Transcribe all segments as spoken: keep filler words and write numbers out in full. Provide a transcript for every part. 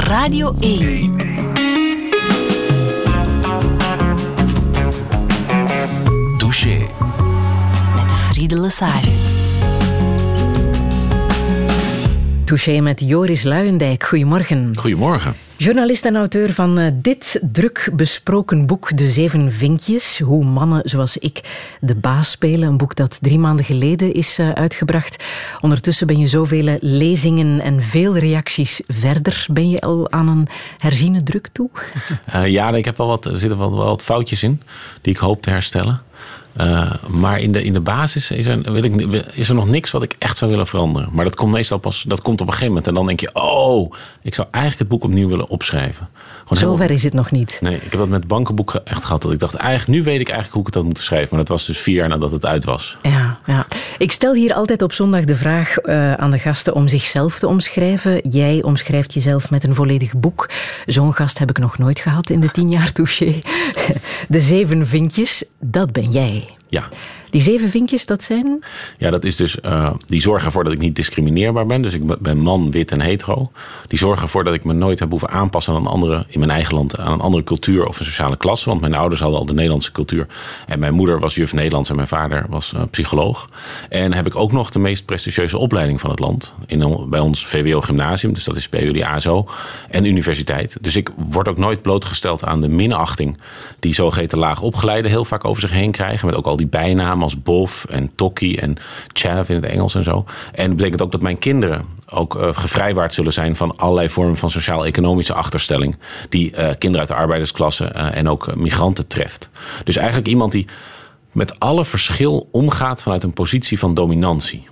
Radio één. Touché. Met Friede Lesage. Touché met Joris Luijendijk. Goedemorgen. Goedemorgen. Journalist en auteur van uh, dit druk besproken boek De Zeven Vinkjes. Hoe mannen zoals ik de baas spelen. Een boek dat drie maanden geleden is uh, uitgebracht. Ondertussen ben je zoveel lezingen en veel reacties verder. Ben je al aan een herziene druk toe? Uh, ja, ik heb wel wat, er zitten wel, wel wat foutjes in die ik hoop te herstellen. Uh, maar in de, in de basis is er, wil ik, is er nog niks wat ik echt zou willen veranderen. Maar dat komt meestal pas, dat komt op een gegeven moment. En dan denk je, oh, ik zou eigenlijk het boek opnieuw willen opschrijven. Zover is het nog niet. Nee, ik heb dat met bankenboek echt gehad. Dat ik dacht, eigenlijk, nu weet ik eigenlijk hoe ik het had moeten schrijven. Maar dat was dus vier jaar nadat het uit was. Ja, ja. Ik stel hier altijd op zondag de vraag uh, aan de gasten om zichzelf te omschrijven. Jij omschrijft jezelf met een volledig boek. Zo'n gast heb ik nog nooit gehad in de tien jaar Touché. De Zeven Vinkjes, dat ben jij. Ja. Die zeven vinkjes, dat zijn? Ja, dat is dus, uh, die zorgen ervoor dat ik niet discrimineerbaar ben. Dus ik ben man, wit en hetero. Die zorgen ervoor dat ik me nooit heb hoeven aanpassen aan een andere, in mijn eigen land, aan een andere cultuur of een sociale klasse. Want mijn ouders hadden al de Nederlandse cultuur. En mijn moeder was juf Nederlands en mijn vader was uh, psycholoog. En heb ik ook nog de meest prestigieuze opleiding van het land. In, bij ons V W O Gymnasium, dus dat is P U de A S O. En universiteit. Dus ik word ook nooit blootgesteld aan de minachting die zogeheten laag opgeleiden heel vaak over zich heen krijgen. Met ook al die bijnamen als Bof en Tokkie en Chav in het Engels en zo. En dat betekent ook dat mijn kinderen ook uh, gevrijwaard zullen zijn van allerlei vormen van sociaal-economische achterstelling die uh, kinderen uit de arbeidersklasse uh, en ook uh, migranten treft. Dus eigenlijk iemand die met alle verschil omgaat vanuit een positie van dominantie.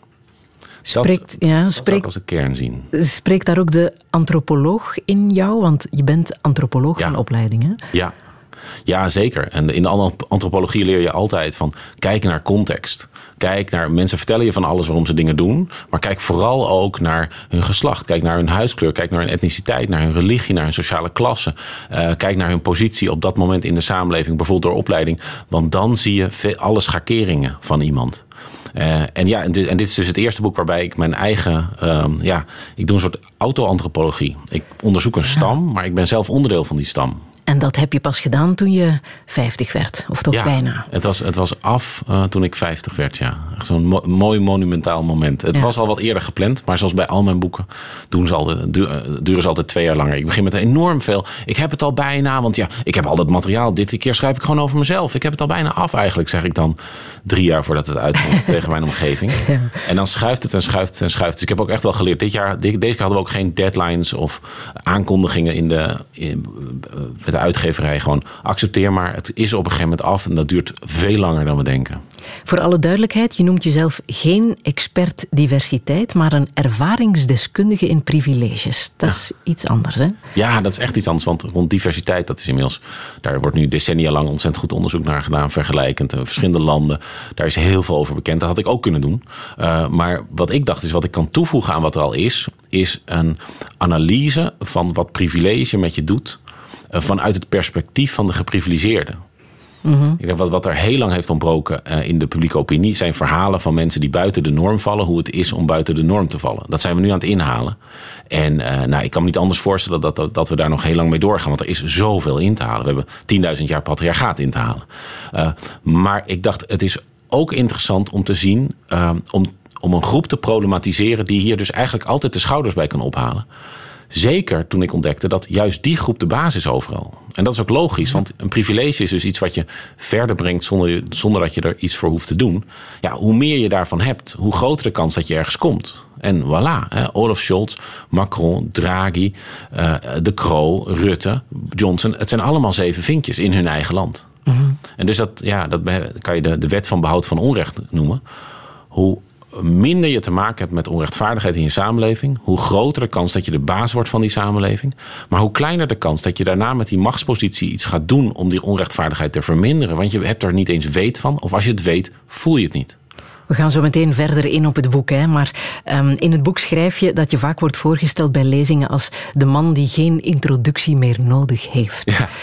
Spreekt, dat, ja, dat spreekt, zou ik als de kern zien. Spreekt daar ook de antropoloog in jou? Want je bent antropoloog ja. van opleiding, hè? Ja. Ja, zeker. En in de antropologie leer je altijd van kijk naar context. Kijk naar, mensen vertellen je van alles waarom ze dingen doen. Maar kijk vooral ook naar hun geslacht. Kijk naar hun huidskleur. Kijk naar hun etniciteit. Naar hun religie. Naar hun sociale klasse. Uh, kijk naar hun positie op dat moment in de samenleving. Bijvoorbeeld door opleiding. Want dan zie je alle schakeringen van iemand. Uh, en ja, en dit, en dit is dus het eerste boek waarbij ik mijn eigen... Uh, ja, ik doe een soort auto-antropologie. Ik onderzoek een stam, maar ik ben zelf onderdeel van die stam. En dat heb je pas gedaan toen je vijftig werd, of toch ja, bijna? Het was, het was af uh, toen ik vijftig werd, ja. Echt zo'n mo- mooi monumentaal moment. Het ja. was al wat eerder gepland, maar zoals bij al mijn boeken doen ze altijd, du- duren ze altijd twee jaar langer. Ik begin met enorm veel. Ik heb het al bijna, want ja, ik heb al dat materiaal. Dit keer schrijf ik gewoon over mezelf. Ik heb het al bijna af eigenlijk, zeg ik dan drie jaar voordat het uitkomt tegen mijn omgeving. Ja. En dan schuift het en schuift het en schuift. Dus ik heb ook echt wel geleerd. Dit jaar, deze keer hadden we ook geen deadlines of aankondigingen in de... In, de uitgeverij. Gewoon accepteer maar, het is op een gegeven moment af en dat duurt veel langer dan we denken. Voor alle duidelijkheid, je noemt jezelf geen expert diversiteit, maar een ervaringsdeskundige in privileges. Dat ja. is iets anders, hè? Ja, dat is echt iets anders, want rond diversiteit, dat is inmiddels, daar wordt nu decennia lang ontzettend goed onderzoek naar gedaan, vergelijkend, verschillende landen. Daar is heel veel over bekend. Dat had ik ook kunnen doen. Uh, maar wat ik dacht is, wat ik kan toevoegen aan wat er al is, is een analyse van wat privilege met je doet, vanuit het perspectief van de geprivilegeerden. Mm-hmm. Ik denk wat, wat er heel lang heeft ontbroken uh, in de publieke opinie zijn verhalen van mensen die buiten de norm vallen, hoe het is om buiten de norm te vallen. Dat zijn we nu aan het inhalen. En uh, nou, ik kan me niet anders voorstellen dat, dat, dat we daar nog heel lang mee doorgaan, want er is zoveel in te halen. We hebben tienduizend jaar patriarchaat in te halen. Uh, maar ik dacht, het is ook interessant om te zien, uh, om, om een groep te problematiseren die hier dus eigenlijk altijd de schouders bij kan ophalen. Zeker toen ik ontdekte dat juist die groep de baas is overal. En dat is ook logisch, want een privilege is dus iets wat je verder brengt zonder, zonder dat je er iets voor hoeft te doen. Ja, hoe meer je daarvan hebt, hoe groter de kans dat je ergens komt. En voilà, hè, Olaf Scholz, Macron, Draghi, uh, De Croo, Rutte, Johnson. Het zijn allemaal zeven vinkjes in hun eigen land. Mm-hmm. En dus dat, ja, dat kan je de, de wet van behoud van onrecht noemen. Hoe minder je te maken hebt met onrechtvaardigheid in je samenleving, hoe groter de kans dat je de baas wordt van die samenleving. Maar hoe kleiner de kans dat je daarna met die machtspositie iets gaat doen om die onrechtvaardigheid te verminderen. Want je hebt er niet eens weet van. Of als je het weet, voel je het niet. We gaan zo meteen verder in op het boek. Hè? Maar um, in het boek schrijf je dat je vaak wordt voorgesteld bij lezingen als de man die geen introductie meer nodig heeft. Ja.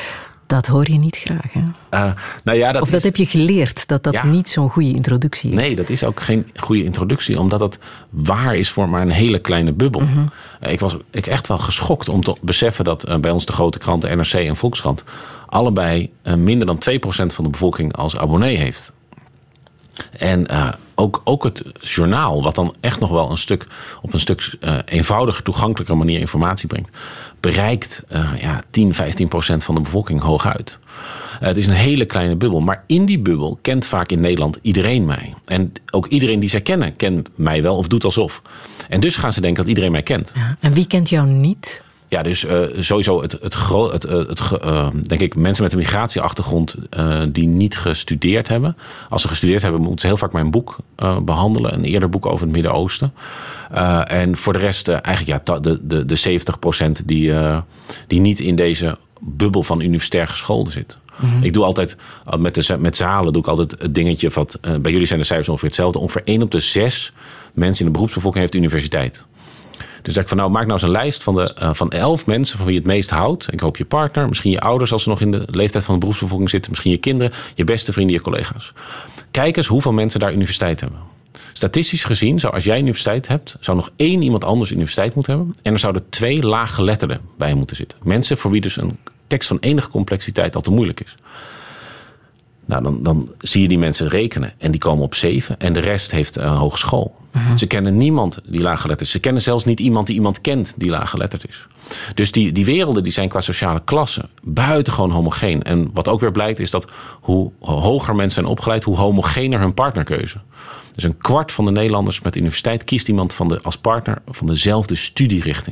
Dat hoor je niet graag, hè? Uh, nou ja, dat of dat is... heb je geleerd, dat dat ja. niet zo'n goede introductie is. Nee, dat is ook geen goede introductie, omdat het waar is voor maar een hele kleine bubbel. Mm-hmm. Uh, ik was ik echt wel geschokt om te beseffen dat uh, bij ons de grote kranten N R C en Volkskrant allebei uh, minder dan twee procent van de bevolking als abonnee heeft. En uh, ook, ook het journaal, wat dan echt nog wel een stuk op een stuk uh, eenvoudiger, toegankelijker manier informatie brengt, bereikt uh, ja, tien, vijftien procent van de bevolking hooguit. Uh, het is een hele kleine bubbel, maar in die bubbel kent vaak in Nederland iedereen mij. En ook iedereen die zij kennen, kent mij wel of doet alsof. En dus gaan ze denken dat iedereen mij kent. Ja, en wie kent jou niet? Ja, dus uh, sowieso het, het, gro- het, het, het uh, denk ik, mensen met een migratieachtergrond uh, die niet gestudeerd hebben. Als ze gestudeerd hebben, moeten ze heel vaak mijn boek uh, behandelen. Een eerder boek over het Midden-Oosten. Uh, en voor de rest uh, eigenlijk ja, de, de, de zeventig procent die, uh, die niet in deze bubbel van universitair gescholden zit. Mm-hmm. Ik doe altijd, met, de, met zalen doe ik altijd het dingetje, wat, uh, bij jullie zijn de cijfers ongeveer hetzelfde. Ongeveer één op de zes mensen in de beroepsbevolking heeft universiteit. Dus zeg ik van nou, maak nou eens een lijst van, de, uh, van elf mensen van wie je het meest houdt. Ik hoop je partner, misschien je ouders als ze nog in de leeftijd van de beroepsbevolking zitten. Misschien je kinderen, je beste vrienden, je collega's. Kijk eens hoeveel mensen daar universiteit hebben. Statistisch gezien, zou als jij universiteit hebt, zou nog één iemand anders universiteit moeten hebben. En er zouden twee laaggeletterden bij moeten zitten. Mensen voor wie dus een tekst van enige complexiteit al te moeilijk is. Nou, dan, dan zie je die mensen rekenen en die komen op zeven. En de rest heeft een hogeschool. Uh-huh. Ze kennen niemand die laaggeletterd is. Ze kennen zelfs niet iemand die iemand kent die laaggeletterd is. Dus die, die werelden die zijn qua sociale klasse buitengewoon homogeen. En wat ook weer blijkt is dat hoe hoger mensen zijn opgeleid, hoe homogener hun partnerkeuze. Dus een kwart van de Nederlanders met universiteit kiest iemand van de, als partner van dezelfde studierichting.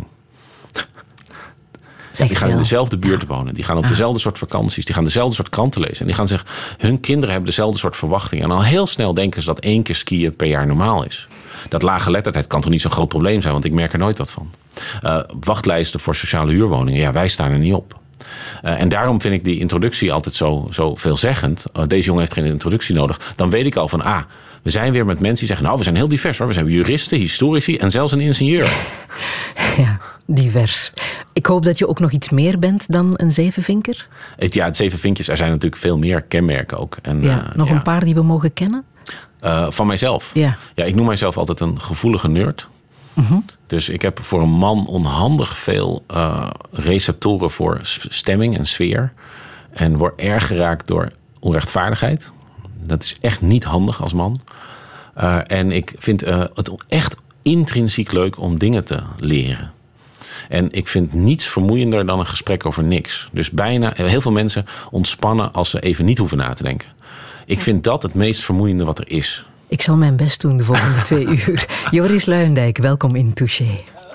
Die gaan in dezelfde buurt wonen. Die gaan op dezelfde soort vakanties. Die gaan dezelfde soort kranten lezen. En die gaan zeggen, hun kinderen hebben dezelfde soort verwachtingen. En al heel snel denken ze dat één keer skiën per jaar normaal is. Dat laaggeletterdheid kan toch niet zo'n groot probleem zijn. Want ik merk er nooit wat van. Uh, wachtlijsten voor sociale huurwoningen. Ja, wij staan er niet op. Uh, en daarom vind ik die introductie altijd zo, zo veelzeggend. Uh, deze jongen heeft geen introductie nodig. Dan weet ik al van, ah, we zijn weer met mensen die zeggen, nou, we zijn heel divers hoor. We zijn juristen, historici en zelfs een ingenieur. Ja, divers. Ik hoop dat je ook nog iets meer bent dan een zevenvinker. Het, ja, het zevenvinkjes, er zijn natuurlijk veel meer kenmerken ook. En, ja, uh, nog ja. een paar die we mogen kennen? Uh, van mijzelf? Ja. Ja, ik noem mijzelf altijd een gevoelige nerd. Uh-huh. Dus ik heb voor een man onhandig veel uh, receptoren voor stemming en sfeer. En word erg geraakt door onrechtvaardigheid. Dat is echt niet handig als man. Uh, en ik vind uh, het echt intrinsiek leuk om dingen te leren. En ik vind niets vermoeiender dan een gesprek over niks. Dus bijna, heel veel mensen ontspannen als ze even niet hoeven na te denken. Ik vind dat het meest vermoeiende wat er is. Ik zal mijn best doen de volgende twee uur. Joris Luijendijk, welkom in Touché.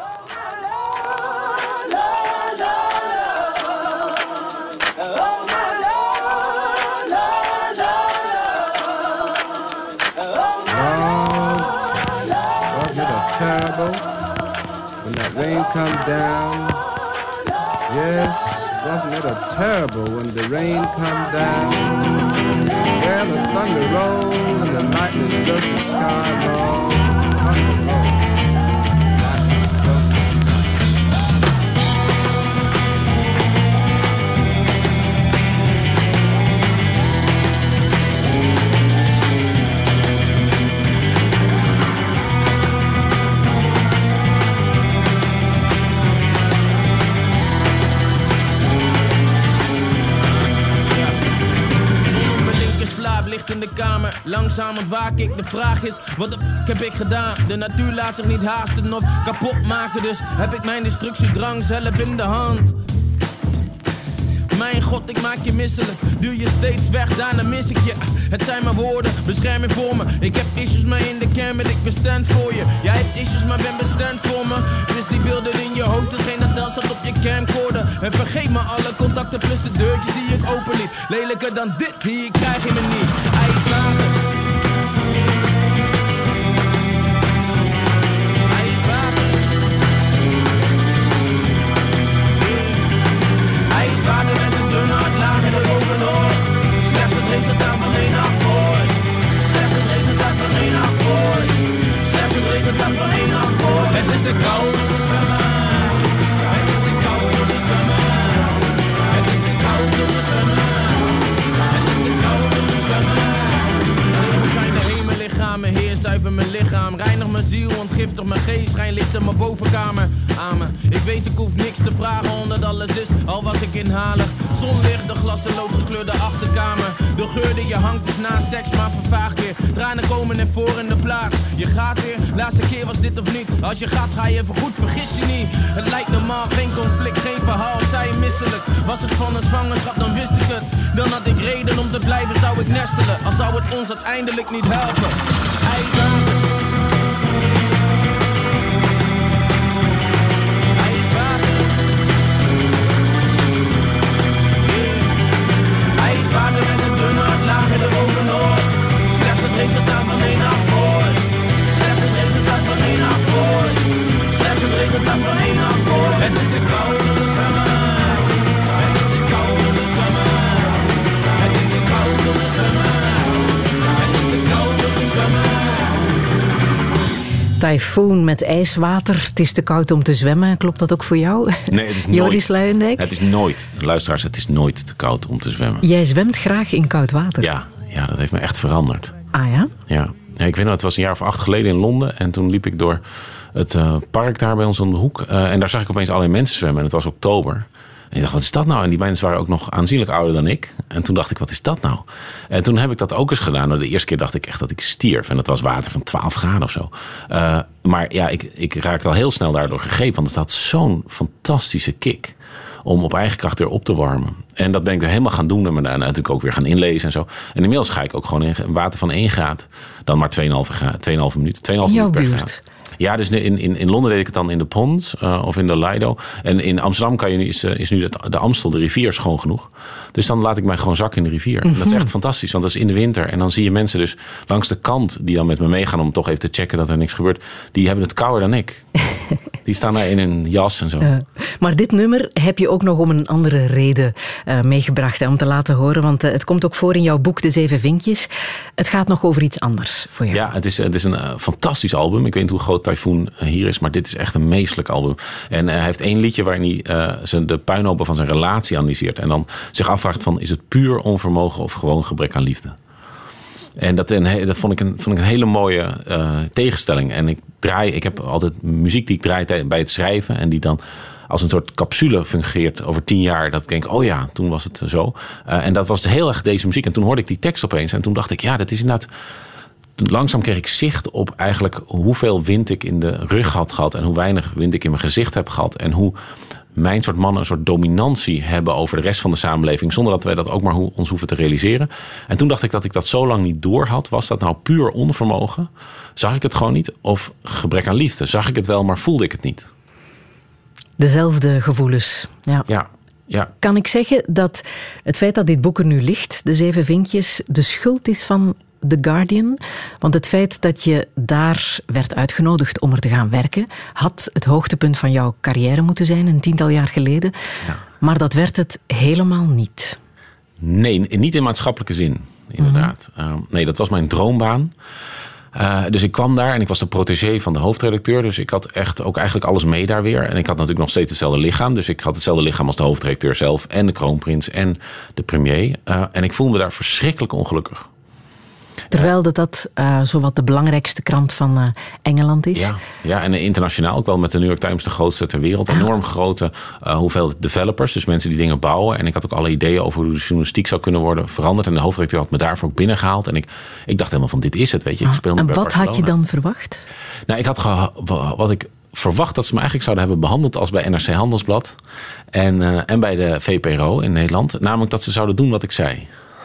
Rain come down. Yes, wasn't it a terrible when the rain come down? Yeah, the thunder rolls and the lightning does the sky roll. Thunder roll. In de kamer, langzaam ontwaak ik. De vraag is, wat de f*** heb ik gedaan? De natuur laat zich niet haasten of kapot maken. Dus heb ik mijn destructiedrang zelf in de hand. Mijn god, ik maak je misselijk. Duur je steeds weg, daarna mis ik je. Het zijn mijn woorden, bescherming voor me. Ik heb issues, maar in de kern ben ik bestand voor je. Jij hebt issues, maar ben bestand voor me. Dus die beelden in je hoofd, hetgeen dat tel staat op je camcorder. En vergeet me alle contacten plus de deurtjes die ik openliet. Lelijker dan dit, hier krijg je me niet. IJswater. IJswater met een dunne hart lagen er bovenop. Slechts het resultaat van één nacht vorst. Slechts het resultaat van één nacht vorst. Slechts het resultaat van één nacht vorst. Het is de koude zwemmen. Het is de koude zwemmen. Het is de koude zwemmen. mijn G-schijn ligt in mijn bovenkamer. Amen. Ik weet ik hoef niks te vragen omdat alles is, al was ik inhalig. Zonlicht, de glas en loodgekleurde achterkamer. De geur die je hangt is na seks maar vervaagt weer. Tranen komen er voor in de plaats. Je gaat weer, laatste keer was dit of niet. Als je gaat ga je even goed, vergis je niet. Het lijkt normaal, geen conflict, geen verhaal. Zij misselijk, was het van een zwangerschap dan wist ik het. Dan had ik reden om te blijven, zou ik nestelen. Al zou het ons uiteindelijk niet helpen. IJswater. IJswater. IJswater met een dunne hart lager erover noord. Slechts het resultaat van één nacht vorst. Slechts het resultaat van één nacht vorst. Slechts het resultaat van één nacht vorst. Het is de koude zwemmen. Het is de koude zwemmen. Het is de koude zwemmen. Het is de koude zwemmen. Typhoon met ijswater. Het is te koud om te zwemmen. Klopt dat ook voor jou? Nee, het is nooit. Joris Luijendijk? Het is nooit, luisteraars, het is nooit te koud om te zwemmen. Jij zwemt graag in koud water? Ja, ja, dat heeft me echt veranderd. Ah ja? Ja. Ja, ik weet nog, het was een jaar of acht geleden in Londen. En toen liep ik door het uh, park daar bij ons om de hoek. Uh, en daar zag ik opeens allerlei mensen zwemmen. En het was oktober. En ik dacht, wat is dat nou? En die mensen waren ook nog aanzienlijk ouder dan ik. En toen dacht ik, wat is dat nou? En toen heb ik dat ook eens gedaan. Nou, de eerste keer dacht ik echt dat ik stierf. En dat was water van twaalf graden of zo. Uh, maar ja, ik, ik raakte al heel snel daardoor gegrepen. Want het had zo'n fantastische kick om op eigen kracht weer op te warmen. En dat ben ik er helemaal gaan doen. En me daarna natuurlijk ook weer gaan inlezen en zo. En inmiddels ga ik ook gewoon in water van één graad. Dan maar twee komma vijf minuten. twee komma vijf In jouw minuten per buurt? graad. Ja, dus in, in, in Londen deed ik het dan in de Pond uh, of in de Lido. En in Amsterdam kan je nu, is, uh, is nu de, de Amstel, de rivier, schoon genoeg. Dus dan laat ik mij gewoon zakken in de rivier. Mm-hmm. Dat is echt fantastisch, want dat is in de winter. En dan zie je mensen dus langs de kant die dan met me meegaan om toch even te checken dat er niks gebeurt. Die hebben het kouder dan ik. Die staan daar in een jas en zo. Uh, maar dit nummer heb je ook nog om een andere reden uh, meegebracht, hè, om te laten horen. Want uh, het komt ook voor in jouw boek De Zeven Vinkjes. Het gaat nog over iets anders voor jou. Ja, het is, het is een uh, fantastisch album. Ik weet niet hoe groot Typhoon uh, hier is, maar dit is echt een meestelijk album. En uh, hij heeft één liedje waarin hij uh, zijn, de puinhopen van zijn relatie analyseert. En dan zich afvraagt van, is het puur onvermogen of gewoon gebrek aan liefde? En dat, en, dat vond, ik een, vond ik een hele mooie uh, tegenstelling. En ik draai, ik heb altijd muziek die ik draai bij het schrijven. En die dan als een soort capsule fungeert over tien jaar. Dat ik denk, oh ja, toen was het zo. Uh, en dat was heel erg deze muziek. En toen hoorde ik die tekst opeens. En toen dacht ik, ja, dat is inderdaad. Langzaam kreeg ik zicht op eigenlijk hoeveel wind ik in de rug had gehad. En hoe weinig wind ik in mijn gezicht heb gehad. En hoe mijn soort mannen een soort dominantie hebben over de rest van de samenleving. Zonder dat wij dat ook maar ons hoeven te realiseren. En toen dacht ik dat ik dat zo lang niet door had. Was dat nou puur onvermogen? Zag ik het gewoon niet? Of gebrek aan liefde? Zag ik het wel, maar voelde ik het niet? Dezelfde gevoelens. Ja. Ja. Ja. Kan ik zeggen dat het feit dat dit boek er nu ligt, De Zeven Vinkjes, de schuld is van The Guardian? Want het feit dat je daar werd uitgenodigd om er te gaan werken, had het hoogtepunt van jouw carrière moeten zijn, een tiental jaar geleden. Ja. Maar dat werd het helemaal niet. Nee, niet in maatschappelijke zin, inderdaad. Mm-hmm. Uh, nee, dat was mijn droombaan. Uh, dus ik kwam daar en ik was de protégé van de hoofdredacteur. Dus ik had echt ook eigenlijk alles mee daar weer. En ik had natuurlijk nog steeds hetzelfde lichaam. Dus ik had hetzelfde lichaam als de hoofdredacteur zelf en de kroonprins en de premier. Uh, en ik voelde me daar verschrikkelijk ongelukkig. Terwijl dat, dat uh, zowat de belangrijkste krant van uh, Engeland is. Ja, ja, en internationaal ook wel met de New York Times de grootste ter wereld. Enorm grote uh, hoeveelheid developers, dus mensen die dingen bouwen. En ik had ook alle ideeën over hoe de journalistiek zou kunnen worden veranderd. En de hoofdredacteur had me daarvoor ook binnengehaald. En ik, ik dacht helemaal van, dit is het, weet je. Ik speel en bij wat Barcelona. Had je dan verwacht? Nou, ik had geha- wat ik verwacht dat ze me eigenlijk zouden hebben behandeld als bij N R C Handelsblad. En, uh, en bij de V P R O in Nederland. Namelijk dat ze zouden doen wat ik zei.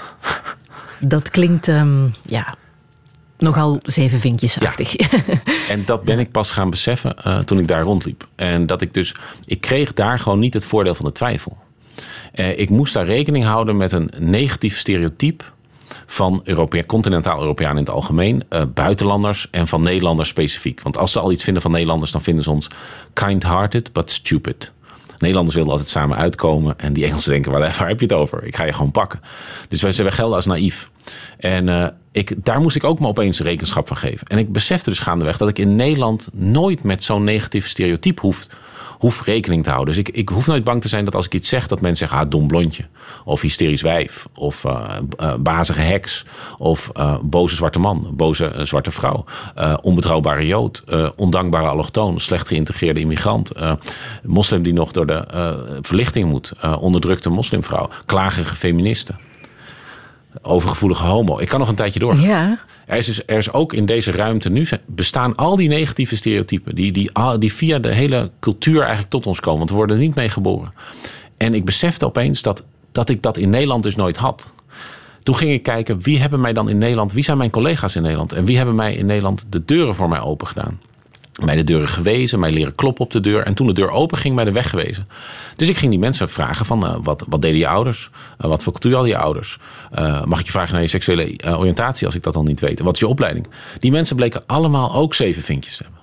Dat klinkt, um, ja, nogal zeven vinkjesachtig. Ja. En dat ben ik pas gaan beseffen uh, toen ik daar rondliep. En dat ik dus, ik kreeg daar gewoon niet het voordeel van de twijfel. Uh, ik moest daar rekening houden met een negatief stereotype van Europea- continentaal Europeanen in het algemeen, uh, buitenlanders en van Nederlanders specifiek. Want als ze al iets vinden van Nederlanders, dan vinden ze ons kind-hearted, but stupid. Nederlanders willen altijd samen uitkomen en die Engelsen denken, waar, waar heb je het over? Ik ga je gewoon pakken. Dus wij, wij gelden als naïef. En uh, ik, daar moest ik ook me opeens rekenschap van geven. En ik besefte dus gaandeweg dat ik in Nederland nooit met zo'n negatief stereotype hoef, hoef rekening te houden. Dus ik, ik hoef nooit bang te zijn dat als ik iets zeg, dat mensen zeggen, ah, dom blondje. Of hysterisch wijf. Of uh, uh, bazige heks. Of uh, boze zwarte man. Boze uh, zwarte vrouw. Uh, onbetrouwbare jood. Uh, ondankbare allochtoon. Slecht geïntegreerde immigrant. Uh, moslim die nog door de uh, verlichting moet. Uh, onderdrukte moslimvrouw. Klagige feministen. Overgevoelige homo. Ik kan nog een tijdje doorgaan. Ja. Er is, dus, er is ook in deze ruimte nu bestaan al die negatieve stereotypen. Die, die, die via de hele cultuur eigenlijk tot ons komen. Want we worden er niet mee geboren. En ik besefte opeens dat, dat ik dat in Nederland dus nooit had. Toen ging ik kijken, wie hebben mij dan in Nederland... wie zijn mijn collega's in Nederland? En wie hebben mij in Nederland de deuren voor mij open gedaan? Mij de deuren gewezen, mij leren kloppen op de deur. En toen de deur open ging, mij de weg gewezen. Dus ik ging die mensen vragen van, uh, wat, wat deden je ouders? Uh, wat voor cultuur hadden je ouders? Uh, mag ik je vragen naar je seksuele uh, oriëntatie, als ik dat dan niet weet? Wat is je opleiding? Die mensen bleken allemaal ook zeven vinkjes te hebben.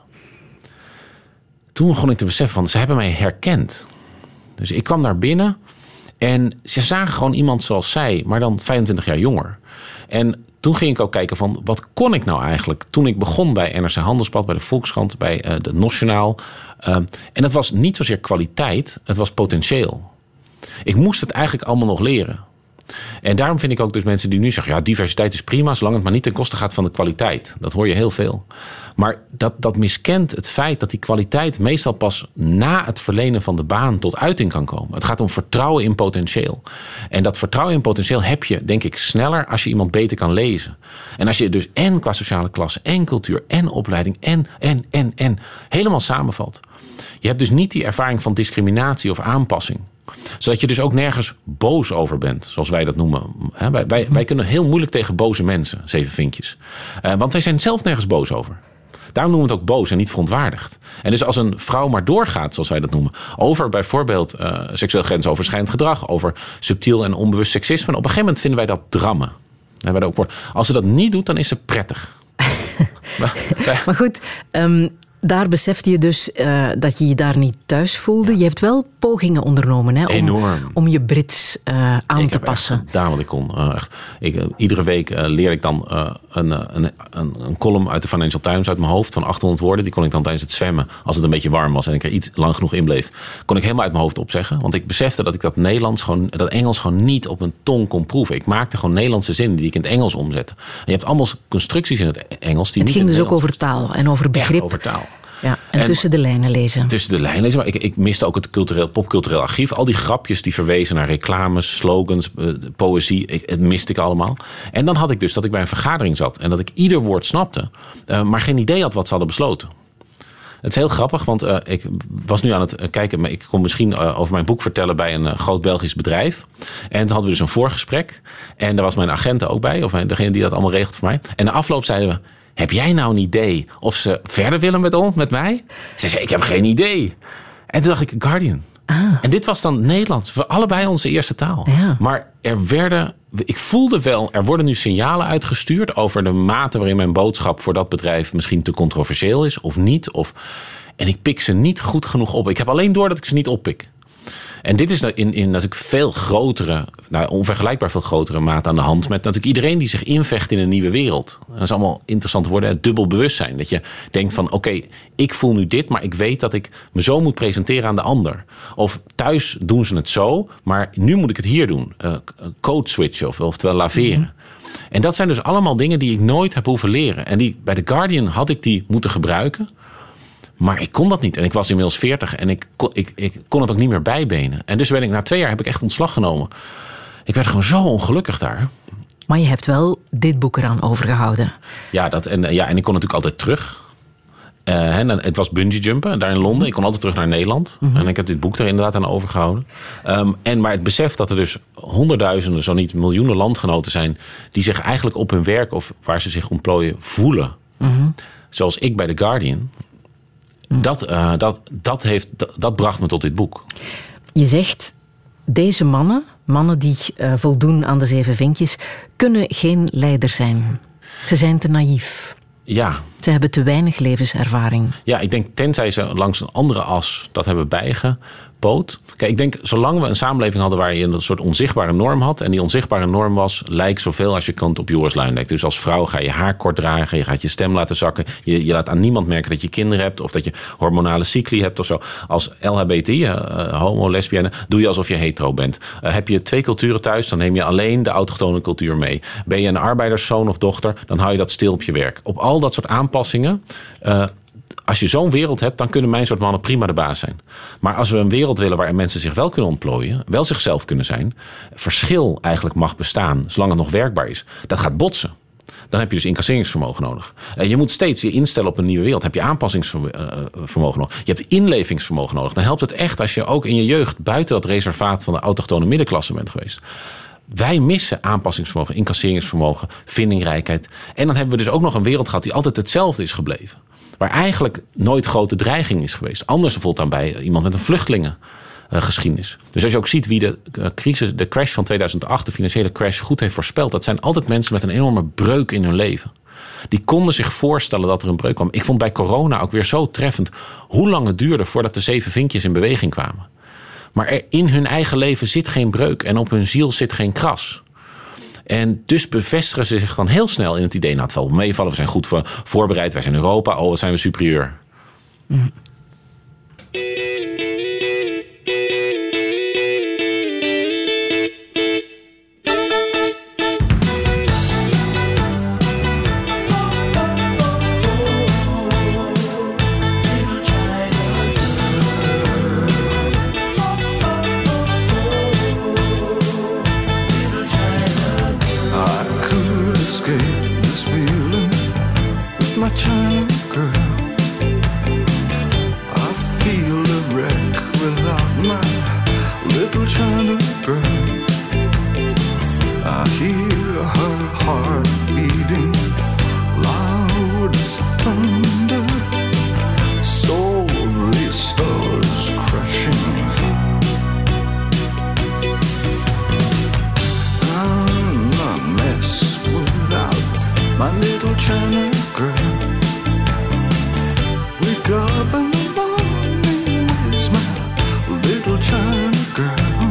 Toen begon ik te beseffen van, ze hebben mij herkend. Dus ik kwam daar binnen en ze zagen gewoon iemand zoals zij, maar dan vijfentwintig jaar jonger. En toen ging ik ook kijken van, wat kon ik nou eigenlijk? Toen ik begon bij N R C Handelsblad, bij de Volkskrant, bij uh, de Nationaal. Uh, en dat was niet zozeer kwaliteit, het was potentieel. Ik moest het eigenlijk allemaal nog leren. En daarom vind ik ook dus mensen die nu zeggen, ja, diversiteit is prima, zolang het maar niet ten koste gaat van de kwaliteit. Dat hoor je heel veel. Maar dat, dat miskent het feit dat die kwaliteit meestal pas na het verlenen van de baan tot uiting kan komen. Het gaat om vertrouwen in potentieel. En dat vertrouwen in potentieel heb je, denk ik, sneller als je iemand beter kan lezen. En als je dus en qua sociale klasse, en cultuur, en opleiding, en, en, en, en, helemaal samenvalt. Je hebt dus niet die ervaring van discriminatie of aanpassing. Zodat je dus ook nergens boos over bent, zoals wij dat noemen. He, wij, wij, wij kunnen heel moeilijk tegen boze mensen, zeven vinkjes. Uh, want wij zijn zelf nergens boos over. Daarom noemen we het ook boos en niet verontwaardigd. En dus als een vrouw maar doorgaat, zoals wij dat noemen, over bijvoorbeeld uh, seksueel grensoverschrijdend gedrag, over subtiel en onbewust seksisme, op een gegeven moment vinden wij dat drammen. Wij dat ook, als ze dat niet doet, dan is ze prettig. Maar goed, um, daar besefte je dus uh, dat je je daar niet thuis voelde. Je hebt wel pogingen ondernomen, hè, om, Enorm. om je Brits uh, aan ik te passen. Ik heb gedaan wat ik kon. Uh, echt. Ik, uh, iedere week uh, leer ik dan uh, een, een, een, een column uit de Financial Times uit mijn hoofd van achthonderd woorden. Die kon ik dan tijdens het zwemmen, als het een beetje warm was en ik er iets lang genoeg in bleef, kon ik helemaal uit mijn hoofd opzeggen. Want ik besefte dat ik dat Nederlands gewoon, dat Engels gewoon niet op mijn tong kon proeven. Ik maakte gewoon Nederlandse zinnen die ik in het Engels omzette. En je hebt allemaal constructies in het Engels die het niet ging in dus het ook over taal en over begrip. Echt over taal. Ja, en, en tussen de lijnen lezen. Tussen de lijnen lezen. Maar ik, ik miste ook het cultureel, popcultureel archief. Al die grapjes die verwezen naar reclames, slogans, uh, poëzie. Ik, het miste ik allemaal. En dan had ik dus dat ik bij een vergadering zat. En dat ik ieder woord snapte. Uh, maar geen idee had wat ze hadden besloten. Het is heel grappig, want uh, ik was nu aan het uh, kijken. Maar ik kon misschien uh, over mijn boek vertellen bij een uh, groot Belgisch bedrijf. En toen hadden we dus een voorgesprek. En daar was mijn agent ook bij. Of degene die dat allemaal regelt voor mij. En na afloop zeiden we, heb jij nou een idee of ze verder willen met ons, met mij? Ze zei, ik heb geen idee. En toen dacht ik, Guardian. Ah. En dit was dan Nederlands. Voor allebei onze eerste taal. Ja. Maar er werden, ik voelde wel, er worden nu signalen uitgestuurd over de mate waarin mijn boodschap voor dat bedrijf misschien te controversieel is of niet. Of, en ik pik ze niet goed genoeg op. Ik heb alleen door dat ik ze niet oppik. En dit is in, in natuurlijk veel grotere, nou, onvergelijkbaar veel grotere mate aan de hand met natuurlijk iedereen die zich invecht in een nieuwe wereld. Dat is allemaal interessant worden, het dubbel bewustzijn. Dat je denkt van, oké, okay, ik voel nu dit, maar ik weet dat ik me zo moet presenteren aan de ander. Of thuis doen ze het zo, maar nu moet ik het hier doen. Uh, code switchen, of, oftewel laveren. Mm-hmm. En dat zijn dus allemaal dingen die ik nooit heb hoeven leren. En die, bij The Guardian had ik die moeten gebruiken. Maar ik kon dat niet. En ik was inmiddels veertig en ik kon, ik, ik kon het ook niet meer bijbenen. En dus ben ik, na twee jaar heb ik echt ontslag genomen. Ik werd gewoon zo ongelukkig daar. Maar je hebt wel dit boek eraan overgehouden. Ja, dat, en, ja en ik kon natuurlijk altijd terug. Uh, en het was bungee jumpen daar in Londen. Ik kon altijd terug naar Nederland. Mm-hmm. En ik heb dit boek er inderdaad aan overgehouden. Um, en, maar het besef dat er dus honderdduizenden, zo niet miljoenen landgenoten zijn die zich eigenlijk op hun werk of waar ze zich ontplooien voelen. Mm-hmm. Zoals ik bij The Guardian. Dat, uh, dat, dat, heeft, dat, dat bracht me tot dit boek. Je zegt, deze mannen, mannen die uh, voldoen aan de zeven vinkjes, kunnen geen leider zijn. Ze zijn te naïef. Ja, Ze hebben te weinig levenservaring. Ja, ik denk tenzij ze langs een andere as dat hebben bijgepoot. Kijk, ik denk zolang we een samenleving hadden waar je een soort onzichtbare norm had. En die onzichtbare norm was, lijk zoveel als je kunt op Joris Luijendijk. Dus als vrouw ga je haar kort dragen, je gaat je stem laten zakken. Je, je laat aan niemand merken dat je kinderen hebt of dat je hormonale cycli hebt of zo. Als L H B T, uh, homo, lesbienne, doe je alsof je hetero bent. Uh, heb je twee culturen thuis, dan neem je alleen de autochtone cultuur mee. Ben je een arbeiderszoon of dochter, dan hou je dat stil op je werk. Op al dat soort aanpassingen... Uh, Als je zo'n wereld hebt, dan kunnen mijn soort mannen prima de baas zijn. Maar als we een wereld willen waarin mensen zich wel kunnen ontplooien, wel zichzelf kunnen zijn, verschil eigenlijk mag bestaan, zolang het nog werkbaar is, dat gaat botsen. Dan heb je dus incasseringsvermogen nodig. En je moet steeds je instellen op een nieuwe wereld. Heb je aanpassingsvermogen nodig. Je hebt inlevingsvermogen nodig. Dan helpt het echt als je ook in je jeugd buiten dat reservaat van de autochtone middenklasse bent geweest. Wij missen aanpassingsvermogen, incasseringsvermogen, vindingrijkheid. En dan hebben we dus ook nog een wereld gehad die altijd hetzelfde is gebleven. Waar eigenlijk nooit grote dreiging is geweest. Anders bijvoorbeeld dan bij iemand met een vluchtelingengeschiedenis. Uh, dus als je ook ziet wie de uh, crisis, de crash van tweeduizend acht, de financiële crash, goed heeft voorspeld. Dat zijn altijd mensen met een enorme breuk in hun leven. Die konden zich voorstellen dat er een breuk kwam. Ik vond bij corona ook weer zo treffend hoe lang het duurde voordat de zeven vinkjes in beweging kwamen. Maar er in hun eigen leven zit geen breuk en op hun ziel zit geen kras. En dus bevestigen ze zich dan heel snel in het idee, nou het valt meevallen, we zijn goed voor, voorbereid, wij zijn Europa, oh wat zijn we superieur. Mm. My China girl, I feel a wreck without my little China girl. I hear her heart beating loud as thunder, slowly stars crashing. I'm a mess without my little China girl. Wake up in the morning, where's my little China girl?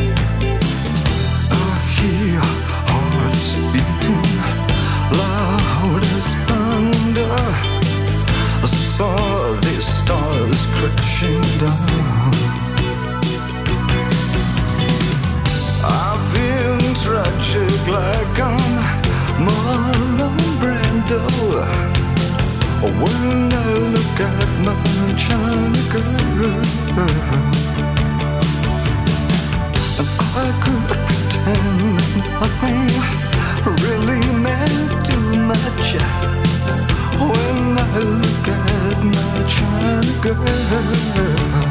I hear hearts beating loud as thunder. I saw these stars crashing down. I've been tragic like I'm Marlon Brando. When I look at my China girl, and I could pretend nothing really meant too much. When I look at my China girl.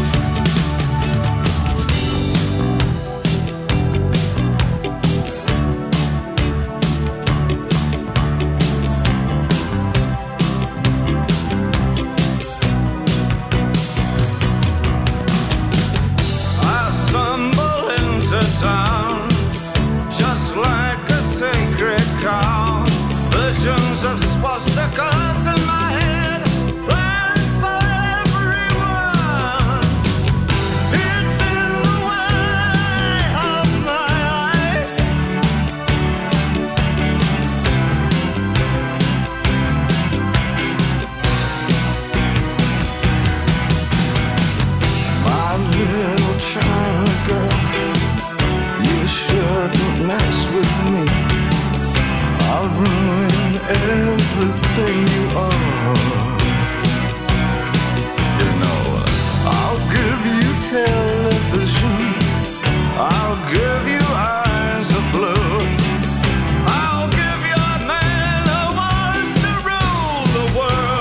Of swastikas in my head, plans for everyone. It's in the way of my eyes. My little China girl, you shouldn't mess with me. I'll ruin everything you are. You know, I'll give you television, I'll give you eyes of blue, I'll give you a man who wants to rule the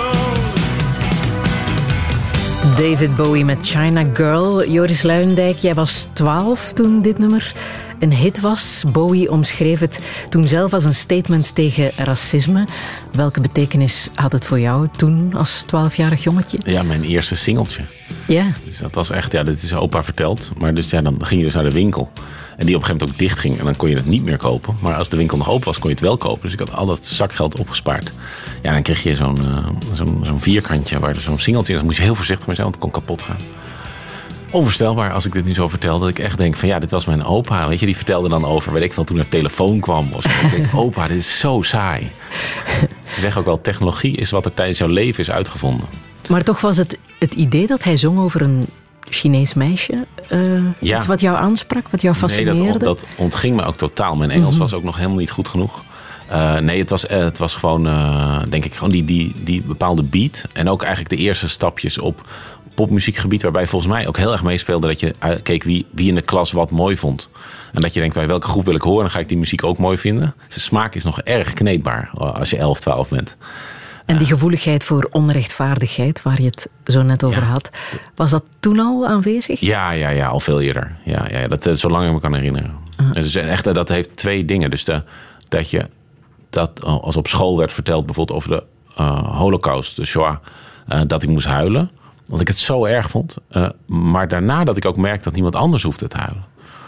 world. David Bowie met China Girl. Joris Luijendijk, jij was twaalf toen dit nummer een hit was. Bowie omschreef het toen zelf als een statement tegen racisme. Welke betekenis had het voor jou toen als twaalfjarig jongetje? Ja, mijn eerste singeltje. Ja. Dus dat was echt, ja, dit is opa verteld. Maar dus ja, dan ging je dus naar de winkel. En die op een gegeven moment ook dicht ging. En dan kon je het niet meer kopen. Maar als de winkel nog open was, kon je het wel kopen. Dus ik had al dat zakgeld opgespaard. Ja, dan kreeg je zo'n, uh, zo'n, zo'n vierkantje waar er zo'n singeltje in. Dan moest je heel voorzichtig mee zijn, want het kon kapot gaan. Onvoorstelbaar als ik dit nu zo vertel. Dat ik echt denk van ja, dit was mijn opa. Weet je, die vertelde dan over, weet ik veel, toen er telefoon kwam. Of zo. Ik denk, opa, dit is zo saai. Ze zeggen ook wel, technologie is wat er tijdens jouw leven is uitgevonden. Maar toch was het het idee dat hij zong over een Chinees meisje. Uh, Ja. Iets wat jou aansprak, wat jou fascineerde? Nee, dat, dat ontging me ook totaal. Mijn Engels Mhm. was ook nog helemaal niet goed genoeg. Uh, nee, het was, uh, het was gewoon, uh, denk ik, gewoon die, die, die bepaalde beat. En ook eigenlijk de eerste stapjes op popmuziekgebied. Waarbij volgens mij ook heel erg meespeelde dat je uh, keek wie, wie in de klas wat mooi vond. En dat je denkt, bij welke groep wil ik horen? Dan ga ik die muziek ook mooi vinden. De smaak is nog erg kneedbaar als je elf, twaalf bent. En die gevoeligheid voor onrechtvaardigheid, waar je het zo net over Ja. had, was dat toen al aanwezig? Ja, ja, ja, al veel eerder. Ja, ja, ja, dat, uh, zolang ik me kan herinneren. Uh. Dus echt, uh, dat heeft twee dingen. Dus de, dat je dat uh, als op school werd verteld, bijvoorbeeld over de uh, Holocaust, de Shoah, uh, dat ik moest huilen. Want ik het zo erg vond. Uh, maar daarna dat ik ook merkte dat niemand anders hoefde te huilen.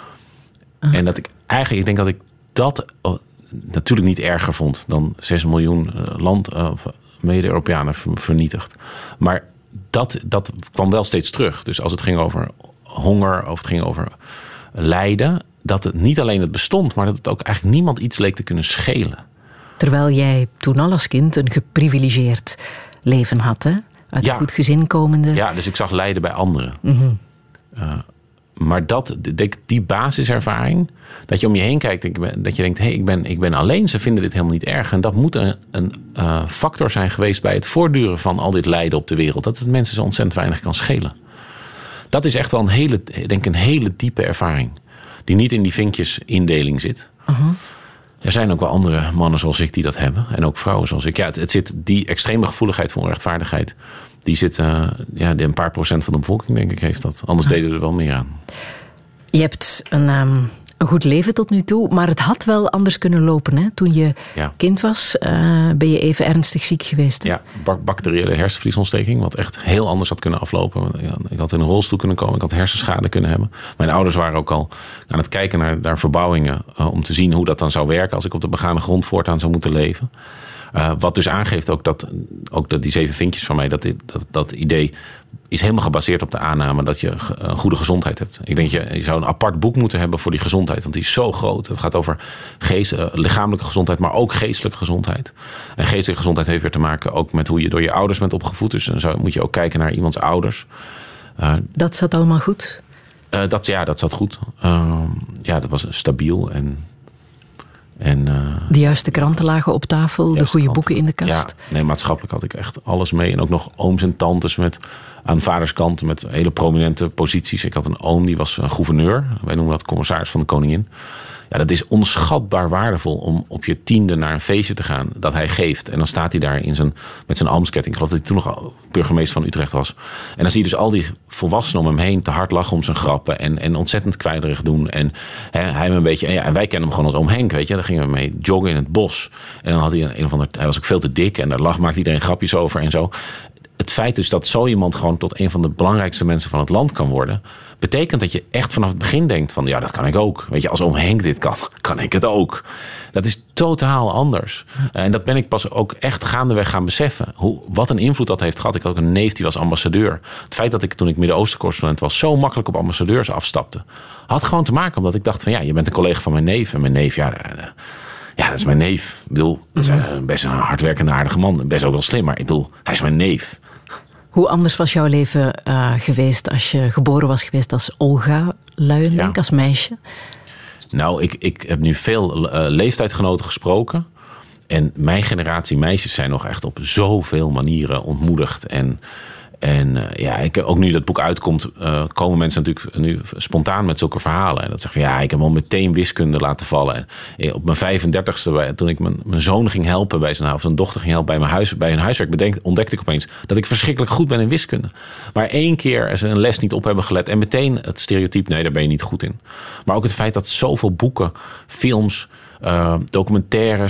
Uh. En dat ik eigenlijk, ik denk dat ik dat uh, natuurlijk niet erger vond dan zes miljoen uh, land, uh, mede-Europeanen vernietigd. Maar dat, dat kwam wel steeds terug. Dus als het ging over honger of het ging over lijden, dat het niet alleen het bestond, maar dat het ook eigenlijk niemand iets leek te kunnen schelen. Terwijl jij toen al als kind een geprivilegeerd leven had, hè? Uit Ja. een goed gezin komende. Ja, dus ik zag lijden bij anderen. Mhm. Uh, maar dat, die, die basiservaring, dat je om je heen kijkt, dat je denkt, hé, hey, ik, ben, ik ben alleen, ze vinden dit helemaal niet erg. En dat moet een, een uh, factor zijn geweest bij het voortduren van al dit lijden op de wereld. Dat het mensen zo ontzettend weinig kan schelen. Dat is echt wel een hele, denk ik, een hele diepe ervaring. Die niet in die vinkjesindeling zit. Uh-huh. Er zijn ook wel andere mannen zoals ik die dat hebben. En ook vrouwen zoals ik. Ja, het, het zit, die extreme gevoeligheid voor onrechtvaardigheid, die zit, uh, ja, een paar procent van de bevolking, denk ik, heeft dat. Anders deden we er wel meer aan. Je hebt een, um, een goed leven tot nu toe, maar het had wel anders kunnen lopen. Hè? Toen je Ja. kind was, uh, ben je even ernstig ziek geweest. Hè? Ja, bak- bacteriële hersenvliesontsteking, wat echt heel anders had kunnen aflopen. Ik had in een rolstoel kunnen komen, ik had hersenschade kunnen hebben. Mijn ouders waren ook al aan het kijken naar, naar verbouwingen, uh, om te zien hoe dat dan zou werken als ik op de begane grond voortaan zou moeten leven. Uh, wat dus aangeeft ook dat, ook dat die zeven vinkjes van mij, dat, dat, dat idee is helemaal gebaseerd op de aanname dat je een goede gezondheid hebt. Ik denk, je, je zou een apart boek moeten hebben voor die gezondheid, want die is zo groot. Het gaat over geest, uh, lichamelijke gezondheid, maar ook geestelijke gezondheid. En geestelijke gezondheid heeft weer te maken ook met hoe je door je ouders bent opgevoed. Dus dan zou, moet je ook kijken naar iemands ouders. Uh, Dat zat allemaal goed? Uh, dat, ja, dat zat goed. Uh, ja, dat was stabiel en... En, uh, de juiste kranten lagen op tafel, de goede kranten. Boeken in de kast. Ja, nee, maatschappelijk had ik echt alles mee. En ook nog ooms en tantes met, aan vaders kant met hele prominente posities. Ik had een oom, die was gouverneur. Wij noemen dat commissaris van de koningin. Ja, dat is onschatbaar waardevol om op je tiende naar een feestje te gaan dat hij geeft. En dan staat hij daar in zijn, met zijn almsketting. Ik geloof dat hij toen nog burgemeester van Utrecht was. En dan zie je dus al die volwassenen om hem heen te hard lachen om zijn grappen. En, en ontzettend kwijderig doen. En hè, hij hem een beetje. En, ja, en wij kennen hem gewoon als oom Henk, weet je. Daar gingen we mee joggen in het bos. En dan had hij een, een of ander. Hij was ook veel te dik. En daar lag, maakte iedereen grapjes over en zo. Het feit dus dat zo iemand gewoon tot een van de belangrijkste mensen van het land kan worden, betekent dat je echt vanaf het begin denkt van ja, dat kan ik ook. Weet je, als oom Henk dit kan, kan ik het ook. Dat is totaal anders. En dat ben ik pas ook echt gaandeweg gaan beseffen. Hoe, wat een invloed dat heeft gehad. Ik had ook een neef die was ambassadeur. Het feit dat ik toen ik Midden-Oosten correspondent was zo makkelijk op ambassadeurs afstapte, had gewoon te maken omdat ik dacht van ja, je bent een collega van mijn neef. En mijn neef, ja, ja dat is mijn neef. Ik bedoel, dat is een, best een hardwerkende aardige man. Best ook wel slim, maar ik bedoel, hij is mijn neef. Hoe anders was jouw leven uh, geweest als je geboren was geweest als Olga Luijendijk, ja. als meisje? Nou, ik, ik heb nu veel uh, leeftijdgenoten gesproken. En mijn generatie meisjes zijn nog echt op zoveel manieren ontmoedigd. En, en uh, ja, ik, ook nu dat boek uitkomt, uh, komen mensen natuurlijk nu spontaan met zulke verhalen. En dat zeggen van ja, ik heb al meteen wiskunde laten vallen. En op mijn vijfendertigste, toen ik mijn, mijn zoon ging helpen bij zijn, of zijn dochter ging helpen bij mijn huis, bij hun huiswerk, bedenk, ontdekte ik opeens dat ik verschrikkelijk goed ben in wiskunde. Maar één keer ze een les niet op hebben gelet en meteen het stereotype, nee, daar ben je niet goed in. Maar ook het feit dat zoveel boeken, films, uh, documentaires,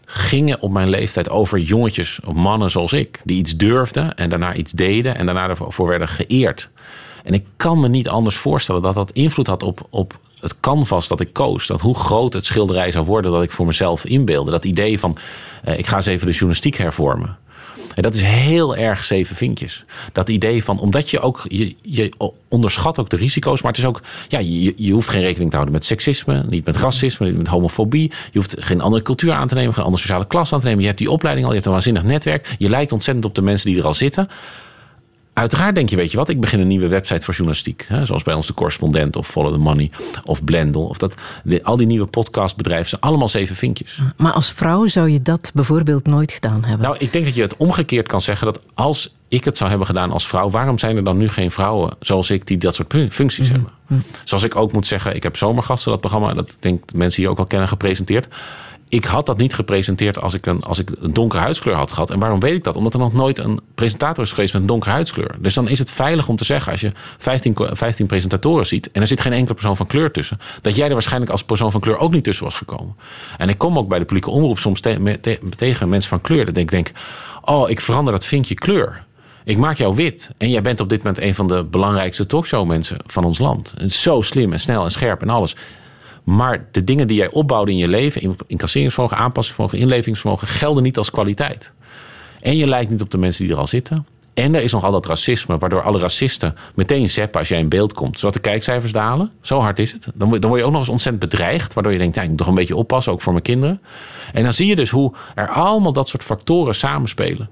gingen op mijn leeftijd over jongetjes, mannen zoals ik. Die iets durfden en daarna iets deden en daarna ervoor werden geëerd. En ik kan me niet anders voorstellen dat dat invloed had op, op het canvas dat ik koos. Dat hoe groot het schilderij zou worden dat ik voor mezelf inbeelde. Dat idee van, uh, ik ga eens even de journalistiek hervormen. En dat is heel erg zeven vinkjes. Dat idee van, omdat je ook, je, je onderschat ook de risico's, maar het is ook, ja, je, je hoeft geen rekening te houden met seksisme, niet met racisme, niet met homofobie. Je hoeft geen andere cultuur aan te nemen, geen andere sociale klasse aan te nemen. Je hebt die opleiding al, je hebt een waanzinnig netwerk. Je lijkt ontzettend op de mensen die er al zitten. Uiteraard denk je, weet je wat, ik begin een nieuwe website voor journalistiek. Hè, zoals bij ons de Correspondent of Follow the Money of Blendel. Of dat, de, al die nieuwe podcastbedrijven zijn allemaal zeven vinkjes. Maar als vrouw zou je dat bijvoorbeeld nooit gedaan hebben? Nou, ik denk dat je het omgekeerd kan zeggen. Dat als ik het zou hebben gedaan als vrouw, waarom zijn er dan nu geen vrouwen zoals ik die dat soort functies mm-hmm. hebben? Zoals ik ook moet zeggen, ik heb Zomergasten, dat programma, dat ik denk mensen hier ook al kennen, gepresenteerd. Ik had dat niet gepresenteerd als ik, een, als ik een donkere huidskleur had gehad. En waarom weet ik dat? Omdat er nog nooit een presentator is geweest met een donkere huidskleur. Dus dan is het veilig om te zeggen, als je vijftien, vijftien presentatoren ziet en er zit geen enkele persoon van kleur tussen, dat jij er waarschijnlijk als persoon van kleur ook niet tussen was gekomen. En ik kom ook bij de publieke omroep soms te, te, tegen mensen van kleur. Dat ik denk, oh, ik verander dat vinkje kleur. Ik maak jou wit. En jij bent op dit moment een van de belangrijkste talkshowmensen van ons land. Het is zo slim en snel en scherp en alles. Maar de dingen die jij opbouwde in je leven, incasseringsvermogen, aanpassingsvermogen, inlevingsvermogen, gelden niet als kwaliteit. En je lijkt niet op de mensen die er al zitten. En er is nog al dat racisme, waardoor alle racisten meteen zeppen als jij in beeld komt, zodat de kijkcijfers dalen. Zo hard is het. Dan word je ook nog eens ontzettend bedreigd, waardoor je denkt, ja, ik moet toch een beetje oppassen, ook voor mijn kinderen. En dan zie je dus hoe er allemaal dat soort factoren samenspelen.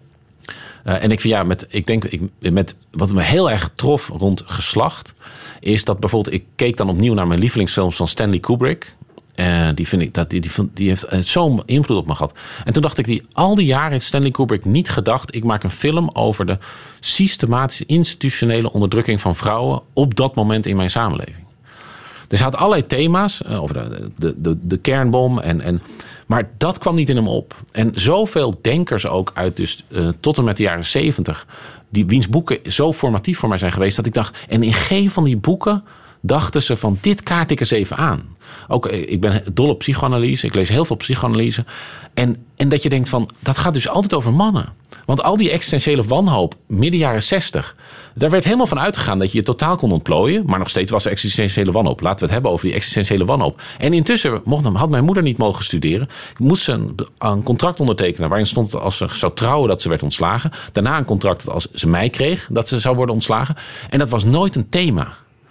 Uh, en ik vind, ja, met, ik denk, ik, met wat me heel erg trof rond geslacht, is dat bijvoorbeeld, ik keek dan opnieuw naar mijn lievelingsfilms van Stanley Kubrick. Uh, die vind ik dat die, die, die heeft uh, zo'n invloed op me gehad. En toen dacht ik, die, al die jaren heeft Stanley Kubrick niet gedacht, ik maak een film over de systematische institutionele onderdrukking van vrouwen op dat moment in mijn samenleving. Dus hij had allerlei thema's uh, over de, de, de, de kernbom. En, en, maar dat kwam niet in hem op. En zoveel denkers ook uit dus, uh, tot en met de jaren zeventig, die wiens boeken zo formatief voor mij zijn geweest, dat ik dacht, en in geen van die boeken dachten ze van, dit kaart ik eens even aan. Ook, ik ben dol op psychoanalyse, ik lees heel veel psychoanalyse. En, en dat je denkt van, dat gaat dus altijd over mannen. Want al die existentiële wanhoop, midden jaren zestig, daar werd helemaal van uitgegaan dat je je totaal kon ontplooien. Maar nog steeds was er existentiële wanhoop. Laten we het hebben over die existentiële wanhoop. En intussen mocht, had mijn moeder niet mogen studeren. Ik moest ze een, een contract ondertekenen waarin stond dat als ze zou trouwen dat ze werd ontslagen. Daarna een contract dat als ze mij kreeg dat ze zou worden ontslagen. En dat was nooit een thema.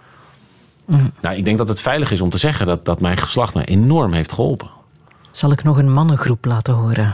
Mm. Nou, ik denk dat het veilig is om te zeggen dat, dat mijn geslacht mij enorm heeft geholpen. Zal ik nog een mannengroep laten horen?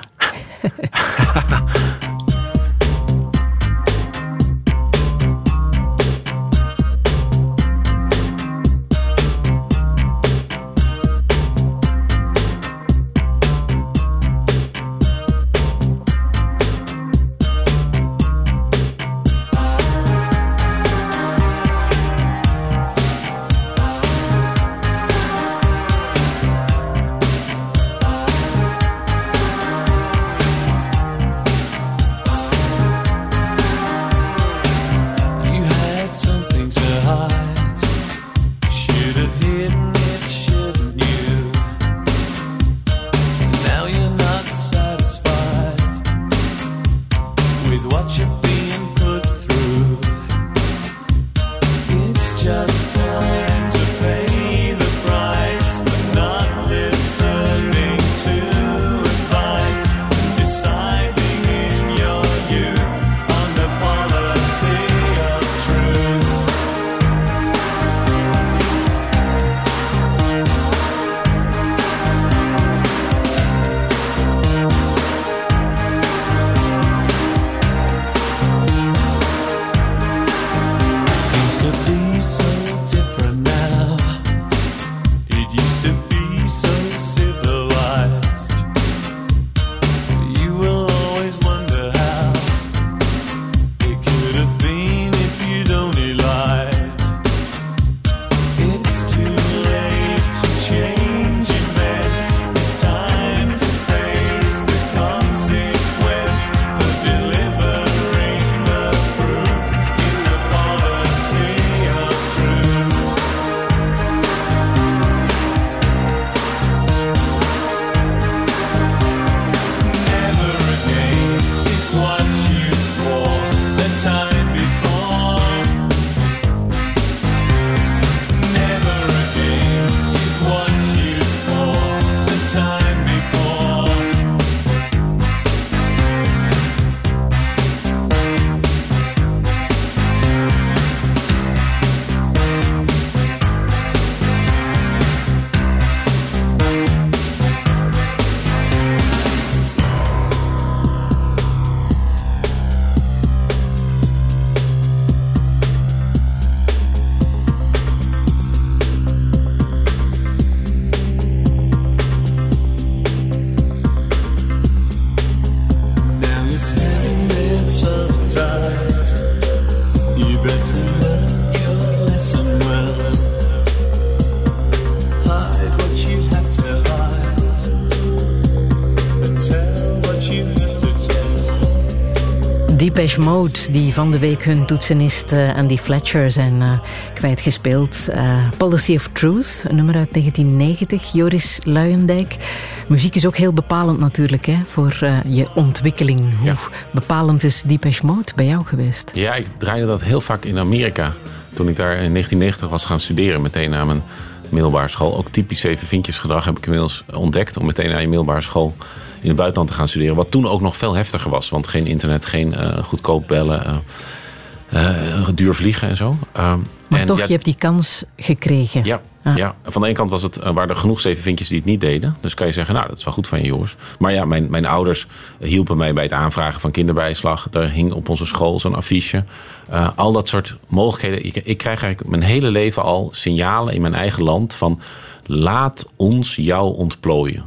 Depeche Mode, die van de week hun toetsenist uh, Andy Fletcher zijn uh, kwijtgespeeld. Uh, Policy of Truth, een nummer uit negentien negentig, Joris Luijendijk. Muziek is ook heel bepalend natuurlijk, hè, voor uh, je ontwikkeling. Hoe ja. bepalend is Depeche Mode bij jou geweest? Ja, ik draaide dat heel vaak in Amerika. Toen ik daar in negentien negentig was gaan studeren, meteen na mijn middelbare school. Ook typisch zeven vinkjesgedrag heb ik inmiddels ontdekt, om meteen na je middelbare school in het buitenland te gaan studeren. Wat toen ook nog veel heftiger was. Want geen internet, geen uh, goedkoop bellen, uh, uh, duur vliegen en zo. Uh, maar en toch, ja, je hebt die kans gekregen. Ja, ah. ja. Van de ene kant was het, uh, waren er genoeg zeven vinkjes die het niet deden. Dus kan je zeggen, nou, dat is wel goed van je, Joris. Maar ja, mijn, mijn ouders hielpen mij bij het aanvragen van kinderbijslag. Daar hing op onze school zo'n affiche. Uh, al dat soort mogelijkheden. Ik, ik krijg eigenlijk mijn hele leven al signalen in mijn eigen land van laat ons jou ontplooien.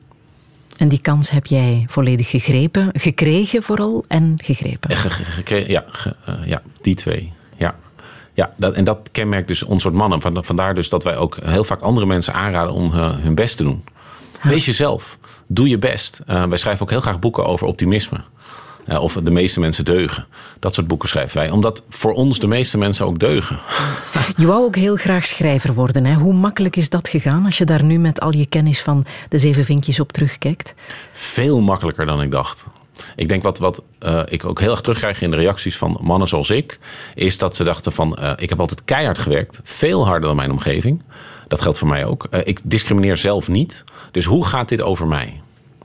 En die kans heb jij volledig gegrepen, gekregen vooral en gegrepen. Ge, ge, ge, ja, ge, uh, ja, die twee. Ja. Ja, dat, en dat kenmerkt dus ons soort mannen. Vandaar dus dat wij ook heel vaak andere mensen aanraden om uh, hun best te doen. Ha. Wees jezelf. Doe je best. Uh, wij schrijven ook heel graag boeken over optimisme. Uh, of de meeste mensen deugen. Dat soort boeken schrijven wij. Omdat voor ons de meeste mensen ook deugen. Je wou ook heel graag schrijver worden. Hè? Hoe makkelijk is dat gegaan als je daar nu met al je kennis van de zeven vinkjes op terugkijkt? Veel makkelijker dan ik dacht. Ik denk wat, wat uh, ik ook heel erg terugkrijg in de reacties van mannen zoals ik, is dat ze dachten van, uh, ik heb altijd keihard gewerkt. Veel harder dan mijn omgeving. Dat geldt voor mij ook. Uh, ik discrimineer zelf niet. Dus hoe gaat dit over mij?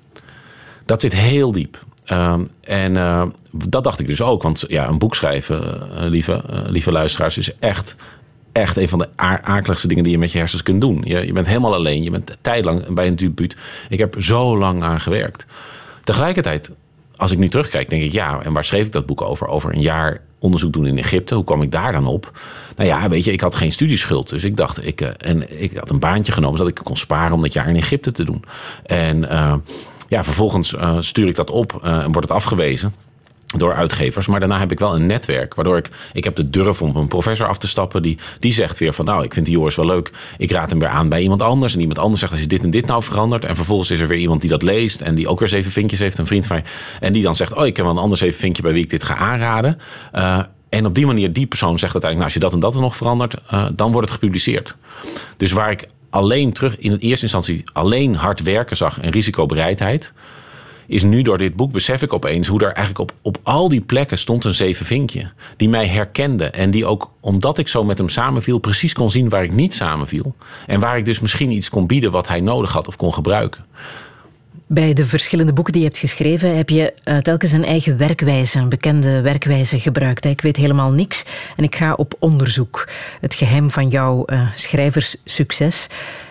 Dat zit heel diep. Uh, en uh, dat dacht ik dus ook. Want ja, een boek schrijven, uh, lieve, uh, lieve luisteraars, is echt, echt een van de a- akeligste dingen die je met je hersens kunt doen. Je, je bent helemaal alleen. Je bent tijdlang bij een debuut. Ik heb zo lang aan gewerkt. Tegelijkertijd, als ik nu terugkijk, denk ik, ja, en waar schreef ik dat boek over? Over een jaar onderzoek doen in Egypte. Hoe kwam ik daar dan op? Nou ja, weet je, ik had geen studieschuld. Dus ik dacht, ik, uh, en ik had een baantje genomen zodat ik kon sparen om dat jaar in Egypte te doen. En uh, ja, vervolgens uh, stuur ik dat op uh, en wordt het afgewezen door uitgevers. Maar daarna heb ik wel een netwerk, waardoor ik... Ik heb de durf om een professor af te stappen. Die, die zegt weer van, nou, ik vind die Joris wel leuk. Ik raad hem weer aan bij iemand anders. En iemand anders zegt, als je dit en dit nou verandert. En vervolgens is er weer iemand die dat leest. En die ook weer zeven vinkjes heeft, een vriend van mij. En die dan zegt, oh, ik heb wel een ander zeven vinkje bij wie ik dit ga aanraden. Uh, en op die manier, die persoon zegt uiteindelijk, nou, als je dat en dat er nog verandert, uh, dan wordt het gepubliceerd. Dus waar ik alleen terug in eerste instantie alleen hard werken zag en risicobereidheid, is nu door dit boek besef ik opeens hoe er eigenlijk op, op al die plekken stond een zeven vinkje. Die mij herkende en die ook, omdat ik zo met hem samenviel, precies kon zien waar ik niet samenviel. En waar ik dus misschien iets kon bieden wat hij nodig had of kon gebruiken. Bij de verschillende boeken die je hebt geschreven heb je uh, telkens een eigen werkwijze, een bekende werkwijze gebruikt. Ik weet helemaal niks en ik ga op onderzoek. Het geheim van jouw uh, schrijverssucces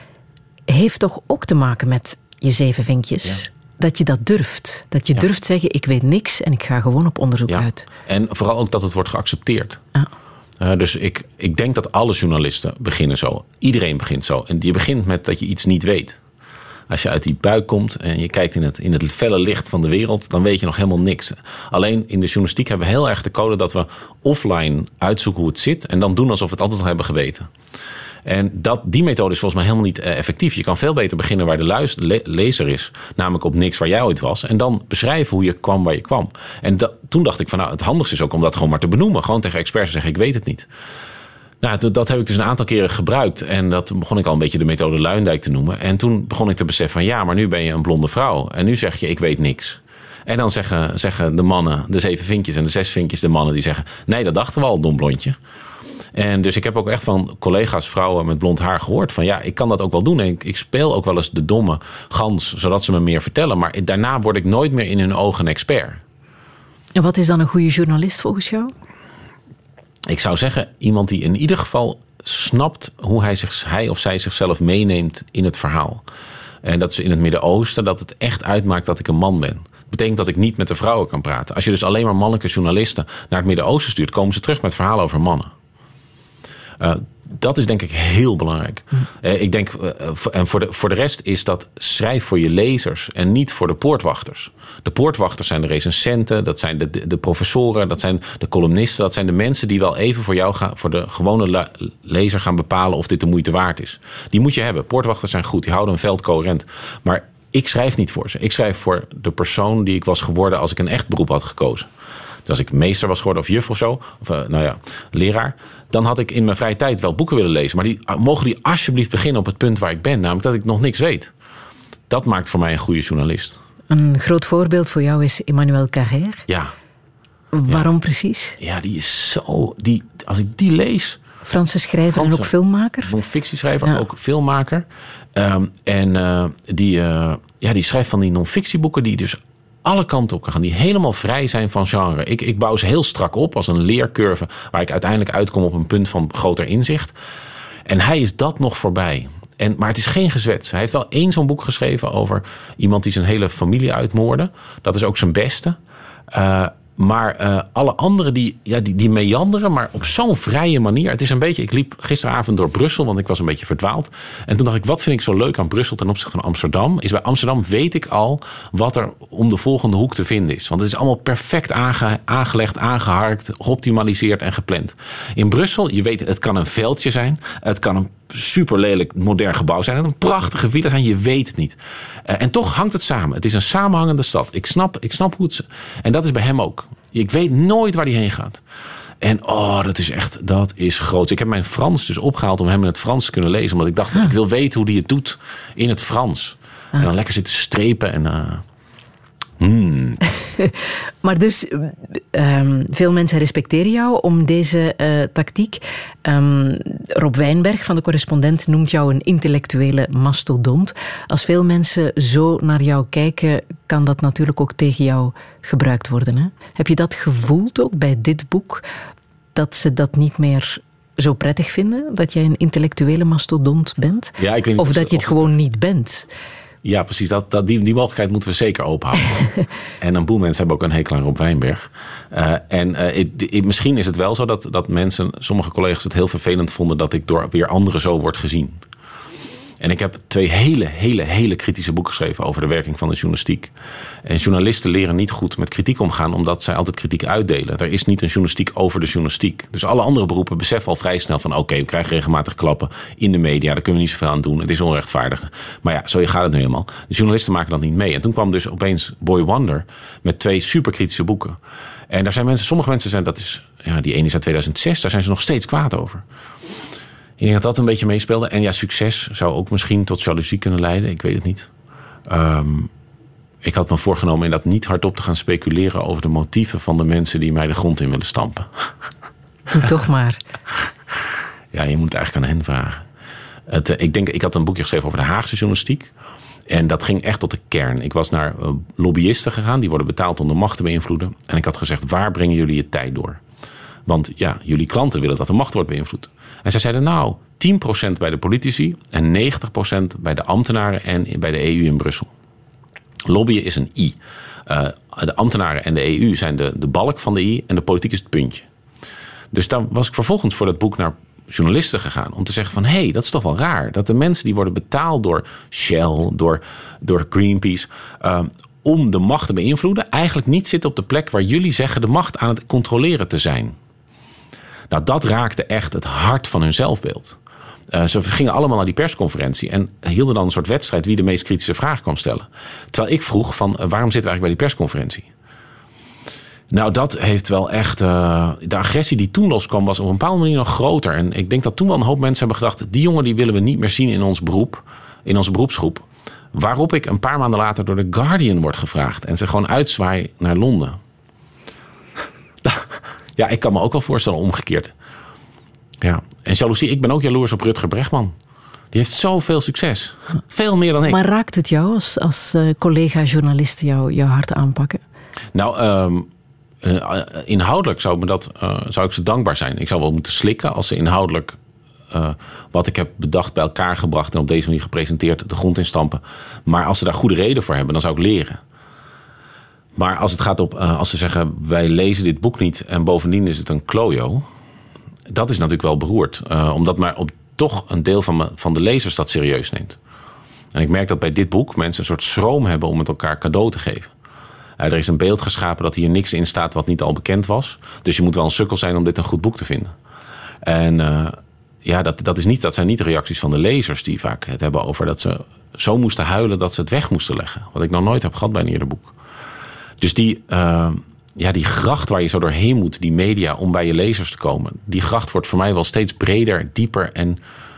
heeft toch ook te maken met je zeven vinkjes? Ja. Dat je dat durft. Dat je ja. durft zeggen, ik weet niks en ik ga gewoon op onderzoek ja. uit. En vooral ook dat het wordt geaccepteerd. Ah. Uh, dus ik, ik denk dat alle journalisten beginnen zo. Iedereen begint zo. En je begint met dat je iets niet weet. Als je uit die buik komt en je kijkt in het, in het felle licht van de wereld, dan weet je nog helemaal niks. Alleen in de journalistiek hebben we heel erg de code dat we offline uitzoeken hoe het zit en dan doen alsof we het altijd al hebben geweten. En dat, die methode is volgens mij helemaal niet uh, effectief. Je kan veel beter beginnen waar de luister, le- lezer is. Namelijk op niks waar jij ooit was. En dan beschrijven hoe je kwam waar je kwam. En da- toen dacht ik van nou, het handigste is ook om dat gewoon maar te benoemen. Gewoon tegen experts te zeggen, ik weet het niet. Nou, dat, dat heb ik dus een aantal keren gebruikt. En dat begon ik al een beetje de methode Luijendijk te noemen. En toen begon ik te beseffen van ja, maar nu ben je een blonde vrouw. En nu zeg je, ik weet niks. En dan zeggen, zeggen de mannen, de zeven vinkjes en de zes vinkjes, de mannen die zeggen, nee, dat dachten we al, dom blondje. En dus ik heb ook echt van collega's, vrouwen met blond haar gehoord van ja, ik kan dat ook wel doen. En ik, ik speel ook wel eens de domme gans, zodat ze me meer vertellen. Maar daarna word ik nooit meer in hun ogen een expert. En wat is dan een goede journalist volgens jou? Ik zou zeggen, iemand die in ieder geval snapt hoe hij, zich, hij of zij zichzelf meeneemt in het verhaal. En dat is in het Midden-Oosten, dat het echt uitmaakt dat ik een man ben. Dat betekent dat ik niet met de vrouwen kan praten. Als je dus alleen maar mannelijke journalisten naar het Midden-Oosten stuurt, komen ze terug met verhalen over mannen. Uh, dat is denk ik heel belangrijk. Mm. Uh, ik denk, uh, en voor de, voor de rest is dat schrijf voor je lezers en niet voor de poortwachters. De poortwachters zijn de recensenten, dat zijn de, de, de professoren, dat zijn de columnisten. Dat zijn de mensen die wel even voor jou gaan, voor de gewone la, lezer gaan bepalen of dit de moeite waard is. Die moet je hebben. Poortwachters zijn goed, die houden een veld coherent. Maar ik schrijf niet voor ze. Ik schrijf voor de persoon die ik was geworden als ik een echt beroep had gekozen. Dus als ik meester was geworden of juf of zo, of uh, nou ja, leraar, dan had ik in mijn vrije tijd wel boeken willen lezen. Maar die, uh, mogen die alsjeblieft beginnen op het punt waar ik ben, namelijk dat ik nog niks weet. Dat maakt voor mij een goede journalist. Een groot voorbeeld voor jou is Emmanuel Carrère. Ja. Waarom ja. precies? Ja, die is zo... Die, als ik die lees... Franse schrijver Franse, en ook filmmaker? Non-fictieschrijver, ja. ook filmmaker. Um, en uh, die, uh, ja, die schrijft van die non-fictieboeken die dus alle kanten op gaan. Die helemaal vrij zijn van genre. Ik, ik bouw ze heel strak op als een leercurve waar ik uiteindelijk uitkom op een punt van groter inzicht. En hij is dat nog voorbij. En, maar het is geen gezwets. Hij heeft wel één zo'n boek geschreven over iemand die zijn hele familie uitmoordde. Dat is ook zijn beste. Uh, Maar uh, alle anderen die, ja, die, die meanderen, maar op zo'n vrije manier. Het is een beetje, ik liep gisteravond door Brussel, want ik was een beetje verdwaald. En toen dacht ik, wat vind ik zo leuk aan Brussel ten opzichte van Amsterdam? Is bij Amsterdam weet ik al wat er om de volgende hoek te vinden is. Want het is allemaal perfect aange, aangelegd, aangeharkt, geoptimaliseerd en gepland. In Brussel, je weet, het kan een veldje zijn. Het kan een super lelijk modern gebouw zijn. Het kan een prachtige villa zijn, je weet het niet. Uh, en toch hangt het samen. Het is een samenhangende stad. Ik snap, ik snap hoe het... En dat is bij hem ook. Ik weet nooit waar hij heen gaat. En oh, dat is echt, dat is groot. Ik heb mijn Frans dus opgehaald om hem in het Frans te kunnen lezen. Omdat ik dacht, ah. ik wil weten hoe hij het doet in het Frans. Ah. En dan lekker zitten strepen en... Uh, Hmm. Maar dus, um, veel mensen respecteren jou om deze uh, tactiek. Um, Rob Wijnberg van de Correspondent noemt jou een intellectuele mastodont. Als veel mensen zo naar jou kijken, kan dat natuurlijk ook tegen jou gebruikt worden. Hè? Heb je dat gevoeld ook bij dit boek? Dat ze dat niet meer zo prettig vinden? Dat jij een intellectuele mastodont bent? Ja, ik weet niet of dat je het gewoon het... niet bent? Ja, precies. Dat, dat, die, die mogelijkheid moeten we zeker openhouden. En een boel mensen hebben ook een hekel aan Rob Wijnberg. Uh, en uh, it, it, misschien is het wel zo dat, dat mensen, sommige collega's het heel vervelend vonden dat ik door weer anderen zo word gezien. En ik heb twee hele, hele, hele kritische boeken geschreven over de werking van de journalistiek. En journalisten leren niet goed met kritiek omgaan, omdat zij altijd kritiek uitdelen. Er is niet een journalistiek over de journalistiek. Dus alle andere beroepen beseffen al vrij snel van oké, okay, we krijgen regelmatig klappen in de media. Daar kunnen we niet zoveel aan doen. Het is onrechtvaardig. Maar ja, zo gaat het nu helemaal. De journalisten maken dat niet mee. En toen kwam dus opeens Boy Wonder met twee superkritische boeken. En daar zijn mensen, sommige mensen zijn, dat is, ja, die ene is uit tweeduizend zes, daar zijn ze nog steeds kwaad over. Ik denk dat dat een beetje meespeelde. En ja, succes zou ook misschien tot jaloezie kunnen leiden. Ik weet het niet. Um, ik had me voorgenomen in dat niet hardop te gaan speculeren over de motieven van de mensen die mij de grond in willen stampen. Doe toch maar. Ja, je moet het eigenlijk aan hen vragen. Het, ik denk, ik had een boekje geschreven over de Haagse journalistiek. En dat ging echt tot de kern. Ik was naar uh, lobbyisten gegaan. Die worden betaald om de macht te beïnvloeden. En ik had gezegd, waar brengen jullie je tijd door? Want ja, jullie klanten willen dat de macht wordt beïnvloed. En zij zeiden nou, tien procent bij de politici en negentig procent bij de ambtenaren en bij de E U in Brussel. Lobbyen is een I. Uh, de ambtenaren en de E U zijn de, de balk van de I en de politiek is het puntje. Dus dan was ik vervolgens voor dat boek naar journalisten gegaan om te zeggen van hé, hey, dat is toch wel raar. Dat de mensen die worden betaald door Shell, door, door Greenpeace, Uh, om de macht te beïnvloeden, eigenlijk niet zitten op de plek waar jullie zeggen de macht aan het controleren te zijn. Nou, dat raakte echt het hart van hun zelfbeeld. Uh, ze gingen allemaal naar die persconferentie en hielden dan een soort wedstrijd wie de meest kritische vraag kwam stellen. Terwijl ik vroeg van uh, waarom zitten we eigenlijk bij die persconferentie? Nou, dat heeft wel echt... Uh, de agressie die toen loskwam was op een bepaalde manier nog groter. En ik denk dat toen wel een hoop mensen hebben gedacht, die jongen die willen we niet meer zien in ons beroep, in onze beroepsgroep. Waarop ik een paar maanden later door The Guardian word gevraagd en ze gewoon uitzwaai naar Londen. Ja, ik kan me ook wel voorstellen omgekeerd. Ja. En jaloezie, ik ben ook jaloers op Rutger Bregman. Die heeft zoveel succes. Veel meer dan ik. Maar raakt het jou als, als uh, collega-journalisten jou, jouw hart aanpakken? Nou, um, uh, inhoudelijk zou, me dat, uh, zou ik ze dankbaar zijn. Ik zou wel moeten slikken als ze inhoudelijk Uh, wat ik heb bedacht bij elkaar gebracht en op deze manier gepresenteerd de grond instampen. Maar als ze daar goede reden voor hebben, dan zou ik leren. Maar als het gaat op, uh, als ze zeggen wij lezen dit boek niet en bovendien is het een klojo, dat is natuurlijk wel beroerd. Uh, omdat maar op toch een deel van, me, van de lezers dat serieus neemt. En ik merk dat bij dit boek mensen een soort schroom hebben om het elkaar cadeau te geven. Uh, er is een beeld geschapen dat hier niks in staat wat niet al bekend was. Dus je moet wel een sukkel zijn om dit een goed boek te vinden. En uh, ja, dat, dat, is niet, dat zijn niet de reacties van de lezers die vaak het hebben over dat ze zo moesten huilen dat ze het weg moesten leggen. Wat ik nog nooit heb gehad bij een eerder boek. Dus die, uh, ja, die gracht waar je zo doorheen moet, die media, om bij je lezers te komen. Die gracht wordt voor mij wel steeds breder, dieper en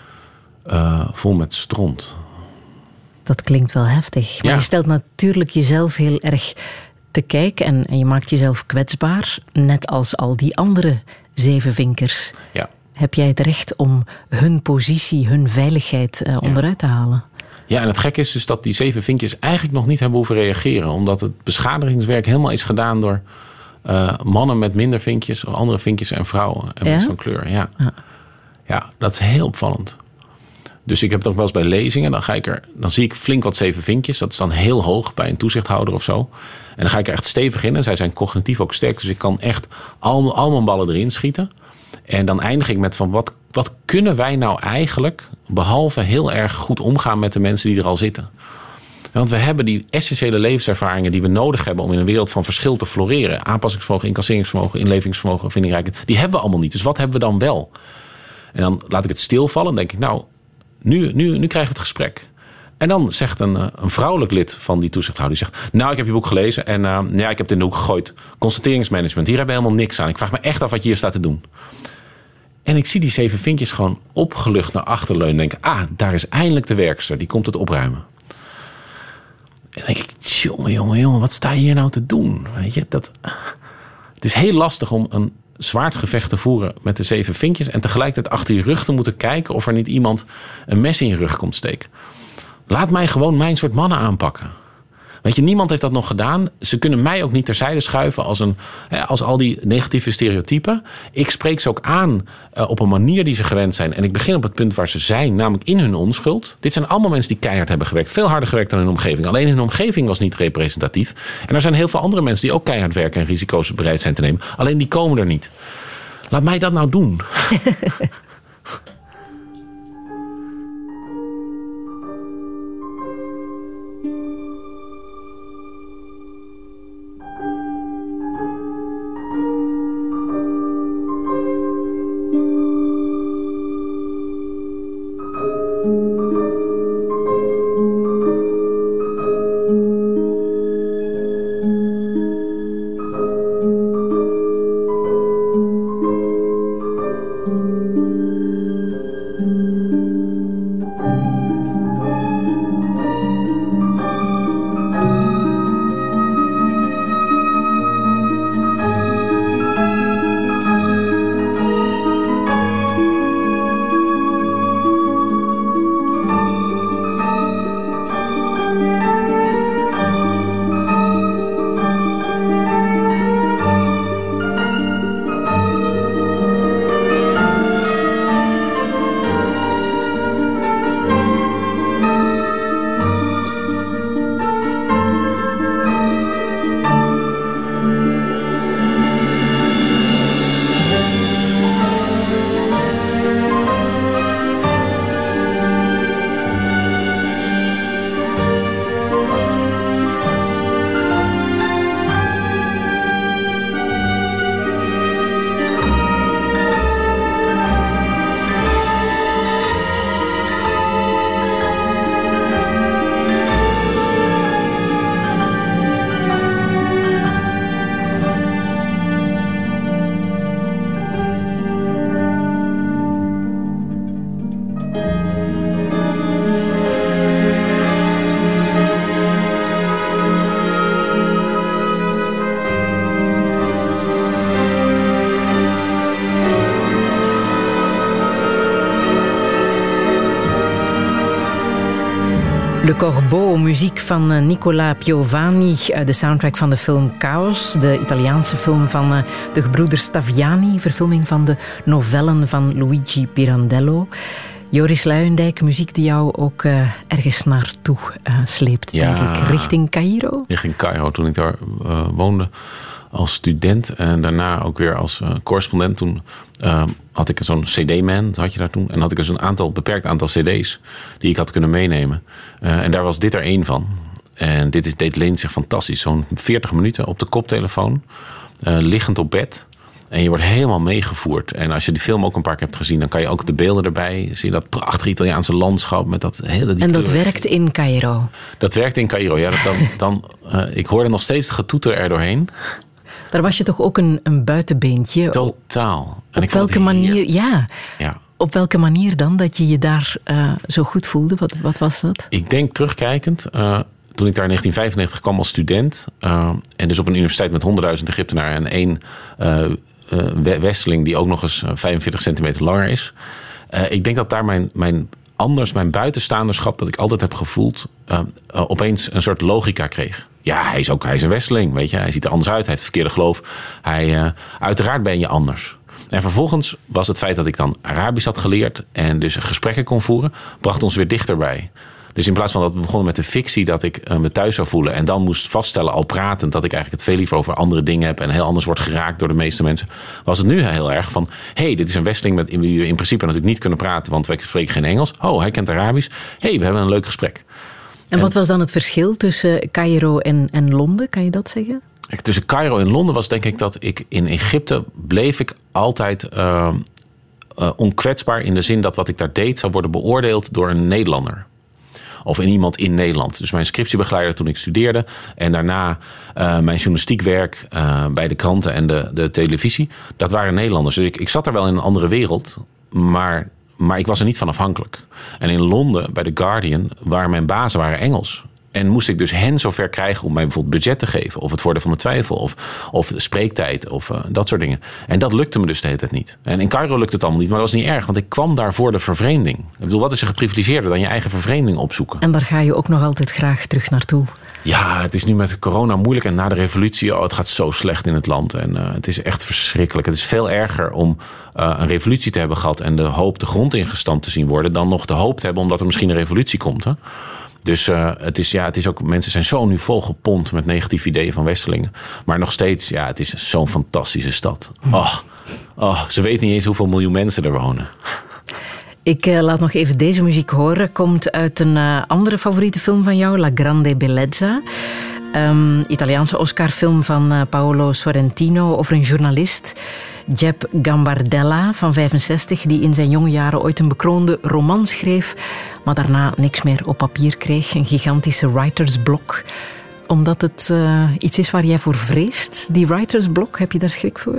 uh, vol met stront. Dat klinkt wel heftig. Maar ja. je stelt natuurlijk jezelf heel erg te kijken en, en je maakt jezelf kwetsbaar, net als al die andere zevenvinkers. Ja. Heb jij het recht om hun positie, hun veiligheid uh, onderuit te halen? Ja, en het gekke is dus dat die zeven vinkjes eigenlijk nog niet hebben hoeven reageren. Omdat het beschadigingswerk helemaal is gedaan door uh, mannen met minder vinkjes, of andere vinkjes en vrouwen en ja? mensen van kleur. Ja. Ja. ja, dat is heel opvallend. Dus ik heb het ook wel eens bij lezingen. Dan, ga ik er, dan zie ik flink wat zeven vinkjes. Dat is dan heel hoog bij een toezichthouder of zo. En dan ga ik er echt stevig in. En zij zijn cognitief ook sterk. Dus ik kan echt al, al mijn ballen erin schieten. En dan eindig ik met van wat, wat kunnen wij nou eigenlijk, behalve heel erg goed omgaan met de mensen die er al zitten. Want we hebben die essentiële levenservaringen die we nodig hebben om in een wereld van verschil te floreren. Aanpassingsvermogen, incasseringsvermogen, inlevingsvermogen, vindingrijkheid. Die hebben we allemaal niet. Dus wat hebben we dan wel? En dan laat ik het stilvallen. Dan denk ik, nou, nu, nu, nu krijgen we het gesprek. En dan zegt een, een vrouwelijk lid van die toezichthouder, die zegt, nou, ik heb je boek gelezen en uh, ja, ik heb het in de hoek gegooid. Constateringsmanagement, hier hebben we helemaal niks aan. Ik vraag me echt af wat je hier staat te doen. En ik zie die zeven vinkjes gewoon opgelucht naar achterleunen en denk, ah, daar is eindelijk de werkster, die komt het opruimen. En dan denk ik, jongen, jongen, jongen, wat sta je hier nou te doen? Weet je, dat, het is heel lastig om een zwaardgevecht te voeren met de zeven vinkjes en tegelijkertijd achter je rug te moeten kijken of er niet iemand een mes in je rug komt steken. Laat mij gewoon mijn soort mannen aanpakken. Weet je, niemand heeft dat nog gedaan. Ze kunnen mij ook niet terzijde schuiven als, een, als al die negatieve stereotypen. Ik spreek ze ook aan uh, op een manier die ze gewend zijn. En ik begin op het punt waar ze zijn, namelijk in hun onschuld. Dit zijn allemaal mensen die keihard hebben gewerkt. Veel harder gewerkt dan hun omgeving. Alleen hun omgeving was niet representatief. En er zijn heel veel andere mensen die ook keihard werken en risico's bereid zijn te nemen. Alleen die komen er niet. Laat mij dat nou doen. Le Corbeau, muziek van Nicola Piovani, de soundtrack van de film Chaos, de Italiaanse film van de gebroeders Staviani, verfilming van de novellen van Luigi Pirandello. Joris Luijendijk, muziek die jou ook uh, ergens naartoe uh, sleept, ja, denk ik, richting Caïro? Richting Caïro, toen ik daar uh, woonde als student en daarna ook weer als uh, correspondent. Toen uh, had ik zo'n cd-man, had je daar toen. En had ik dus een aantal, beperkt aantal cd's die ik had kunnen meenemen. Uh, en daar was dit er één van. En dit, is, dit leent zich fantastisch. Zo'n veertig minuten op de koptelefoon, uh, liggend op bed. En je wordt helemaal meegevoerd. En als je die film ook een paar keer hebt gezien, dan kan je ook de beelden erbij. Zie je dat prachtige Italiaanse landschap met dat hele. En dat kleur. Werkt in Caïro. Dat werkt in Caïro. Ja, dat dan, dan, uh, ik hoorde nog steeds het getoeter er doorheen. Daar was je toch ook een, een buitenbeentje? Totaal. En Op ik vond welke het manier? heerlijk. Ja. Ja. Op welke manier dan dat je je daar uh, zo goed voelde? Wat, wat was dat? Ik denk terugkijkend, uh, toen ik daar in negentien vijfennegentig kwam als student, uh, en dus op een universiteit met honderdduizend Egyptenaren en één uh, uh, westeling die ook nog eens vijfenveertig centimeter langer is. Uh, ik denk dat daar mijn, mijn anders, mijn buitenstaanderschap dat ik altijd heb gevoeld, uh, uh, opeens een soort logica kreeg. Ja, hij is ook hij is een westeling, weet je. Hij ziet er anders uit, hij heeft het verkeerde geloof. Hij, uh, uiteraard ben je anders. En vervolgens was het feit dat ik dan Arabisch had geleerd en dus gesprekken kon voeren, bracht ons weer dichterbij. Dus in plaats van dat we begonnen met de fictie dat ik uh, me thuis zou voelen en dan moest vaststellen, al pratend, dat ik eigenlijk het veel liever over andere dingen heb en heel anders wordt geraakt door de meeste mensen, was het nu heel erg van, hé, hey, dit is een westeling met wie we in principe natuurlijk niet kunnen praten, want wij spreken geen Engels. Oh, hij kent Arabisch. Hé, hey, we hebben een leuk gesprek. En, en wat was dan het verschil tussen Caïro en, en Londen, kan je dat zeggen? Tussen Caïro en Londen was denk ik dat ik in Egypte bleef ik altijd uh, uh, onkwetsbaar in de zin dat wat ik daar deed zou worden beoordeeld door een Nederlander. Of in iemand in Nederland. Dus mijn scriptiebegeleider toen ik studeerde. En daarna uh, mijn journalistiekwerk uh, bij de kranten en de, de televisie. Dat waren Nederlanders. Dus ik, ik zat daar wel in een andere wereld. Maar, maar ik was er niet van afhankelijk. En in Londen bij The Guardian waren mijn bazen waren Engels. En moest ik dus hen zover krijgen om mij bijvoorbeeld budget te geven. Of het voordeel van de twijfel. Of, of spreektijd. Of uh, dat soort dingen. En dat lukte me dus de hele tijd niet. En in Caïro lukte het allemaal niet. Maar dat was niet erg. Want ik kwam daar voor de vervreemding. Ik bedoel, wat is er geprivilegeerder dan je eigen vervreemding opzoeken? En daar ga je ook nog altijd graag terug naartoe. Ja, het is nu met corona moeilijk. En na de revolutie, oh, het gaat zo slecht in het land. En uh, het is echt verschrikkelijk. Het is veel erger om uh, een revolutie te hebben gehad. En de hoop de grond ingestampt te zien worden. Dan nog de hoop te hebben omdat er misschien een revolutie komt. Hè? Dus uh, het is, ja, het is ook, mensen zijn zo nu volgepompt met negatieve ideeën van Westelingen. Maar nog steeds, ja, het is zo'n fantastische stad. Oh, oh, ze weten niet eens hoeveel miljoen mensen er wonen. Ik uh, laat nog even deze muziek horen. Komt uit een uh, andere favoriete film van jou, La Grande Bellezza. Um, Italiaanse Oscarfilm van uh, Paolo Sorrentino over een journalist, Jeb Gambardella van vijfenzestig, die in zijn jonge jaren ooit een bekroonde roman schreef, maar daarna niks meer op papier kreeg. Een gigantische writersblok. Omdat het uh, iets is waar jij voor vreest, die writersblok. Heb je daar schrik voor?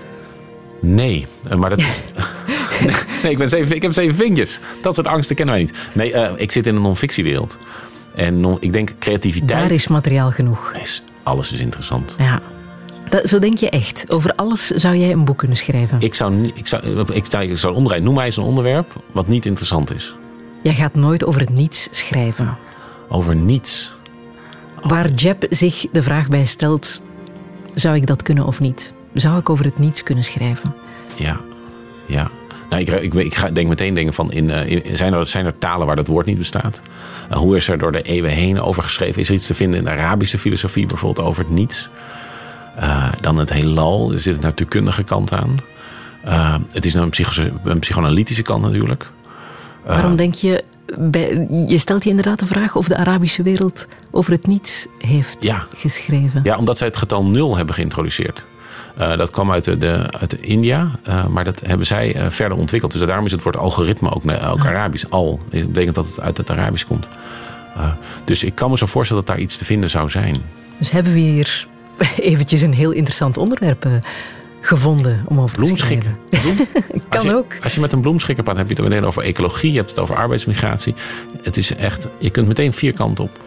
Nee, maar dat is... nee, ik, ben zeven, ik heb zeven vinkjes. Dat soort angsten kennen wij niet. Nee, uh, ik zit in een non-fictiewereld. En non, ik denk creativiteit... Daar is materiaal genoeg. Is, alles is interessant. Ja. Dat, zo denk je echt. Over alles zou jij een boek kunnen schrijven. Ik zou, ik zou, ik zou, ik zou omdraaien. Noem mij eens een onderwerp wat niet interessant is. Jij gaat nooit over het niets schrijven. Over niets? Oh. Waar Jeb zich de vraag bij stelt, zou ik dat kunnen of niet? Zou ik over het niets kunnen schrijven? Ja, ja. Nou, ik, ik, ik ga, denk meteen denken van, in, in, zijn, er, zijn er talen waar dat woord niet bestaat? Uh, hoe is er door de eeuwen heen over geschreven? Is er iets te vinden in de Arabische filosofie bijvoorbeeld over het niets? Uh, dan het heelal, er zit een natuurkundige kant aan. Uh, het is een, psycho, een psychoanalytische kant natuurlijk. Uh, Waarom denk je, bij, je stelt je inderdaad de vraag of de Arabische wereld over het niets heeft ja. geschreven? Ja, omdat zij het getal nul hebben geïntroduceerd. Uh, dat kwam uit, de, de, uit India, uh, maar dat hebben zij uh, verder ontwikkeld. Dus daarom is het woord algoritme ook, ook ah. Arabisch. Al, dat betekent dat het uit het Arabisch komt. Uh, dus ik kan me zo voorstellen dat daar iets te vinden zou zijn. Dus hebben we hier eventjes een heel interessant onderwerp uh, gevonden om over te schrijven. Bloem? kan als je, ook. Als je met een bloemschikker praat, heb je het meteen over ecologie, je hebt het over arbeidsmigratie. Het is echt, je kunt meteen vier kanten op.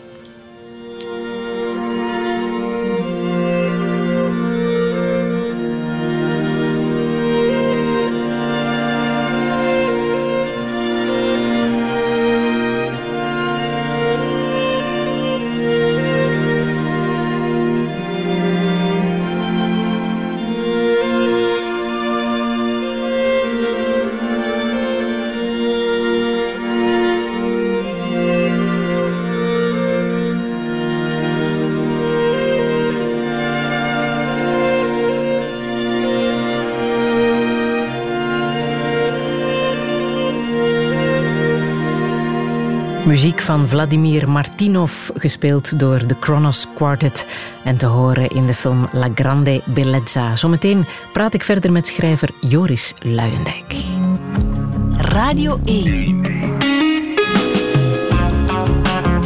Muziek van Vladimir Martinov, gespeeld door de Kronos Quartet en te horen in de film La Grande Bellezza. Zometeen praat ik verder met schrijver Joris Luijendijk. Radio één.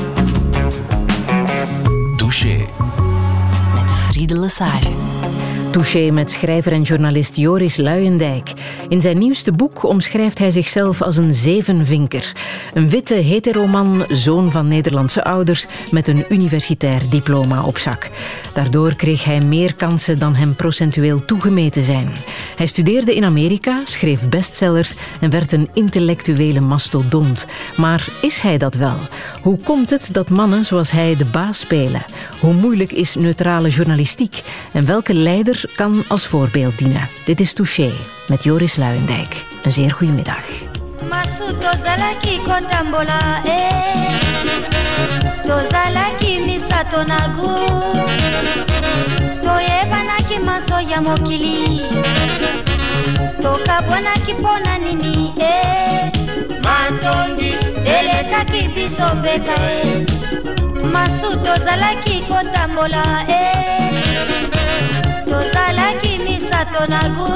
Douché. Met Friede Lesage. Touché met schrijver en journalist Joris Luijendijk. In zijn nieuwste boek omschrijft hij zichzelf als een zevenvinker. Een witte heteroman, zoon van Nederlandse ouders, met een universitair diploma op zak. Daardoor kreeg hij meer kansen dan hem procentueel toegemeten zijn. Hij studeerde in Amerika, schreef bestsellers en werd een intellectuele mastodont. Maar is hij dat wel? Hoe komt het dat mannen zoals hij de baas spelen? Hoe moeilijk is neutrale journalistiek? En welke leider kan als voorbeeld dienen? Dit is Touché met Joris Luijendijk. Een zeer goede middag. Masuto zalaki kotambola eh Tozalaki misato nagu Toyebanaki maso ya mokili Tokabwanaki pona nini eh Matongi elekaki biso beka eh Masuto zalaki kotambola eh Tozalaki misato nagu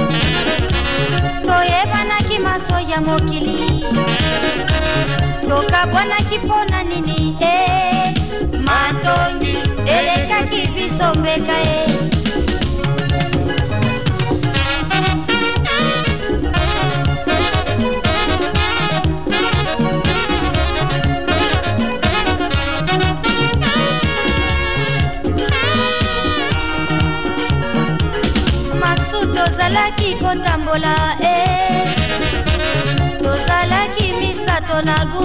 Toyebanaki maso ya mokili Tokabwanaki pona nini eh Matongi elekaki biso mbeka eh Tozalaki kotambola eh Tozalaki misato nagu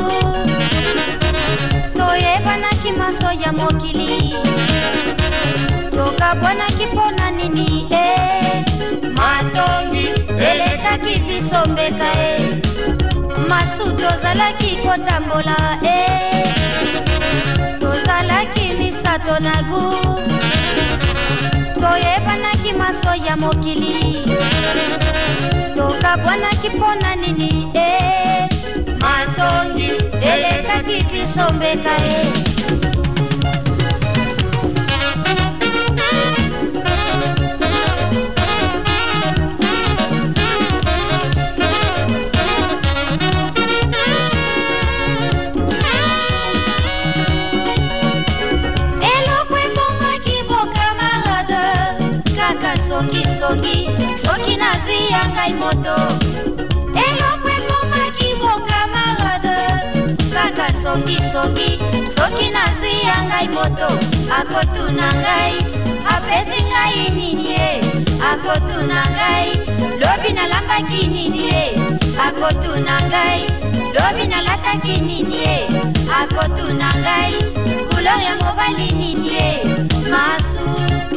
Toyebanaki maso ya mokili Tokabwanaki pona nini eh Matongi elekaki biso mbeka eh Masu tozalaki kotambola eh Tozalaki misato nagu Toyebanaki maso ya mokili Tokabwanaki pona nini eh Matongi elekaki biso mbeka eh Songi songi, soki nazwi yangai moto Elokwe pomaki bo camarade Kaka songi songi, soki nazwi yangai moto Akotuna ngai, apesi ngai nini e Akotuna ngai, lobi na lambaki nini e Akotuna ngai, lobi na lataki nini e Akotuna ngai, couleur ya mobali nini e Masu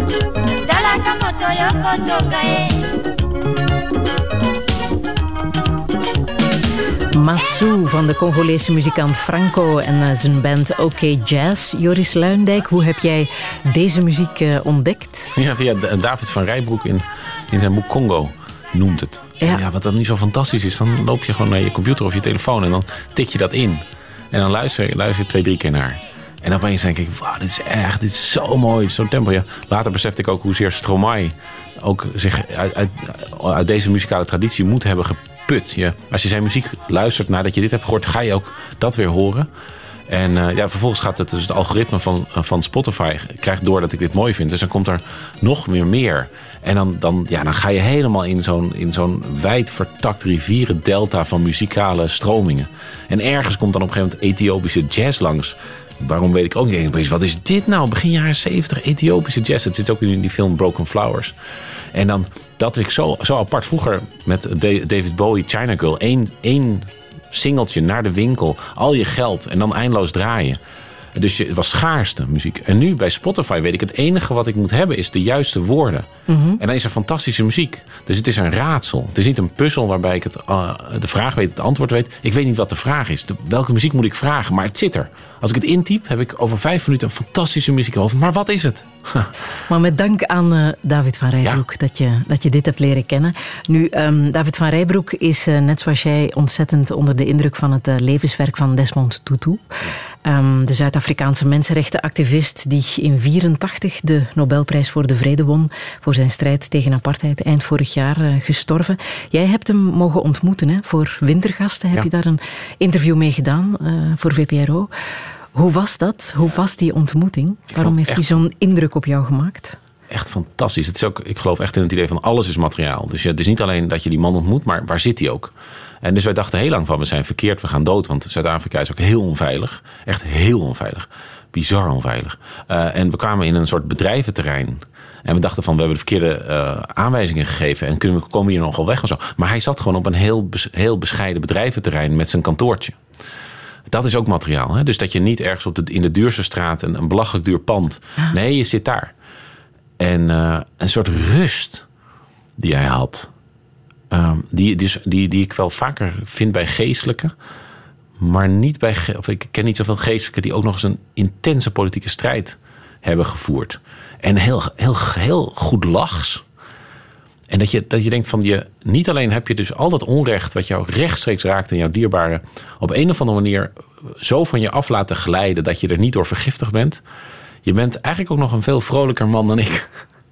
Masu van de Congolese muzikant Franco en zijn band OK Jazz. Joris Luijendijk, hoe heb jij deze muziek uh, ontdekt? Ja, via David van Rijbroek in, in zijn boek Congo noemt het. Ja. En ja, wat dan nu zo fantastisch is, dan loop je gewoon naar je computer of je telefoon en dan tik je dat in. En dan luister, luister je twee, drie keer naar. En opeens denk ik, wauw, dit is echt, dit is zo mooi, zo'n tempo. Ja, later besefte ik ook hoezeer Stromae ook zich uit, uit, uit deze muzikale traditie moet hebben geput. Je, als je zijn muziek luistert nadat je dit hebt gehoord, ga je ook dat weer horen. En uh, ja, vervolgens gaat het, dus het algoritme van, van Spotify krijgt door dat ik dit mooi vind. Dus dan komt er nog weer meer. En dan, dan, ja, dan ga je helemaal in zo'n, in zo'n wijd vertakt rivierendelta van muzikale stromingen. En ergens komt dan op een gegeven moment Ethiopische jazz langs. Waarom weet ik ook niet. Wat is dit nou? Begin jaren zeventig, Ethiopische jazz. Het zit ook in die film Broken Flowers. En dan, dat vind ik zo, zo apart. Vroeger met David Bowie, China Girl. Eén, één singeltje naar de winkel. Al je geld en dan eindeloos draaien. Dus het was schaarste muziek. En nu bij Spotify weet ik, het enige wat ik moet hebben is de juiste woorden. Mm-hmm. En dan is er fantastische muziek. Dus het is een raadsel. Het is niet een puzzel waarbij ik het, uh, de vraag weet, het antwoord weet. Ik weet niet wat de vraag is. De, welke muziek moet ik vragen? Maar het zit er. Als ik het intyp, heb ik over vijf minuten een fantastische muziek over. Maar wat is het? Maar met dank aan uh, David van Rijbroek ja. dat, je, dat je dit hebt leren kennen. Nu, um, David van Rijbroek is uh, net zoals jij ontzettend onder de indruk van het uh, levenswerk van Desmond Tutu. Um, de Zuid-Afrikaanse mensenrechtenactivist die in vierentachtig de Nobelprijs voor de Vrede won voor zijn strijd tegen apartheid, eind vorig jaar uh, gestorven. Jij hebt hem mogen ontmoeten, hè? Voor Wintergasten heb ja. je daar een interview mee gedaan uh, voor V P R O. Hoe was dat? Hoe was die ontmoeting? Waarom heeft hij zo'n indruk op jou gemaakt? echt fantastisch. Het is ook, ik geloof echt in het idee van alles is materiaal. Dus ja, het is niet alleen dat je die man ontmoet, maar waar zit hij ook? En dus wij dachten heel lang van, we zijn verkeerd, we gaan dood. Want Zuid-Afrika is ook heel onveilig. Echt heel onveilig. Bizar onveilig. Uh, en we kwamen in een soort bedrijventerrein. En we dachten van, we hebben de verkeerde uh, aanwijzingen gegeven. En kunnen we, komen we hier nogal weg of zo. Maar hij zat gewoon op een heel, heel bescheiden bedrijventerrein met zijn kantoortje. Dat is ook materiaal. Hè? Dus dat je niet ergens op de, in de duurste straat een, een belachelijk duur pand. Nee, je zit daar. En uh, een soort rust die hij had. Um, die, dus, die, die ik wel vaker vind bij geestelijken. Maar niet bij... Of ik ken niet zoveel geestelijken die ook nog eens een intense politieke strijd hebben gevoerd. En heel, heel, heel goed lachs. En dat je, dat je denkt van je... Niet alleen heb je dus al dat onrecht wat jou rechtstreeks raakt en jouw dierbaren op een of andere manier zo van je af laten glijden dat je er niet door vergiftigd bent. Je bent eigenlijk ook nog een veel vrolijker man dan ik.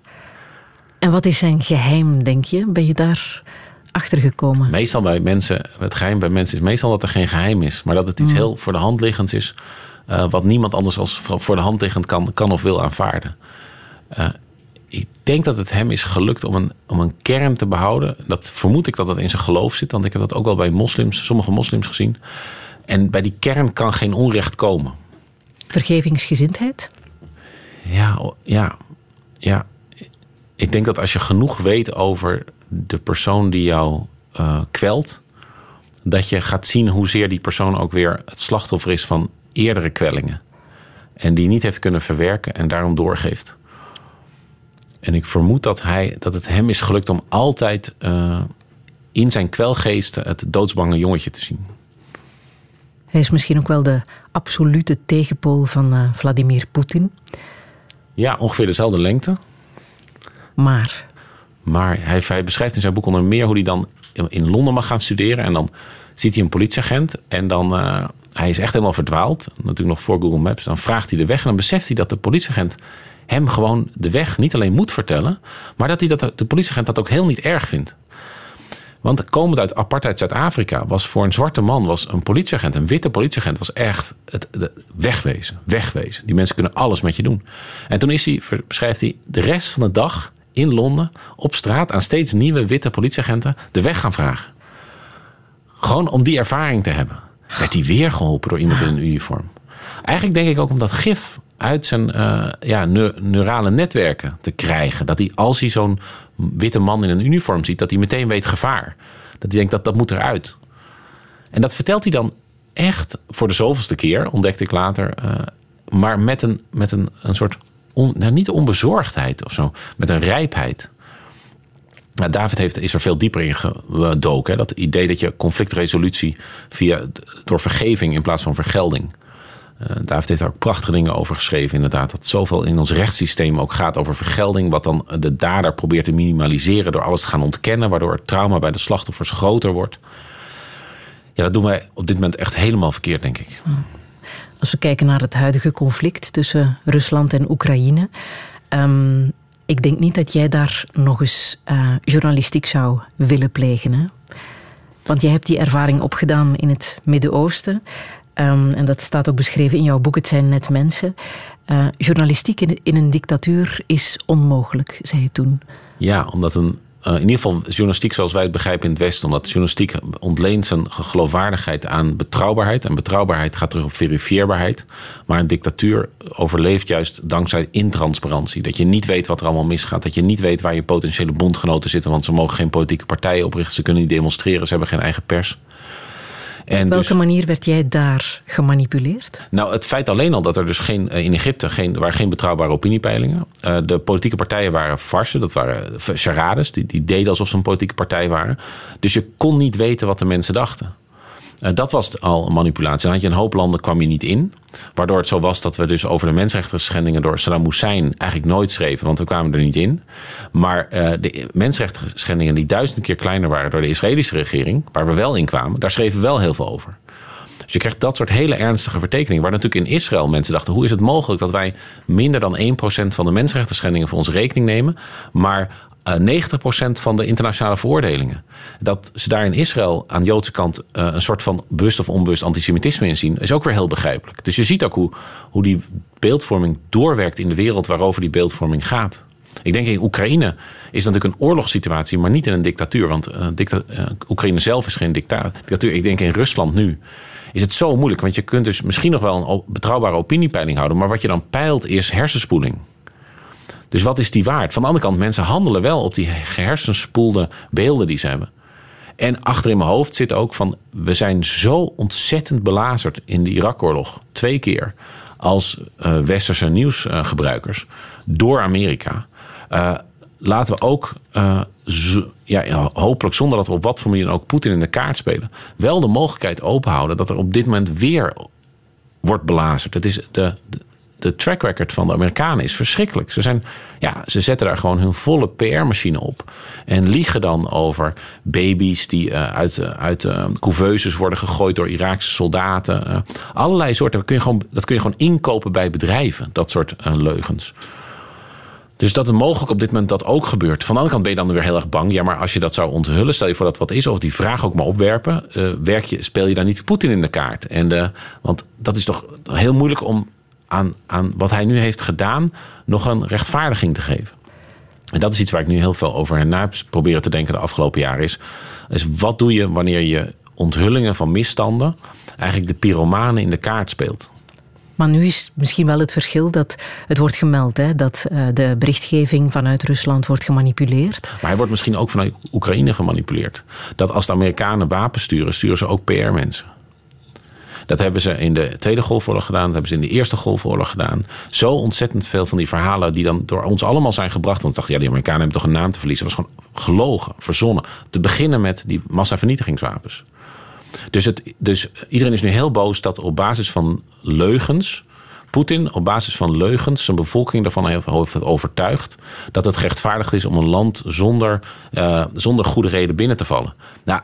En wat is zijn geheim, denk je? Ben je daar achter gekomen? Meestal bij mensen, het geheim bij mensen is meestal dat er geen geheim is. Maar dat het iets mm. heel voor de hand liggends is. Uh, wat niemand anders als voor de hand liggend kan, kan of wil aanvaarden. Uh, ik denk dat het hem is gelukt om een, om een kern te behouden. Dat vermoed ik dat dat in zijn geloof zit. Want ik heb dat ook wel bij moslims, sommige moslims gezien. En bij die kern kan geen onrecht komen. Vergevingsgezindheid? Ja, ja, ja. Ik denk dat als je genoeg weet over de persoon die jou uh, kwelt, dat je gaat zien hoezeer die persoon ook weer het slachtoffer is van eerdere kwellingen. En die niet heeft kunnen verwerken en daarom doorgeeft. En ik vermoed dat, hij, dat het hem is gelukt om altijd uh, in zijn kwelgeesten het doodsbange jongetje te zien. Hij is misschien ook wel de absolute tegenpool van uh, Vladimir Poetin. Ja, ongeveer dezelfde lengte. Maar? Maar hij, hij beschrijft in zijn boek onder meer hoe hij dan in Londen mag gaan studeren. En dan ziet hij een politieagent. En dan, uh, hij is echt helemaal verdwaald. Natuurlijk nog voor Google Maps. Dan vraagt hij de weg. En dan beseft hij dat de politieagent hem gewoon de weg niet alleen moet vertellen. Maar dat, hij dat de politieagent dat ook heel niet erg vindt. Want komend uit apartheid Zuid-Afrika was voor een zwarte man was een politieagent, een witte politieagent, was echt het, het wegwezen, wegwezen. Die mensen kunnen alles met je doen. En toen is hij, beschrijft hij, de rest van de dag in Londen op straat aan steeds nieuwe witte politieagenten de weg gaan vragen. Gewoon om die ervaring te hebben. Werd hij weer geholpen door iemand in een uniform. Eigenlijk denk ik ook om dat gif uit zijn uh, ja, neurale netwerken te krijgen. Dat hij, als hij zo'n witte man in een uniform ziet, dat hij meteen weet gevaar. Dat hij denkt, dat dat moet eruit. En dat vertelt hij dan echt voor de zoveelste keer, ontdekte ik later. Uh, maar met een, met een, een soort, on, nou, niet onbezorgdheid of zo, met een rijpheid. Nou, David heeft, is er veel dieper in gedoken. Hè? Dat idee dat je conflictresolutie via, door vergeving in plaats van vergelding. Uh, David heeft daar ook prachtige dingen over geschreven, inderdaad. Dat zoveel in ons rechtssysteem ook gaat over vergelding, wat dan de dader probeert te minimaliseren door alles te gaan ontkennen, waardoor het trauma bij de slachtoffers groter wordt. Ja, dat doen wij op dit moment echt helemaal verkeerd, denk ik. Als we kijken naar het huidige conflict tussen Rusland en Oekraïne, um, ik denk niet dat jij daar nog eens uh, journalistiek zou willen plegen, hè? Want jij hebt die ervaring opgedaan in het Midden-Oosten. Um, en dat staat ook beschreven in jouw boek, Het zijn net mensen. Uh, journalistiek in, in een dictatuur is onmogelijk, zei je toen. Ja, omdat een, uh, in ieder geval journalistiek zoals wij het begrijpen in het Westen, omdat journalistiek ontleent zijn geloofwaardigheid aan betrouwbaarheid. En betrouwbaarheid gaat terug op verifieerbaarheid. Maar een dictatuur overleeft juist dankzij intransparantie. Dat je niet weet wat er allemaal misgaat. Dat je niet weet waar je potentiële bondgenoten zitten, want ze mogen geen politieke partijen oprichten. Ze kunnen niet demonstreren, ze hebben geen eigen pers. En Op welke dus, manier werd jij daar gemanipuleerd? Nou, het feit alleen al dat er dus geen, in Egypte geen, waren geen betrouwbare opiniepeilingen. Uh, de politieke partijen waren farsen, dat waren charades. Die, die deden alsof ze een politieke partij waren. Dus je kon niet weten wat de mensen dachten. Uh, dat was al een manipulatie. Dan had je een hoop landen, kwam je niet in. Waardoor het zo was dat we dus over de mensenrechtenschendingen door Saddam Hussein eigenlijk nooit schreven, want we kwamen er niet in. Maar uh, de mensenrechtenschendingen die duizend keer kleiner waren door de Israëlische regering, waar we wel in kwamen, daar schreven we wel heel veel over. Dus je krijgt dat soort hele ernstige vertekeningen. Waar natuurlijk in Israël mensen dachten, hoe is het mogelijk dat wij minder dan één procent van de mensenrechtenschendingen voor onze rekening nemen, maar Uh, negentig procent van de internationale veroordelingen. Dat ze daar in Israël aan de Joodse kant uh, een soort van bewust of onbewust antisemitisme in zien, is ook weer heel begrijpelijk. Dus je ziet ook hoe, hoe die beeldvorming doorwerkt in de wereld waarover die beeldvorming gaat. Ik denk in Oekraïne is het natuurlijk een oorlogssituatie, maar niet in een dictatuur. Want uh, dicta- uh, Oekraïne zelf is geen dicta- dictatuur. Ik denk in Rusland nu is het zo moeilijk. Want je kunt dus misschien nog wel een betrouwbare opiniepeiling houden. Maar wat je dan peilt is hersenspoeling. Dus wat is die waard? Van de andere kant, mensen handelen wel op die gehersenspoelde beelden die ze hebben. En achter in mijn hoofd zit ook van, we zijn zo ontzettend belazerd in de Irak-oorlog. Twee keer als uh, westerse nieuwsgebruikers door Amerika. Uh, laten we ook, uh, zo, ja, hopelijk zonder dat we op wat voor manier dan ook Poetin in de kaart spelen, wel de mogelijkheid openhouden dat er op dit moment weer wordt belazerd. Het is de, de, de track record van de Amerikanen is verschrikkelijk. Ze, zijn, ja, ze zetten daar gewoon hun volle P R-machine op. En liegen dan over baby's die uh, uit, uh, uit uh, couveuses worden gegooid door Iraakse soldaten. Uh, allerlei soorten. Dat kun, je gewoon, dat kun je gewoon inkopen bij bedrijven. Dat soort uh, leugens. Dus dat het mogelijk op dit moment dat ook gebeurt. Van de andere kant ben je dan weer heel erg bang. Ja, maar als je dat zou onthullen, stel je voor dat wat is, of die vraag ook maar opwerpen, uh, werk je, speel je dan niet Poetin in de kaart. En uh, want dat is toch heel moeilijk om aan, aan wat hij nu heeft gedaan nog een rechtvaardiging te geven. En dat is iets waar ik nu heel veel over na heb proberen te denken de afgelopen jaren. Is, is wat doe je wanneer je onthullingen van misstanden eigenlijk de pyromanen in de kaart speelt? Maar nu is misschien wel het verschil dat het wordt gemeld, hè, dat uh, de berichtgeving vanuit Rusland wordt gemanipuleerd. Maar hij wordt misschien ook vanuit Oekraïne gemanipuleerd. Dat als de Amerikanen wapens sturen, sturen ze ook P R-mensen. Dat hebben ze in de Tweede Golfoorlog gedaan. Dat hebben ze in de Eerste Golfoorlog gedaan. Zo ontzettend veel van die verhalen die dan door ons allemaal zijn gebracht. Want we dachten, ja, die Amerikanen hebben toch een naam te verliezen. Dat was gewoon gelogen, verzonnen. Te beginnen met die massavernietigingswapens. Dus, het, dus iedereen is nu heel boos dat op basis van leugens, Poetin op basis van leugens zijn bevolking daarvan heeft overtuigd dat het gerechtvaardigd is om een land zonder, uh, zonder goede reden binnen te vallen. Nou,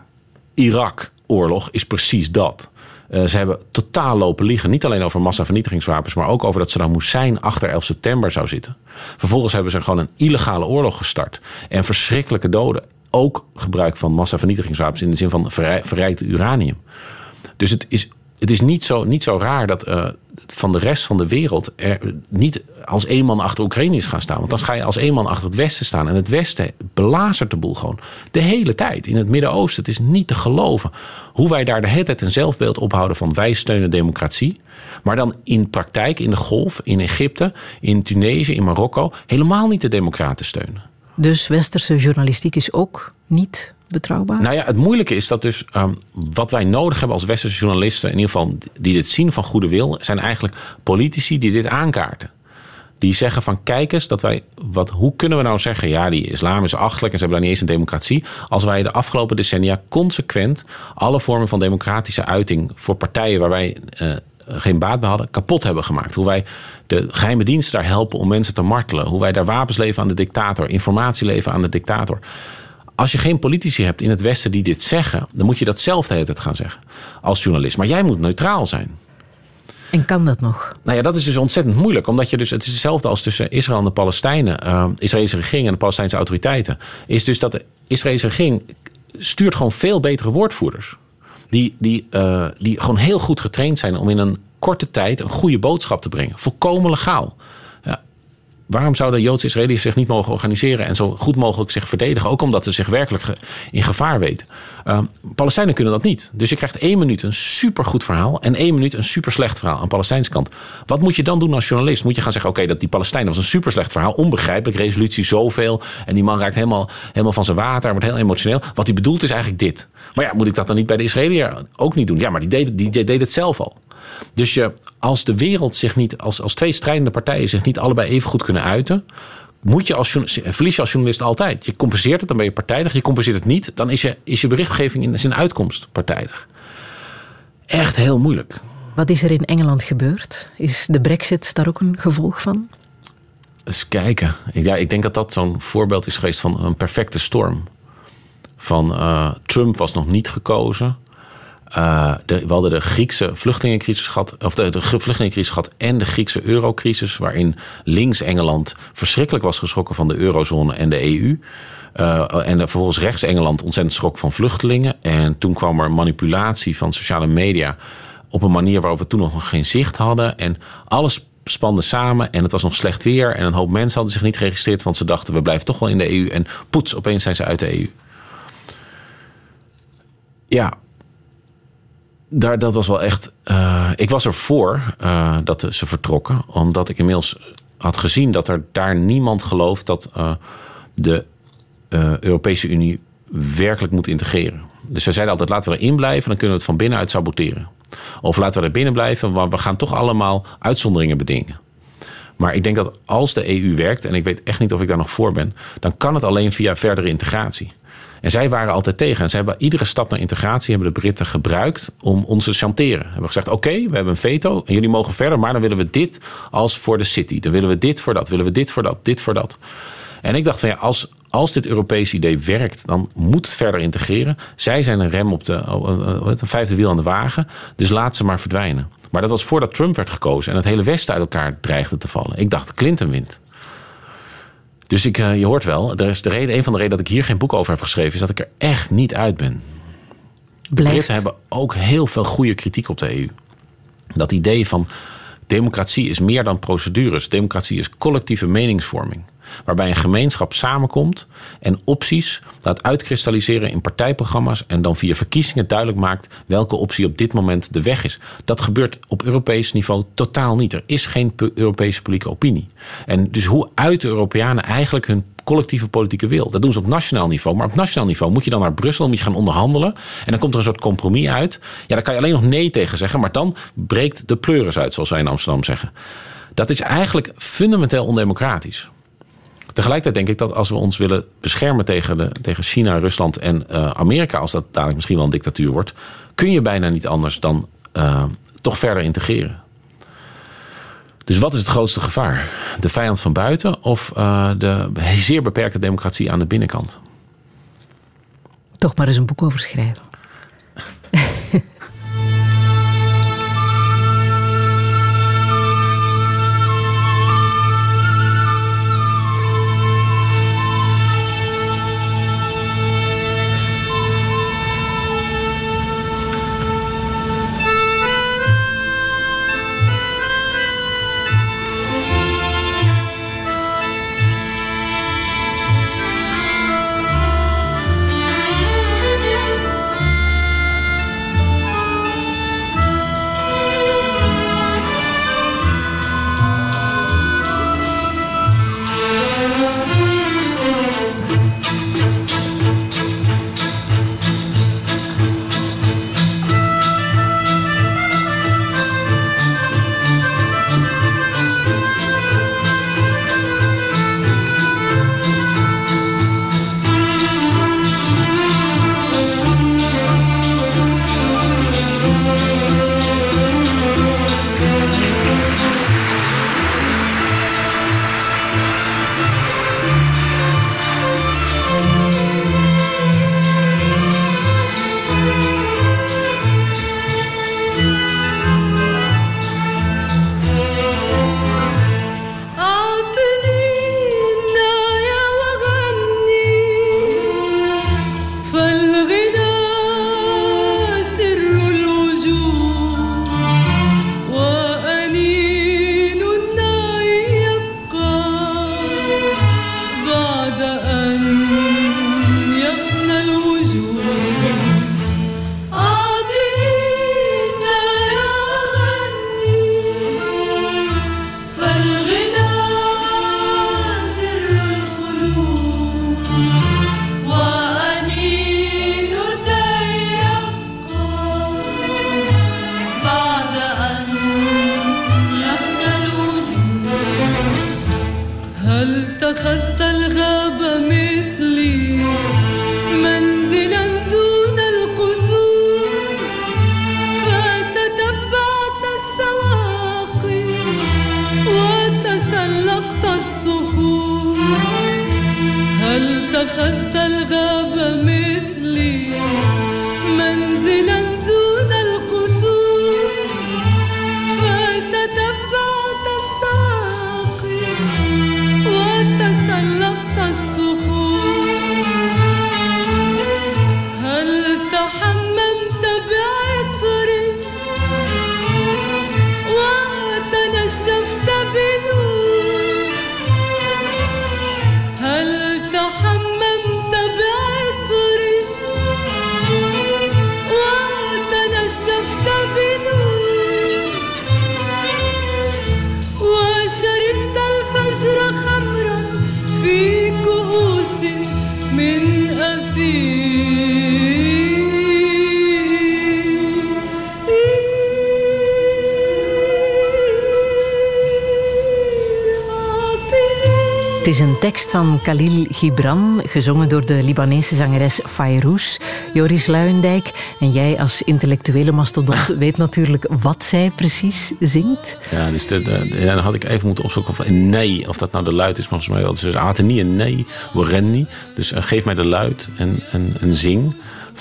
Irak-oorlog is precies dat. Uh, ze hebben totaal lopen liegen. Niet alleen over massavernietigingswapens, maar ook over dat Saddam Hussein achter elf september zou zitten. Vervolgens hebben ze gewoon een illegale oorlog gestart. En verschrikkelijke doden. Ook gebruik van massavernietigingswapens in de zin van verrijkt uranium. Dus het is, het is niet, zo, niet zo raar dat uh, van de rest van de wereld er niet als één man achter Oekraïne is gaan staan. Want dan ga je als één man achter het Westen staan. En het Westen belazert de boel gewoon de hele tijd. In het Midden-Oosten, het is niet te geloven hoe wij daar de hele tijd een zelfbeeld ophouden van wij steunen democratie. Maar dan in praktijk, in de Golf, in Egypte, in Tunesië, in Marokko, helemaal niet de democraten steunen. Dus westerse journalistiek is ook niet betrouwbaar? Nou ja, het moeilijke is dat dus um, wat wij nodig hebben als westerse journalisten, in ieder geval die dit zien van goede wil, zijn eigenlijk politici die dit aankaarten. Die zeggen van kijk eens, dat wij, wat, hoe kunnen we nou zeggen, ja, die islam is achterlijk en ze hebben daar niet eens een democratie, als wij de afgelopen decennia consequent alle vormen van democratische uiting voor partijen waar wij uh, geen baat bij hadden, kapot hebben gemaakt. Hoe wij de geheime diensten daar helpen om mensen te martelen. Hoe wij daar wapens leveren aan de dictator, informatie leveren aan de dictator. Als je geen politici hebt in het Westen die dit zeggen, dan moet je dat zelf de hele tijd gaan zeggen als journalist. Maar jij moet neutraal zijn. En kan dat nog? Nou ja, dat is dus ontzettend moeilijk. Omdat je dus, het is hetzelfde als tussen Israël en de Palestijnen. Uh, Israëlische regering en de Palestijnse autoriteiten. Is dus dat de Israëlische regering stuurt gewoon veel betere woordvoerders. Die, die, uh, die gewoon heel goed getraind zijn om in een korte tijd een goede boodschap te brengen. Volkomen legaal. Ja, waarom zouden Joodse Israëliërs zich niet mogen organiseren en zo goed mogelijk zich verdedigen? Ook omdat ze zich werkelijk ge, in gevaar weten. Uh, Palestijnen kunnen dat niet. Dus je krijgt één minuut een supergoed verhaal en één minuut een super slecht verhaal aan de Palestijnse kant. Wat moet je dan doen als journalist? Moet je gaan zeggen, oké, okay, dat die Palestijnen was een super slecht verhaal, onbegrijpelijk, resolutie zoveel en die man raakt helemaal, helemaal van zijn water, wordt heel emotioneel. Wat hij bedoelt is eigenlijk dit. Maar ja, moet ik dat dan niet bij de Israëliër ook niet doen? Ja, maar die deed, die deed het zelf al. Dus je, als de wereld zich niet, als, als twee strijdende partijen zich niet allebei even goed kunnen uiten, moet je als, verlies je als journalist altijd. Je compenseert het, dan ben je partijdig. Je compenseert het niet, dan is je, is je berichtgeving in zijn uitkomst partijdig. Echt heel moeilijk. Wat is er in Engeland gebeurd? Is de Brexit daar ook een gevolg van? Eens kijken. Ja, ik denk dat dat zo'n voorbeeld is geweest van een perfecte storm. Van uh, Trump was nog niet gekozen. Uh, de, we hadden de Griekse vluchtelingencrisis gehad, of de, de vluchtelingencrisis gehad en de Griekse eurocrisis, waarin links Engeland verschrikkelijk was geschrokken van de eurozone en de E U. Uh, en vervolgens rechts Engeland ontzettend schrok van vluchtelingen. En toen kwam er manipulatie van sociale media op een manier waarop we toen nog geen zicht hadden. En alles spande samen en het was nog slecht weer. En een hoop mensen hadden zich niet geregistreerd, want ze dachten we blijven toch wel in de E U. En poets, opeens zijn ze uit de E U. Ja, daar, dat was wel echt... Uh, ik was ervoor uh, dat ze vertrokken, omdat ik inmiddels had gezien dat er daar niemand gelooft dat uh, de uh, Europese Unie werkelijk moet integreren. Dus ze zeiden altijd, laten we erin blijven, dan kunnen we het van binnenuit saboteren. Of laten we er binnen blijven, want we gaan toch allemaal uitzonderingen bedingen. Maar ik denk dat als de E U werkt, en ik weet echt niet of ik daar nog voor ben, dan kan het alleen via verdere integratie. En zij waren altijd tegen. En zij hebben iedere stap naar integratie hebben de Britten gebruikt om ons te chanteren. Hebben gezegd, oké, okay, we hebben een veto en jullie mogen verder, maar dan willen we dit als voor de city. Dan willen we dit voor dat, willen we dit voor dat, dit voor dat. En ik dacht van ja, als, als dit Europese idee werkt, dan moet het verder integreren. Zij zijn een rem op de een vijfde wiel aan de wagen, dus laat ze maar verdwijnen. Maar dat was voordat Trump werd gekozen en het hele Westen uit elkaar dreigde te vallen. Ik dacht, Clinton wint. Dus ik, je hoort wel, er is de reden, een van de redenen dat ik hier geen boek over heb geschreven, is dat ik er echt niet uit ben. De Britten hebben ook heel veel goede kritiek op de E U. Dat idee van democratie is meer dan procedures. Democratie is collectieve meningsvorming. Waarbij een gemeenschap samenkomt en opties laat uitkristalliseren in partijprogramma's en dan via verkiezingen duidelijk maakt welke optie op dit moment de weg is. Dat gebeurt op Europees niveau totaal niet. Er is geen Europese publieke opinie. En dus hoe uit de Europeanen eigenlijk hun collectieve politieke wil. Dat doen ze op nationaal niveau. Maar op nationaal niveau moet je dan naar Brussel, moet je gaan onderhandelen. En dan komt er een soort compromis uit. Ja, daar kan je alleen nog nee tegen zeggen. Maar dan breekt de pleuris uit, zoals wij in Amsterdam zeggen. Dat is eigenlijk fundamenteel ondemocratisch. Tegelijkertijd denk ik dat als we ons willen beschermen tegen, de, tegen China, Rusland en uh, Amerika, als dat dadelijk misschien wel een dictatuur wordt, kun je bijna niet anders dan uh, toch verder integreren. Dus wat is het grootste gevaar? De vijand van buiten of uh, de zeer beperkte democratie aan de binnenkant? Toch maar eens een boek over schrijven. وتتبعت السواقي وتسلقت is een tekst van Khalil Gibran, gezongen door de Libanese zangeres Fayrouz. Joris Luijendijk, en jij als intellectuele mastodont weet natuurlijk wat zij precies zingt. Ja, dus de, de, ja, dan had ik even moeten opzoeken of een nee, of dat nou de luid is, maar volgens mij wel. Dus had er niet een nee, we rennen niet. Dus uh, geef mij de luid en, en, en zing.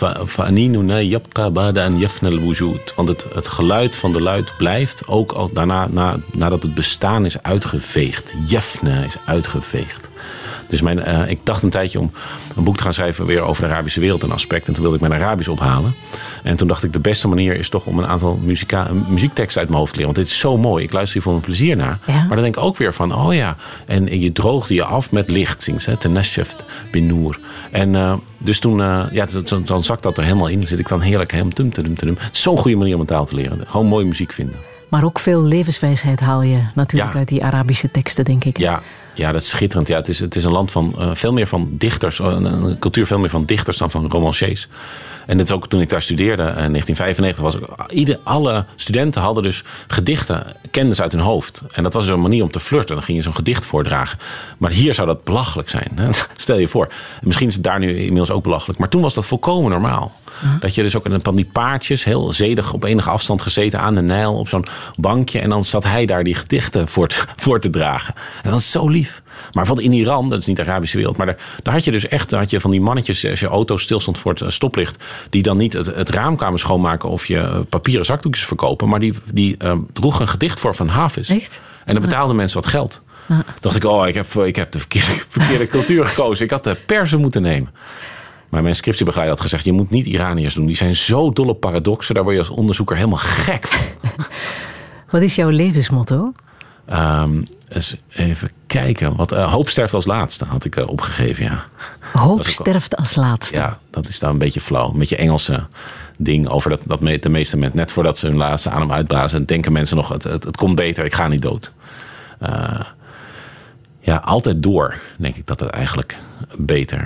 Want het, het geluid van de luid blijft ook al daarna, na, nadat het bestaan is uitgeveegd. Jefne is uitgeveegd. Dus mijn, uh, ik dacht een tijdje om een boek te gaan schrijven weer over de Arabische wereld en aspect. En toen wilde ik mijn Arabisch ophalen. En toen dacht ik, de beste manier is toch om een aantal muzika- muziekteksten uit mijn hoofd te leren. Want dit is zo mooi. Ik luister hier voor mijn plezier naar. Ja. Maar dan denk ik ook weer van, oh ja. En je droogde je af met licht, zingt ze. Tenasheft bin Noor. En uh, dus toen, uh, ja, dan, dan zakt dat er helemaal in. Dan zit ik dan heerlijk hem tum tum tum. Het is zo'n goede manier om een taal te leren. Gewoon mooie muziek vinden. Maar ook veel levenswijsheid haal je natuurlijk ja. uit die Arabische teksten, denk ik. Ja. Ja, dat is schitterend. Ja, het, is, het is een land van uh, veel meer van dichters. Een, een cultuur veel meer van dichters dan van romanciers. En dat is ook toen ik daar studeerde in negentien vijfennegentig. Was ook, ieder, alle studenten hadden dus gedichten, kenden ze uit hun hoofd. En dat was dus een manier om te flirten. Dan ging je zo'n gedicht voordragen. Maar hier zou dat belachelijk zijn. Hè? Stel je voor. Misschien is het daar nu inmiddels ook belachelijk. Maar toen was dat volkomen normaal. Ja. Dat je dus ook van die paardjes, heel zedig op enige afstand gezeten aan de Nijl. Op zo'n bankje. En dan zat hij daar die gedichten voor te, voor te dragen. En dat was zo lief. Maar bijvoorbeeld in Iran, dat is niet de Arabische wereld, maar daar, daar had je dus echt daar had je van die mannetjes, als je auto stilstond voor het stoplicht, die dan niet het, het raam kwamen schoonmaken of je papieren zakdoekjes verkopen, maar die, die uh, droegen een gedicht voor van Hafiz. Echt? En dan betaalden ja. mensen wat geld. Ja. Toen dacht ik, oh, ik heb, ik heb de verkeerde, verkeerde cultuur gekozen. Ik had de persen moeten nemen. Maar mijn scriptiebegeleider had gezegd, je moet niet Iraniërs doen. Die zijn zo dol op paradoxen, daar word je als onderzoeker helemaal gek van. Wat is jouw levensmotto? Um, eens even kijken. Wat, uh, hoop sterft als laatste, had ik uh, opgegeven, ja. Hoop sterft als laatste? Ja, dat is dan een beetje flauw. Een beetje Engelse ding over dat, dat de meeste mensen, net voordat ze hun laatste adem uitblazen, denken mensen nog, het, het, het komt beter, ik ga niet dood. Uh, ja, altijd door, denk ik dat het eigenlijk beter,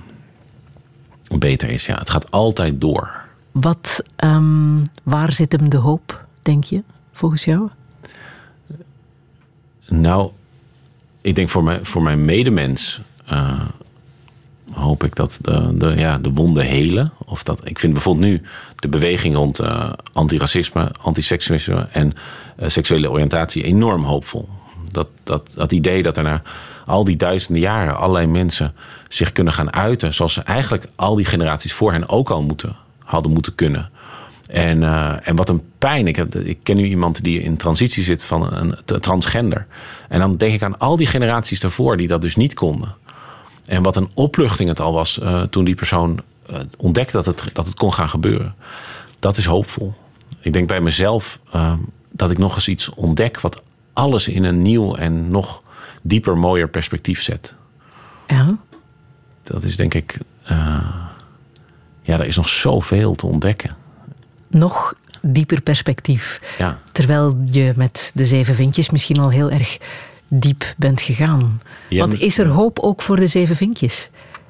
uh, beter is. Ja, het gaat altijd door. Wat, um, waar zit hem de hoop, denk je, volgens jou? Nou, ik denk voor mijn, voor mijn medemens uh, hoop ik dat de, de, ja, de wonden helen. Of dat, ik vind bijvoorbeeld nu de beweging rond uh, antiracisme, antiseksualisme en uh, seksuele oriëntatie enorm hoopvol. Dat, dat, dat idee dat er na al die duizenden jaren allerlei mensen zich kunnen gaan uiten, zoals ze eigenlijk al die generaties voor hen ook al moeten, hadden moeten kunnen. En, uh, en wat een pijn. Ik, heb, ik ken nu iemand die in transitie zit van een transgender. En dan denk ik aan al die generaties daarvoor die dat dus niet konden. En wat een opluchting het al was uh, toen die persoon uh, ontdekte dat het, dat het kon gaan gebeuren. Dat is hoopvol. Ik denk bij mezelf uh, dat ik nog eens iets ontdek wat alles in een nieuw en nog dieper, mooier perspectief zet. Ja. Dat is denk ik... Uh, ja, er is nog zoveel te ontdekken. Nog dieper perspectief. Ja. Terwijl je met de zeven vinkjes misschien al heel erg diep bent gegaan. Ja, Want is er hoop ook voor de zeven vinkjes?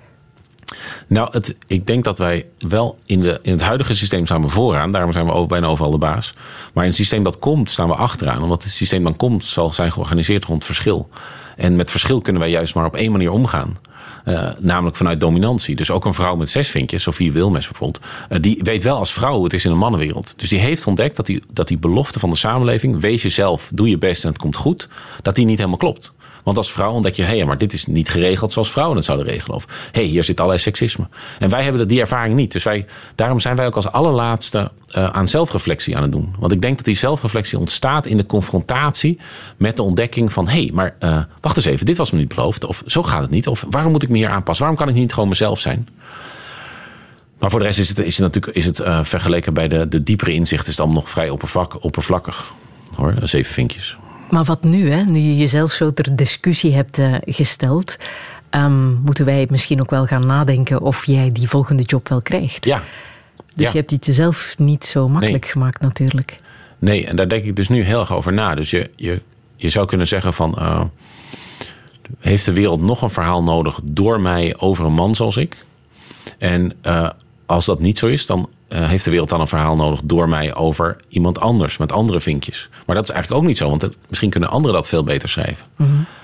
Nou, het, ik denk dat wij wel in, de, in het huidige systeem staan we vooraan. Daarom zijn we ook bijna overal de baas. Maar in het systeem dat komt staan we achteraan. Omdat het systeem dan komt zal zijn georganiseerd rond verschil. En met verschil kunnen wij juist maar op één manier omgaan. Uh, namelijk vanuit dominantie. Dus ook een vrouw met zes vinkjes, Sophie Wilmes bijvoorbeeld, uh, die weet wel als vrouw hoe het is in een mannenwereld. Dus die heeft ontdekt dat die, dat die belofte van de samenleving, wees jezelf, doe je best en het komt goed, dat die niet helemaal klopt. Want als vrouw ontdek je, hé, hey, maar dit is niet geregeld zoals vrouwen het zouden regelen. Of hé, hey, hier zit allerlei seksisme. En wij hebben die ervaring niet. Dus wij, daarom zijn wij ook als allerlaatste uh, aan zelfreflectie aan het doen. Want ik denk dat die zelfreflectie ontstaat in de confrontatie met de ontdekking van, hé, hey, maar uh, wacht eens even, dit was me niet beloofd. Of zo gaat het niet. Of waarom moet ik me hier aanpassen? Waarom kan ik niet gewoon mezelf zijn? Maar voor de rest is het, is het natuurlijk is het, uh, vergeleken bij de, de diepere inzichten, is het allemaal nog vrij oppervlak, oppervlakkig. Hoor, zeven vinkjes. Maar wat nu, hè? Nu je jezelf zo ter discussie hebt uh, gesteld, um, moeten wij misschien ook wel gaan nadenken of jij die volgende job wel krijgt. Ja. Dus ja. je hebt het jezelf niet zo makkelijk nee. gemaakt natuurlijk. Nee, en daar denk ik dus nu heel erg over na. Dus je, je, je zou kunnen zeggen van, Uh, heeft de wereld nog een verhaal nodig door mij over een man zoals ik? En uh, als dat niet zo is, dan Uh, heeft de wereld dan een verhaal nodig door mij over iemand anders, met andere vinkjes. Maar dat is eigenlijk ook niet zo, want het, misschien kunnen anderen dat veel beter schrijven. Mm-hmm.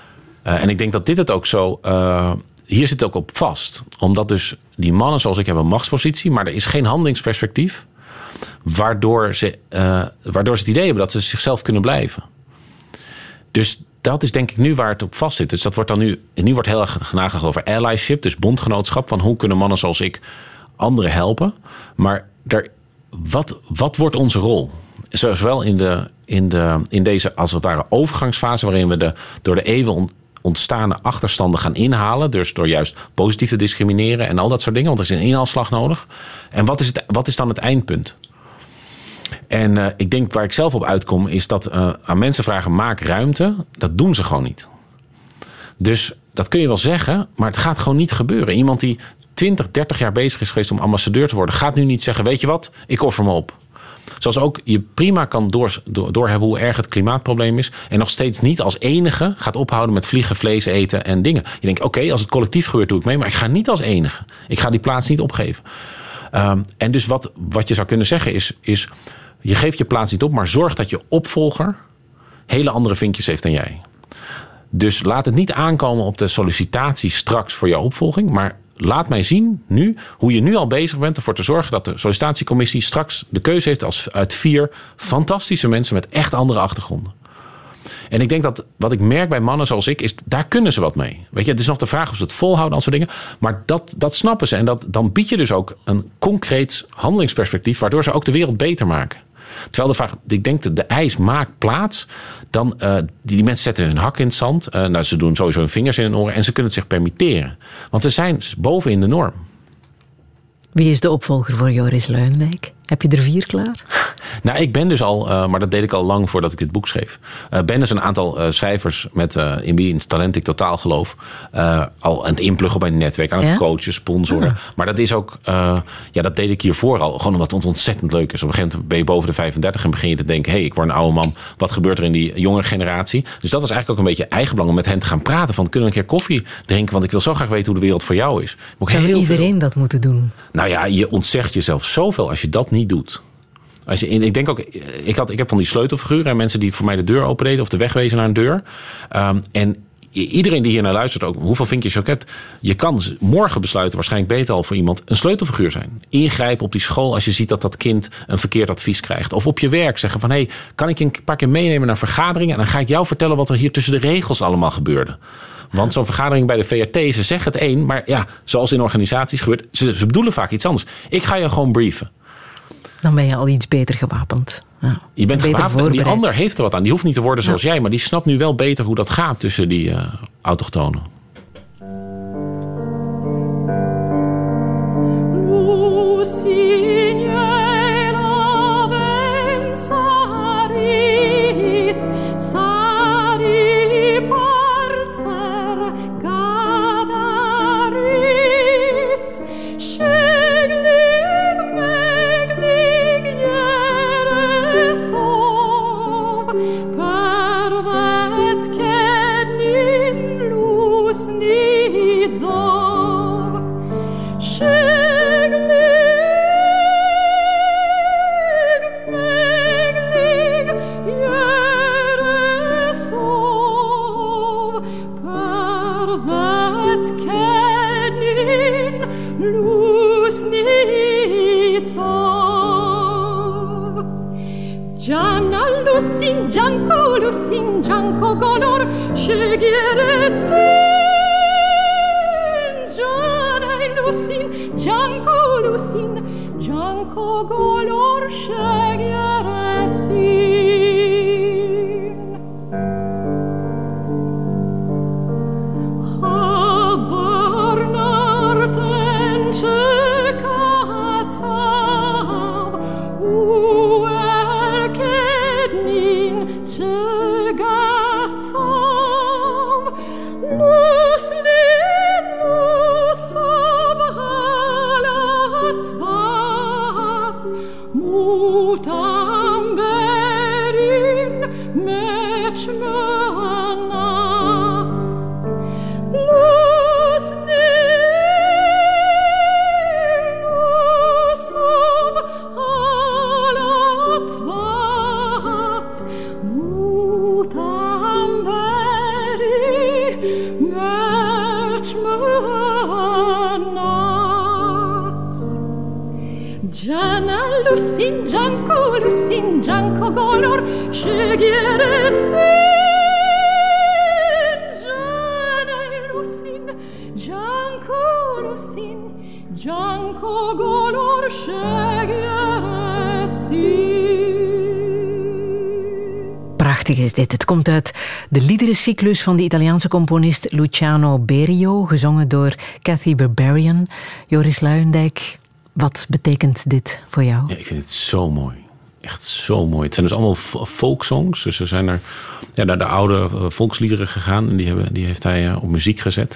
Uh, en ik denk dat dit het ook zo... Uh, hier zit het ook op vast. Omdat dus die mannen zoals ik hebben een machtspositie... maar er is geen handelingsperspectief... waardoor ze, uh, waardoor ze het idee hebben dat ze zichzelf kunnen blijven. Dus dat is denk ik nu waar het op vast zit. Dus dat wordt dan nu... Nu wordt heel erg nagedacht over allyship, dus bondgenootschap... van hoe kunnen mannen zoals ik anderen helpen. Maar er, wat, wat wordt onze rol? Zowel in, de, in, de, in deze als het ware overgangsfase... waarin we de, door de eeuwen ontstane achterstanden gaan inhalen... dus door juist positief te discrimineren en al dat soort dingen... want er is een inhaalslag nodig. En wat is, het, wat is dan het eindpunt? En uh, ik denk waar ik zelf op uitkom... is dat uh, aan mensen vragen, maak ruimte. Dat doen ze gewoon niet. Dus dat kun je wel zeggen, maar het gaat gewoon niet gebeuren. Iemand die twintig, dertig jaar bezig is geweest om ambassadeur te worden... gaat nu niet zeggen, weet je wat, ik offer me op. Zoals ook je prima kan door, door, doorhebben hoe erg het klimaatprobleem is... en nog steeds niet als enige gaat ophouden met vliegen, vlees eten en dingen. Je denkt, oké, okay, als het collectief gebeurt doe ik mee... maar ik ga niet als enige. Ik ga die plaats niet opgeven. Um, en dus wat, wat je zou kunnen zeggen is, is... je geeft je plaats niet op, maar zorg dat je opvolger... hele andere vinkjes heeft dan jij. Dus laat het niet aankomen op de sollicitatie straks voor jouw opvolging... maar laat mij zien nu hoe je nu al bezig bent ervoor te zorgen... dat de sollicitatiecommissie straks de keuze heeft als uit vier fantastische mensen... met echt andere achtergronden. En ik denk dat wat ik merk bij mannen zoals ik... is daar kunnen ze wat mee. Weet je, het is nog de vraag of ze het volhouden, al soort dingen. Maar dat, dat snappen ze. En dat, dan bied je dus ook een concreet handelingsperspectief... waardoor ze ook de wereld beter maken. Terwijl de vraag, ik denk dat de eis maakt plaats... dan uh, die, die mensen zetten hun hak in het zand. Uh, nou, ze doen sowieso hun vingers in hun oren... en ze kunnen het zich permitteren. Want ze zijn boven in de norm. Wie is de opvolger voor Joris Luijendijk? Heb je er vier klaar? Nou, ik ben dus al, uh, maar dat deed ik al lang voordat ik dit boek schreef. Uh, ben dus een aantal uh, schrijvers met uh, in wiens talent ik totaal geloof. Uh, al aan het inpluggen bij een netwerk, aan het ja? coachen, sponsoren. Ja. Maar dat is ook, uh, ja, dat deed ik hiervoor al. Gewoon omdat het ontzettend leuk is. Op een gegeven moment ben je boven de vijfendertig en begin je te denken... hé, hey, ik word een oude man. Wat gebeurt er in die jonge generatie? Dus dat was eigenlijk ook een beetje eigenbelang om met hen te gaan praten. Van, kunnen we een keer koffie drinken? Want ik wil zo graag weten hoe de wereld voor jou is. Zou iedereen veel... dat moeten doen? Nou ja, je ontzegt jezelf zoveel als je dat niet doet. Als je, ik denk ook, ik, had, ik heb van die sleutelfiguren en mensen die voor mij de deur opendeden of de weg wezen naar een deur. Um, en iedereen die hier naar luistert, ook hoeveel vinkjes je ook hebt, je kan morgen besluiten, waarschijnlijk beter al voor iemand, een sleutelfiguur zijn. Ingrijpen op die school als je ziet dat dat kind een verkeerd advies krijgt. Of op je werk zeggen van, hé, hey, kan ik je een paar keer meenemen naar vergaderingen en dan ga ik jou vertellen wat er hier tussen de regels allemaal gebeurde. Want zo'n vergadering bij de V R T, ze zeggen het één, maar ja, zoals in organisaties gebeurt, ze, ze bedoelen vaak iets anders. Ik ga je gewoon brieven. Dan ben je al iets beter gewapend. Ja, je bent gewapend en die ander heeft er wat aan. Die hoeft niet te worden zoals ja. jij, maar die snapt nu wel beter hoe dat gaat tussen die uh, autochtonen. Janko lusin, janko golor, scegliere sin. Gianai lusin, janko lusin, janko golor, scegliere sin. Havarnarten cekacav, uelkednin cekacav, lus lin lus abhalatvat, mutam berin mechmanas. Lus lin lus abhalatvat, mutam berin gianco color scegliere sin gene lusin gianco lusin gianco color scegliere sin. Prachtig is dit. Het komt uit de liederencyclus van de Italiaanse componist Luciano Berio, gezongen door Kathy Berberian. Joris Luijendijk, wat betekent dit voor jou? Ja, ik vind het zo mooi. Echt zo mooi. Het zijn dus allemaal folksongs. Dus ze zijn er, ja, naar de oude volksliederen gegaan. En die, hebben, die heeft hij op muziek gezet.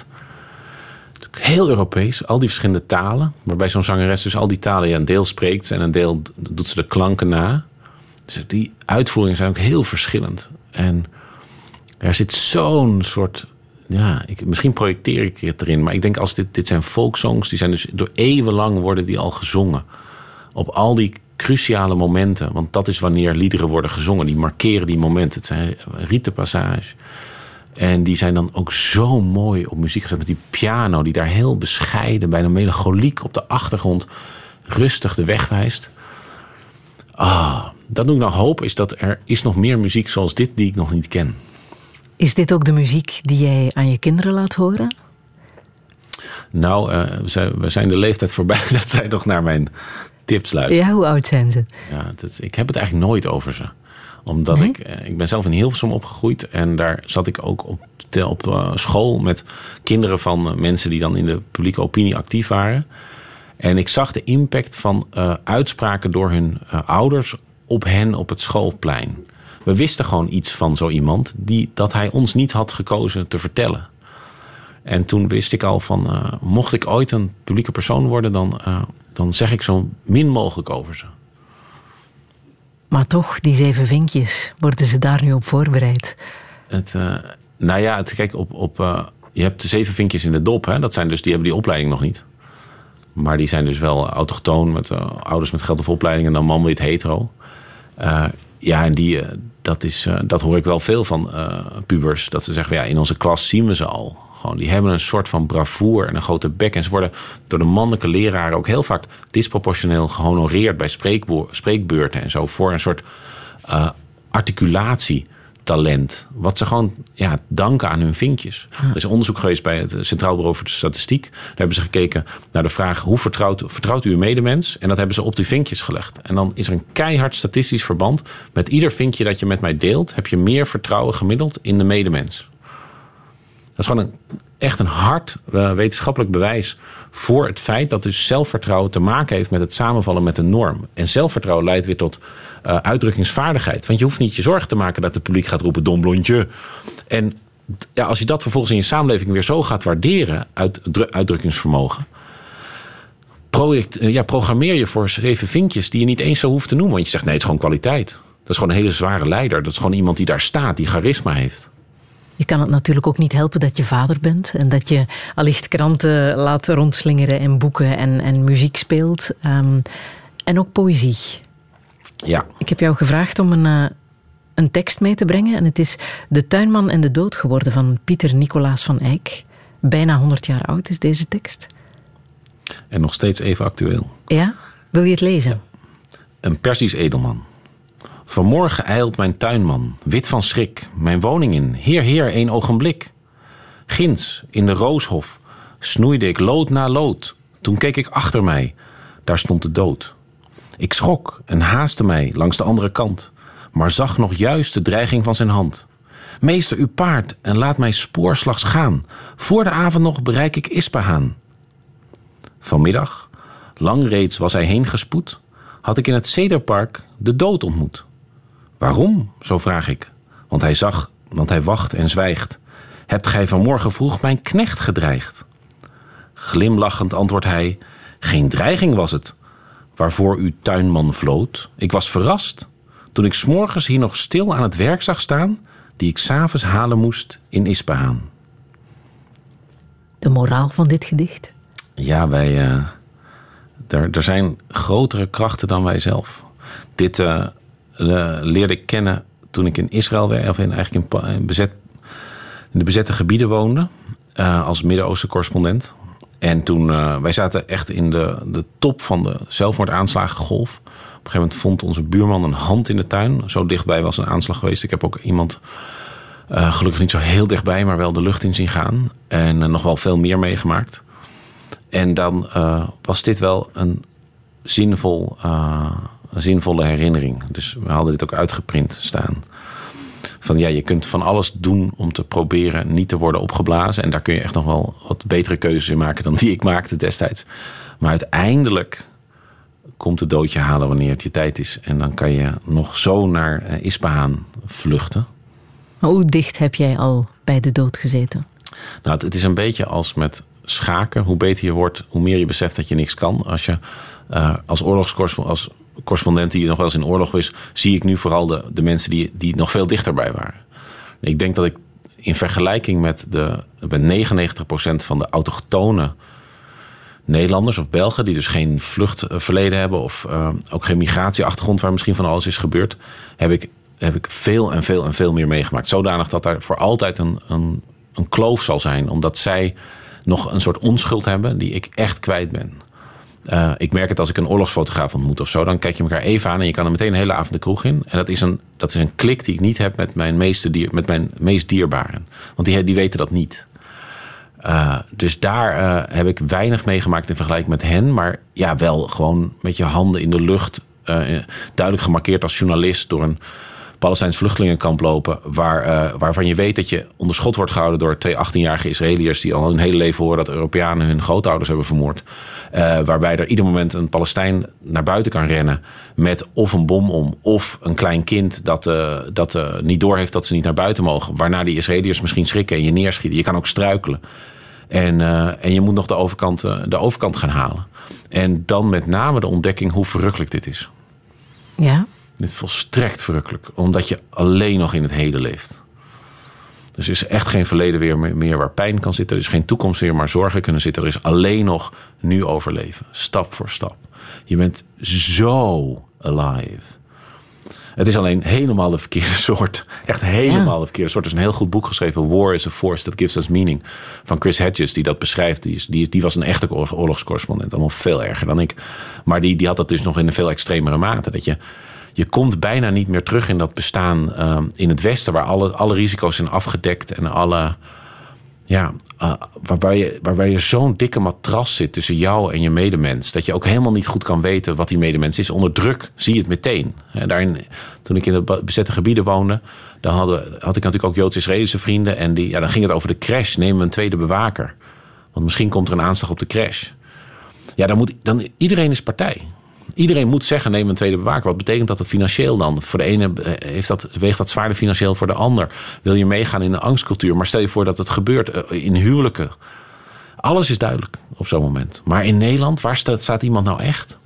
Heel Europees. Al die verschillende talen. Waarbij zo'n zangeres dus al die talen, ja, een deel spreekt ze en een deel doet ze de klanken na. Dus die uitvoeringen zijn ook heel verschillend. En er zit zo'n soort... Ja, ik, misschien projecteer ik het erin. Maar ik denk, als dit, dit zijn folksongs. Die zijn dus door eeuwenlang worden die al gezongen. Op al die cruciale momenten. Want dat is wanneer liederen worden gezongen. Die markeren die momenten. Het zijn rietenpassages. En die zijn dan ook zo mooi op muziek gezet. Met die piano die daar heel bescheiden, bijna melancholiek op de achtergrond rustig de weg wijst. Ah, dat doe ik nou hoop, is dat er is nog meer muziek zoals dit die ik nog niet ken. Is dit ook de muziek die jij aan je kinderen laat horen? Nou, uh, we zijn de leeftijd voorbij dat zij nog naar mijn tips luisteren. Ja, hoe oud zijn ze? Ja, het, ik heb het eigenlijk nooit over ze. Omdat nee? ik, ik ben zelf in Hilversum opgegroeid. En daar zat ik ook op, op uh, school met kinderen van uh, mensen die dan in de publieke opinie actief waren. En ik zag de impact van uh, uitspraken door hun uh, ouders op hen op het schoolplein. We wisten gewoon iets van zo iemand die, dat hij ons niet had gekozen te vertellen. En toen wist ik al van, uh, mocht ik ooit een publieke persoon worden, dan, uh, dan zeg ik zo min mogelijk over ze. Maar toch, die zeven vinkjes, worden ze daar nu op voorbereid? Het, uh, nou ja, het, kijk, op, op, uh, je hebt de zeven vinkjes in de dop. Hè? Dat zijn dus, die hebben die opleiding nog niet. Maar die zijn dus wel autochtoon, met uh, ouders met geld of opleiding en dan man, wit, hetero. Uh, ja, en die, uh, dat, is, uh, dat hoor ik wel veel van uh, pubers. Dat ze zeggen, ja, in onze klas zien we ze al. Gewoon, die hebben een soort van bravoure en een grote bek. En ze worden door de mannelijke leraren ook heel vaak disproportioneel gehonoreerd bij spreekbo- spreekbeurten en zo. Voor een soort uh, articulatietalent. Wat ze gewoon ja, danken aan hun vinkjes. Ja. Er is onderzoek geweest bij het Centraal Bureau voor de Statistiek. Daar hebben ze gekeken naar de vraag, hoe vertrouwt, vertrouwt u uw medemens? En dat hebben ze op die vinkjes gelegd. En dan is er een keihard statistisch verband. Met ieder vinkje dat je met mij deelt, heb je meer vertrouwen gemiddeld in de medemens. Dat is gewoon een, echt een hard uh, wetenschappelijk bewijs voor het feit dat dus zelfvertrouwen te maken heeft met het samenvallen met een norm. En zelfvertrouwen leidt weer tot uh, uitdrukkingsvaardigheid. Want je hoeft niet je zorgen te maken dat het publiek gaat roepen, dom blondje. En ja, als je dat vervolgens in je samenleving weer zo gaat waarderen, uit, uitdrukkingsvermogen, project, uh, ja, programmeer je voor zeven vinkjes die je niet eens zo hoeft te noemen. Want je zegt, nee, het is gewoon kwaliteit. Dat is gewoon een hele zware leider. Dat is gewoon iemand die daar staat, die charisma heeft. Je kan het natuurlijk ook niet helpen dat je vader bent en dat je allicht kranten laat rondslingeren en boeken en, en muziek speelt. Um, en ook poëzie. Ja. Ik heb jou gevraagd om een, uh, een tekst mee te brengen en het is De tuinman en de dood geworden van Pieter Nicolaas van Eyck. Bijna honderd jaar oud is deze tekst. En nog steeds even actueel. Ja? Wil je het lezen? Ja. Een Persisch edelman. Vanmorgen ijlt mijn tuinman, wit van schrik, mijn woning in. Heer, heer, één ogenblik. Ginds, in de rooshof, snoeide ik lood na lood. Toen keek ik achter mij, daar stond de dood. Ik schrok en haastte mij langs de andere kant, maar zag nog juist de dreiging van zijn hand. Meester, uw paard en laat mij spoorslags gaan. Voor de avond nog bereik ik Ispahan. Vanmiddag, lang reeds was hij heen gespoed, had ik in het Cederpark de dood ontmoet. Waarom? Zo vraag ik. Want hij zag, want hij wacht en zwijgt. Hebt gij vanmorgen vroeg mijn knecht gedreigd? Glimlachend antwoordt hij, geen dreiging was het, waarvoor uw tuinman vloot. Ik was verrast, toen ik 's morgens hier nog stil aan het werk zag staan, die ik 's avonds halen moest in Ispahan. De moraal van dit gedicht? Ja, wij... Uh, er, er zijn grotere krachten dan wij zelf. Dit... Uh, Uh, leerde ik kennen toen ik in Israël, of in, eigenlijk in, in, bezet, in de bezette gebieden woonde, uh, als Midden-Oosten correspondent. En toen, uh, wij zaten echt in de, de top van de zelfmoordaanslagengolf. Op een een gegeven moment vond onze buurman een hand in de tuin. Zo dichtbij was een aanslag geweest. Ik heb ook iemand, uh, gelukkig niet zo heel dichtbij, maar wel de lucht in zien gaan. En uh, nog wel veel meer meegemaakt. En dan uh, was dit wel een, zinvol, uh, een zinvolle herinnering. Dus we hadden dit ook uitgeprint staan. Van ja, je kunt van alles doen om te proberen niet te worden opgeblazen. En daar kun je echt nog wel wat betere keuzes in maken dan die ik maakte destijds. Maar uiteindelijk komt de dood je halen wanneer het je tijd is. En dan kan je nog zo naar uh, Ispahan vluchten. Maar hoe dicht heb jij al bij de dood gezeten? Nou, het, het is een beetje als met schaken. Hoe beter je wordt, hoe meer je beseft dat je niks kan. Als je uh, als oorlogscorrespondent, als correspondent die nog wel eens in oorlog is, zie ik nu vooral de, de mensen die, die nog veel dichterbij waren. Ik denk dat ik in vergelijking met de met negenennegentig procent van de autochtone Nederlanders of Belgen, die dus geen vluchtverleden hebben of uh, ook geen migratieachtergrond waar misschien van alles is gebeurd, heb ik, heb ik veel en veel en veel meer meegemaakt. Zodanig dat daar voor altijd een, een, een kloof zal zijn, omdat zij nog een soort onschuld hebben die ik echt kwijt ben. Uh, ik merk het als ik een oorlogsfotograaf ontmoet of zo. Dan kijk je elkaar even aan en je kan er meteen een hele avond de kroeg in. En dat is een, dat is een klik die ik niet heb met mijn, meeste dier, met mijn meest dierbaren. Want die, die weten dat niet. Uh, dus daar uh, heb ik weinig meegemaakt in vergelijking met hen. Maar ja, wel gewoon met je handen in de lucht. Uh, duidelijk gemarkeerd als journalist door een Palestijns vluchtelingenkamp lopen. Waar, uh, waarvan je weet dat je onder schot wordt gehouden door twee achttienjarige Israëliërs die al hun hele leven horen dat Europeanen hun grootouders hebben vermoord. Uh, waarbij er ieder moment een Palestijn naar buiten kan rennen met of een bom om of een klein kind dat, uh, dat uh, niet doorheeft dat ze niet naar buiten mogen. Waarna die Israëliërs misschien schrikken en je neerschieten. Je kan ook struikelen. En, uh, en je moet nog de overkant, uh, de overkant gaan halen. En dan met name de ontdekking hoe verrukkelijk dit is. Ja. Dit is volstrekt verrukkelijk. Omdat je alleen nog in het heden leeft. Dus er is echt geen verleden weer meer waar pijn kan zitten. Er is geen toekomst weer waar zorgen kunnen zitten. Er is alleen nog nu overleven. Stap voor stap. Je bent zo alive. Het is alleen helemaal de verkeerde soort. Echt helemaal ja. de verkeerde soort. Er is een heel goed boek geschreven. War is a Force That Gives Us Meaning. Van Chris Hedges, die dat beschrijft. Die, is, die, die was een echte oorlogscorrespondent. Allemaal veel erger dan ik. Maar die, die had dat dus nog in een veel extremere mate. Dat je... Je komt bijna niet meer terug in dat bestaan uh, in het Westen, waar alle, alle risico's zijn afgedekt en alle. Ja, uh, waarbij je, waarbij je zo'n dikke matras zit tussen jou en je medemens. Dat je ook helemaal niet goed kan weten wat die medemens is. Onder druk zie je het meteen. He, daarin, toen ik in de bezette gebieden woonde, dan hadden, had ik natuurlijk ook Joods-Israëlische vrienden. En die, ja, dan ging het over de crash. Neem een tweede bewaker. Want misschien komt er een aanslag op de crash. Ja, dan moet dan iedereen is partij. Iedereen moet zeggen, neem een tweede bewaker. Wat betekent dat het financieel dan? Voor de ene heeft dat, weegt dat zwaarder financieel voor de ander. Wil je meegaan in de angstcultuur? Maar stel je voor dat het gebeurt in huwelijken. Alles is duidelijk op zo'n moment. Maar in Nederland, waar staat, staat iemand nou echt?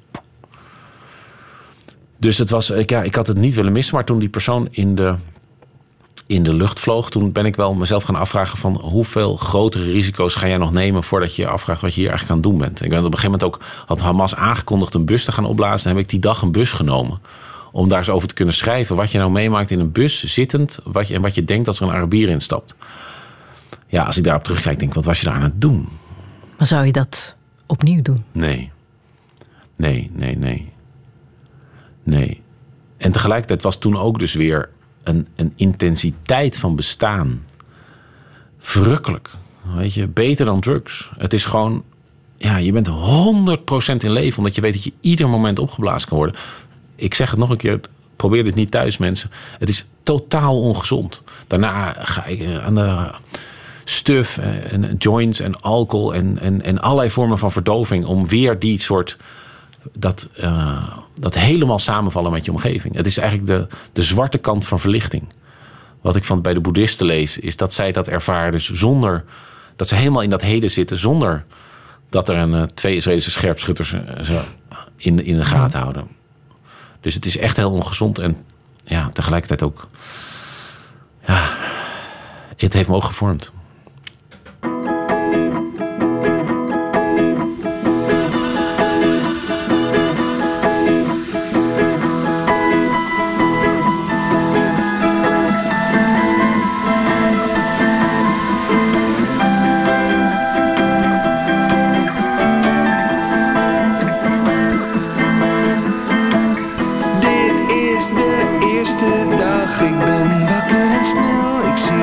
Dus het was, ja, ik had het niet willen missen. Maar toen die persoon in de, in de lucht vloog, toen ben ik wel mezelf gaan afvragen van hoeveel grotere risico's ga jij nog nemen voordat je je afvraagt wat je hier eigenlijk aan het doen bent. Ik ben op een gegeven moment ook, had Hamas aangekondigd een bus te gaan opblazen. Dan heb ik die dag een bus genomen. Om daar eens over te kunnen schrijven wat je nou meemaakt in een bus zittend. Wat je, en wat je denkt als er een Arabier instapt. Ja, als ik daarop terugkijk, denk ik, wat was je daar aan het doen? Maar zou je dat opnieuw doen? Nee. Nee, nee, nee. Nee. En tegelijkertijd was toen ook dus weer Een, een intensiteit van bestaan. Verrukkelijk. Weet je, beter dan drugs. Het is gewoon, ja, je bent honderd procent in leven, omdat je weet dat je ieder moment opgeblazen kan worden. Ik zeg het nog een keer, probeer dit niet thuis, mensen. Het is totaal ongezond. Daarna ga ik aan de stuf en joints en alcohol en, en, en allerlei vormen van verdoving om weer die soort Dat, uh, dat helemaal samenvallen met je omgeving. Het is eigenlijk de, de zwarte kant van verlichting. Wat ik van bij de boeddhisten lees, is dat zij dat ervaren dus zonder dat ze helemaal in dat heden zitten, zonder dat er een, uh, twee Israëlische scherpschutters uh, ze in, in de gaten houden. Dus het is echt heel ongezond en ja, tegelijkertijd ook, ja, het heeft me ook gevormd.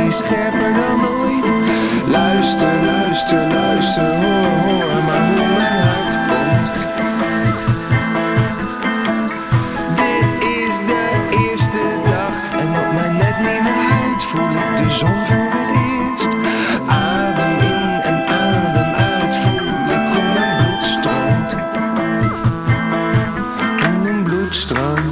zie scherper dan ooit. Luister, luister, luister, hoor, hoor maar hoe mijn hart komt. Dit is de eerste dag en op mijn net nieuwe huid voel ik de zon voor het eerst. Adem in en adem uit, voel ik hoe mijn bloed stroomt. Hoe mijn bloed stroomt.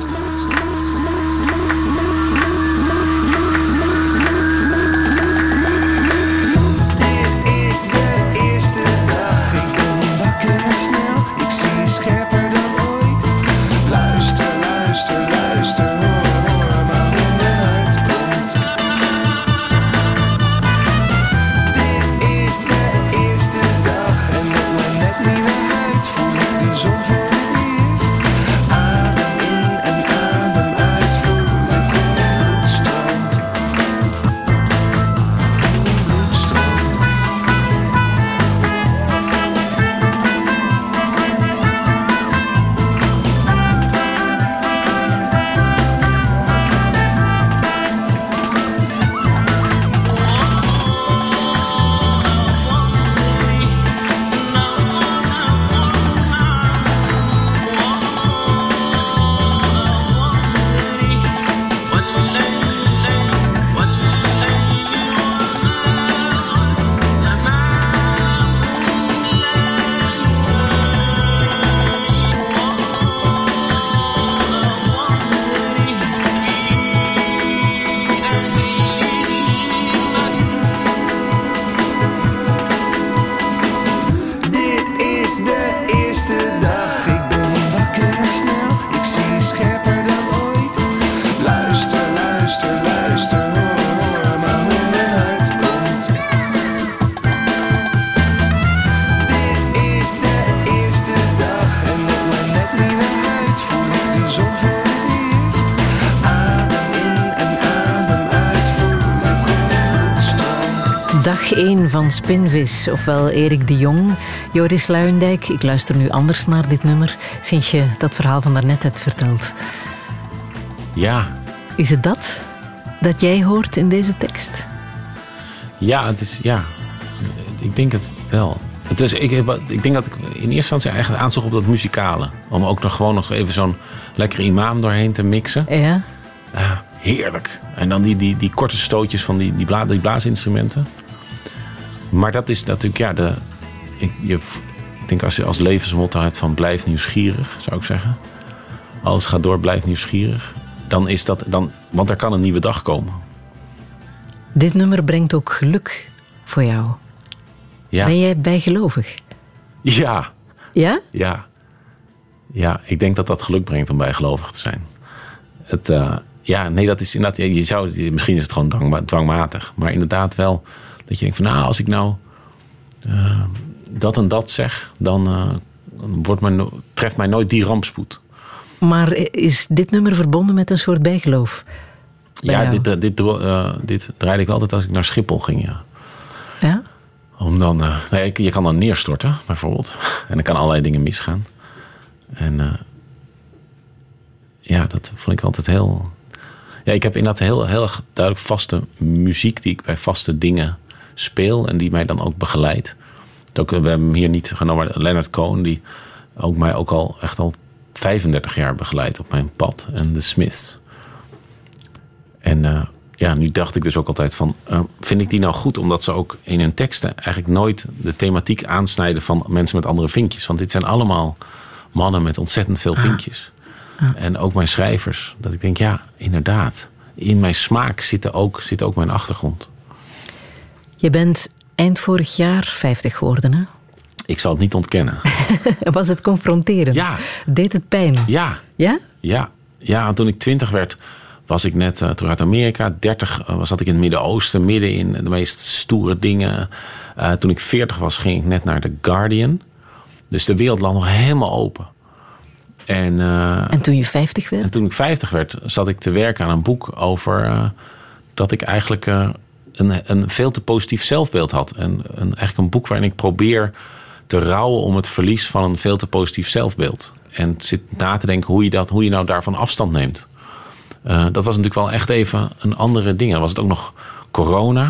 Dag één van Spinvis, ofwel Erik de Jong. Joris Luijendijk, ik luister nu anders naar dit nummer sinds je dat verhaal van daarnet hebt verteld. Ja. Is het dat dat jij hoort in deze tekst? Ja, het is, ja. Ik denk het wel. Het is, ik, ik denk dat ik in eerste instantie eigenlijk aanzocht op dat muzikale. Om ook nog gewoon nog even zo'n lekkere imam doorheen te mixen. Ja. Ja, heerlijk. En dan die, die, die korte stootjes van die, die, bla, die blaasinstrumenten. Maar dat is natuurlijk, ja, de, ik, je, ik denk als je als levensmotto hebt van blijf nieuwsgierig, zou ik zeggen. Alles gaat door, blijf nieuwsgierig. Dan is dat, dan, want er kan een nieuwe dag komen. Dit nummer brengt ook geluk voor jou. Ja. Ben jij bijgelovig? Ja. Ja? Ja. Ja, ik denk dat dat geluk brengt om bijgelovig te zijn. Het, uh, ja, nee, dat is inderdaad, je zou, misschien is het gewoon dwang, dwangmatig. Maar inderdaad wel dat je denkt van, nou, als ik nou uh, dat en dat zeg, dan uh, wordt mij no- treft mij nooit die rampspoed. Maar is dit nummer verbonden met een soort bijgeloof? Bij ja, jou? dit, dit, uh, dit draaide ik altijd als ik naar Schiphol ging, ja. Ja? Om dan, uh, nee, je kan dan neerstorten, bijvoorbeeld. En dan kan allerlei dingen misgaan. En uh, ja, dat vond ik altijd heel... Ja, ik heb inderdaad heel, heel erg duidelijk vaste muziek die ik bij vaste dingen speel en die mij dan ook begeleidt. Ook, we hebben hem hier niet genomen, maar Leonard Cohen, die ook mij ook al echt al vijfendertig jaar begeleidt op mijn pad. En de Smiths. En uh, ja, nu dacht ik dus ook altijd van, uh, vind ik die nou goed? Omdat ze ook in hun teksten eigenlijk nooit de thematiek aansnijden van mensen met andere vinkjes. Want dit zijn allemaal mannen met ontzettend veel vinkjes. Ah. Ah. En ook mijn schrijvers. Dat ik denk, ja, inderdaad. In mijn smaak zit ook, zit ook mijn achtergrond. Je bent eind vorig jaar vijftig geworden, hè? Ik zal het niet ontkennen. Was het confronterend? Ja. Deed het pijn? Ja. Ja? Ja. Ja, toen ik twintig werd, was ik net uh, terug uit Amerika. dertig uh, zat ik in het Midden-Oosten, midden in de meest stoere dingen. Uh, toen ik veertig was, ging ik net naar The Guardian. Dus de wereld lag nog helemaal open. En, uh, en toen je vijftig werd? En toen ik vijftig werd, zat ik te werken aan een boek over uh, dat ik eigenlijk uh, een, een veel te positief zelfbeeld had. En een, eigenlijk een boek waarin ik probeer te rouwen om het verlies van een veel te positief zelfbeeld. En zit na te denken hoe je, dat, hoe je nou daarvan afstand neemt. Uh, dat was natuurlijk wel echt even een andere ding. Dan was het ook nog corona.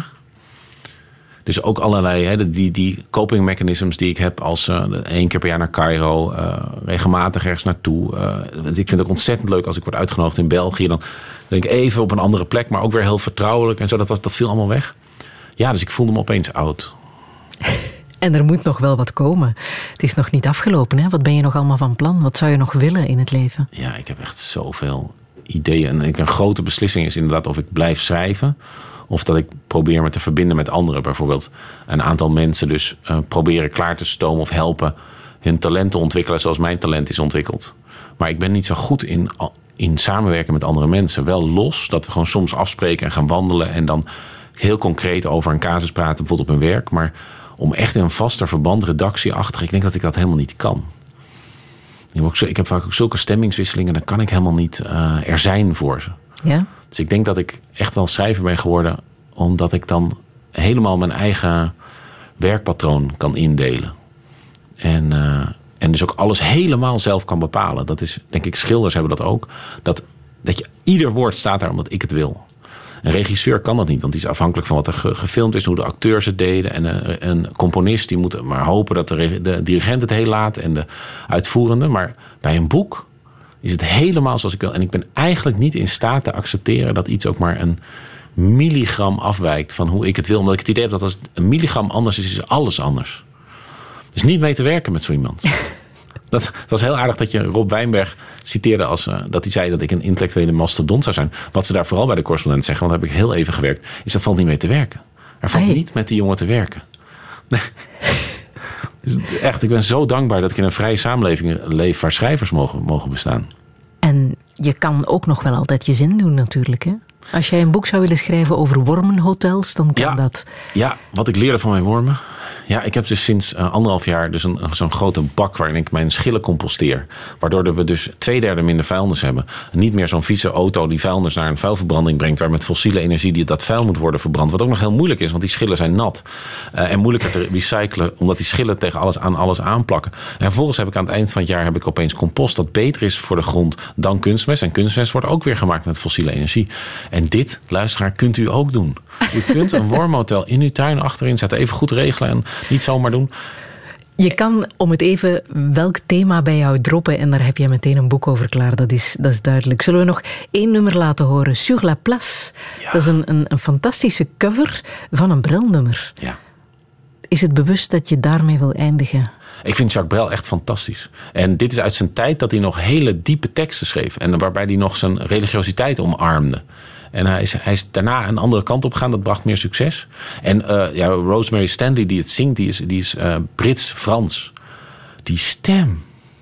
Dus ook allerlei, hè, die, die coping mechanisms die ik heb als uh, één keer per jaar naar Cairo, uh, regelmatig ergens naartoe. Uh, ik vind het ook ontzettend leuk als ik word uitgenodigd in België. Dan denk ik even op een andere plek, maar ook weer heel vertrouwelijk. En zo, dat, was, dat viel allemaal weg. Ja, dus ik voelde me opeens oud. En er moet nog wel wat komen. Het is nog niet afgelopen, hè? Wat ben je nog allemaal van plan? Wat zou je nog willen in het leven? Ja, ik heb echt zoveel ideeën. En een grote beslissing is inderdaad of ik blijf schrijven, of dat ik probeer me te verbinden met anderen. Bijvoorbeeld een aantal mensen dus uh, proberen klaar te stomen of helpen hun talent te ontwikkelen zoals mijn talent is ontwikkeld. Maar ik ben niet zo goed in, in samenwerken met andere mensen. Wel los, dat we gewoon soms afspreken en gaan wandelen en dan heel concreet over een casus praten, bijvoorbeeld op mijn werk. Maar om echt in een vaster verband, redactie achter, ik denk dat ik dat helemaal niet kan. Ik heb vaak ook zulke stemmingswisselingen, dan kan ik helemaal niet uh, er zijn voor ze. Ja? Dus ik denk dat ik echt wel schrijver ben geworden, omdat ik dan helemaal mijn eigen werkpatroon kan indelen. En, uh, en dus ook alles helemaal zelf kan bepalen. Dat is, denk ik, schilders hebben dat ook. Dat, dat je, ieder woord staat daar omdat ik het wil. Een regisseur kan dat niet, want die is afhankelijk van wat er ge- gefilmd is, hoe de acteurs het deden. En een, een componist die moet maar hopen dat de, re- de dirigent het heel laat en de uitvoerende. Maar bij een boek is het helemaal zoals ik wil. En ik ben eigenlijk niet in staat te accepteren dat iets ook maar een milligram afwijkt van hoe ik het wil. Omdat ik het idee heb dat als een milligram anders is, is alles anders. Dus niet mee te werken met zo iemand. Dat, het was heel aardig dat je Rob Wijnberg citeerde als uh, dat hij zei dat ik een intellectuele mastodont zou zijn. Wat ze daar vooral bij de correspondent zeggen, want daar heb ik heel even gewerkt, is dat valt niet mee te werken. Er valt hey. niet met die jongen te werken. Nee. Dus echt, ik ben zo dankbaar dat ik in een vrije samenleving leef waar schrijvers mogen, mogen bestaan. En je kan ook nog wel altijd je zin doen natuurlijk, hè? Als jij een boek zou willen schrijven over wormenhotels, dan kan ja, dat. Ja, wat ik leerde van mijn wormen. Ja, ik heb dus sinds uh, anderhalf jaar dus een, zo'n grote bak waarin ik mijn schillen composteer. Waardoor we dus twee derde minder vuilnis hebben. Niet meer zo'n vieze auto die vuilnis naar een vuilverbranding brengt, waar met fossiele energie die dat vuil moet worden verbrand. Wat ook nog heel moeilijk is, want die schillen zijn nat. Uh, en moeilijker te recyclen, omdat die schillen tegen alles aan alles aanplakken. En vervolgens heb ik aan het eind van het jaar heb ik opeens compost dat beter is voor de grond dan kunstmest. En kunstmest wordt ook weer gemaakt met fossiele energie. En dit, luisteraar, kunt u ook doen. U kunt een wormhotel in uw tuin achterin zetten. Even goed regelen en niet zomaar doen. Je kan om het even welk thema bij jou droppen en daar heb je meteen een boek over klaar. Dat is, dat is duidelijk. Zullen we nog één nummer laten horen? Sur la place. Ja. Dat is een, een, een fantastische cover van een Brel-nummer. Ja. Is het bewust dat je daarmee wil eindigen? Ik vind Jacques Brel echt fantastisch. En dit is uit zijn tijd dat hij nog hele diepe teksten schreef. En waarbij hij nog zijn religiositeit omarmde. En hij is, hij is daarna een andere kant op gegaan. Dat bracht meer succes. En uh, ja, Rosemary Stanley die het zingt, die is, die is uh, Brits-Frans. Die stem.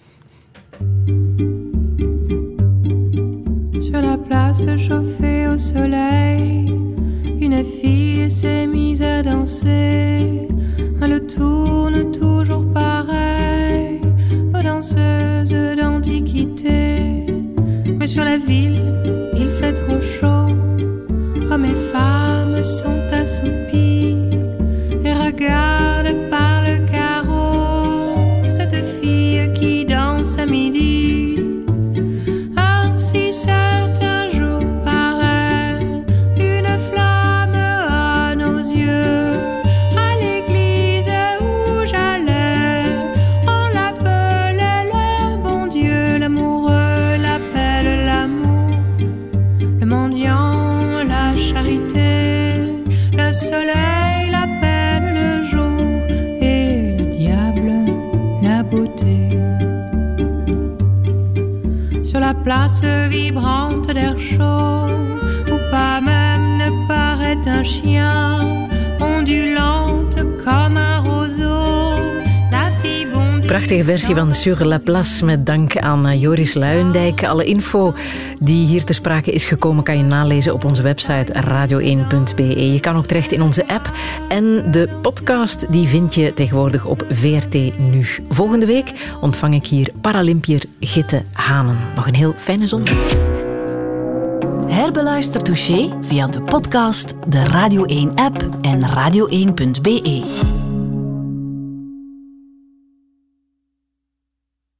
Sur la place chauffée au soleil, une fille s'est mise à danser. Elle tourne toujours pareil, aux danseuses d'antiquité. Mais sur la ville, il fait trop chaud. Hommes et femmes sont assoupis et regardent par le carreau cette fille qui danse à midi. Ainsi certains jours paraît une flamme à nos yeux. À l'église où j'allais, on l'appelait le bon Dieu. L'amoureux l'appelle l'amour, le mendiant la charité, le soleil l'appelle le jour et le diable la beauté. Sur la place vibrante d'air chaud, où pas même ne paraît un chien, ondulante comme un roseau, la fille bondit. Prachtige versie van Sur la place met dank aan Joris Luijendijk. Alle info die hier ter sprake is gekomen kan je nalezen op onze website radio één punt b e. Je kan ook terecht in onze app en de podcast die vind je tegenwoordig op V R T Nu. Volgende week ontvang ik hier Paralympiër Gitte Hanen. Nog een heel fijne zondag. Herbeluister Touché via de podcast, de Radio één app en radio één punt b e.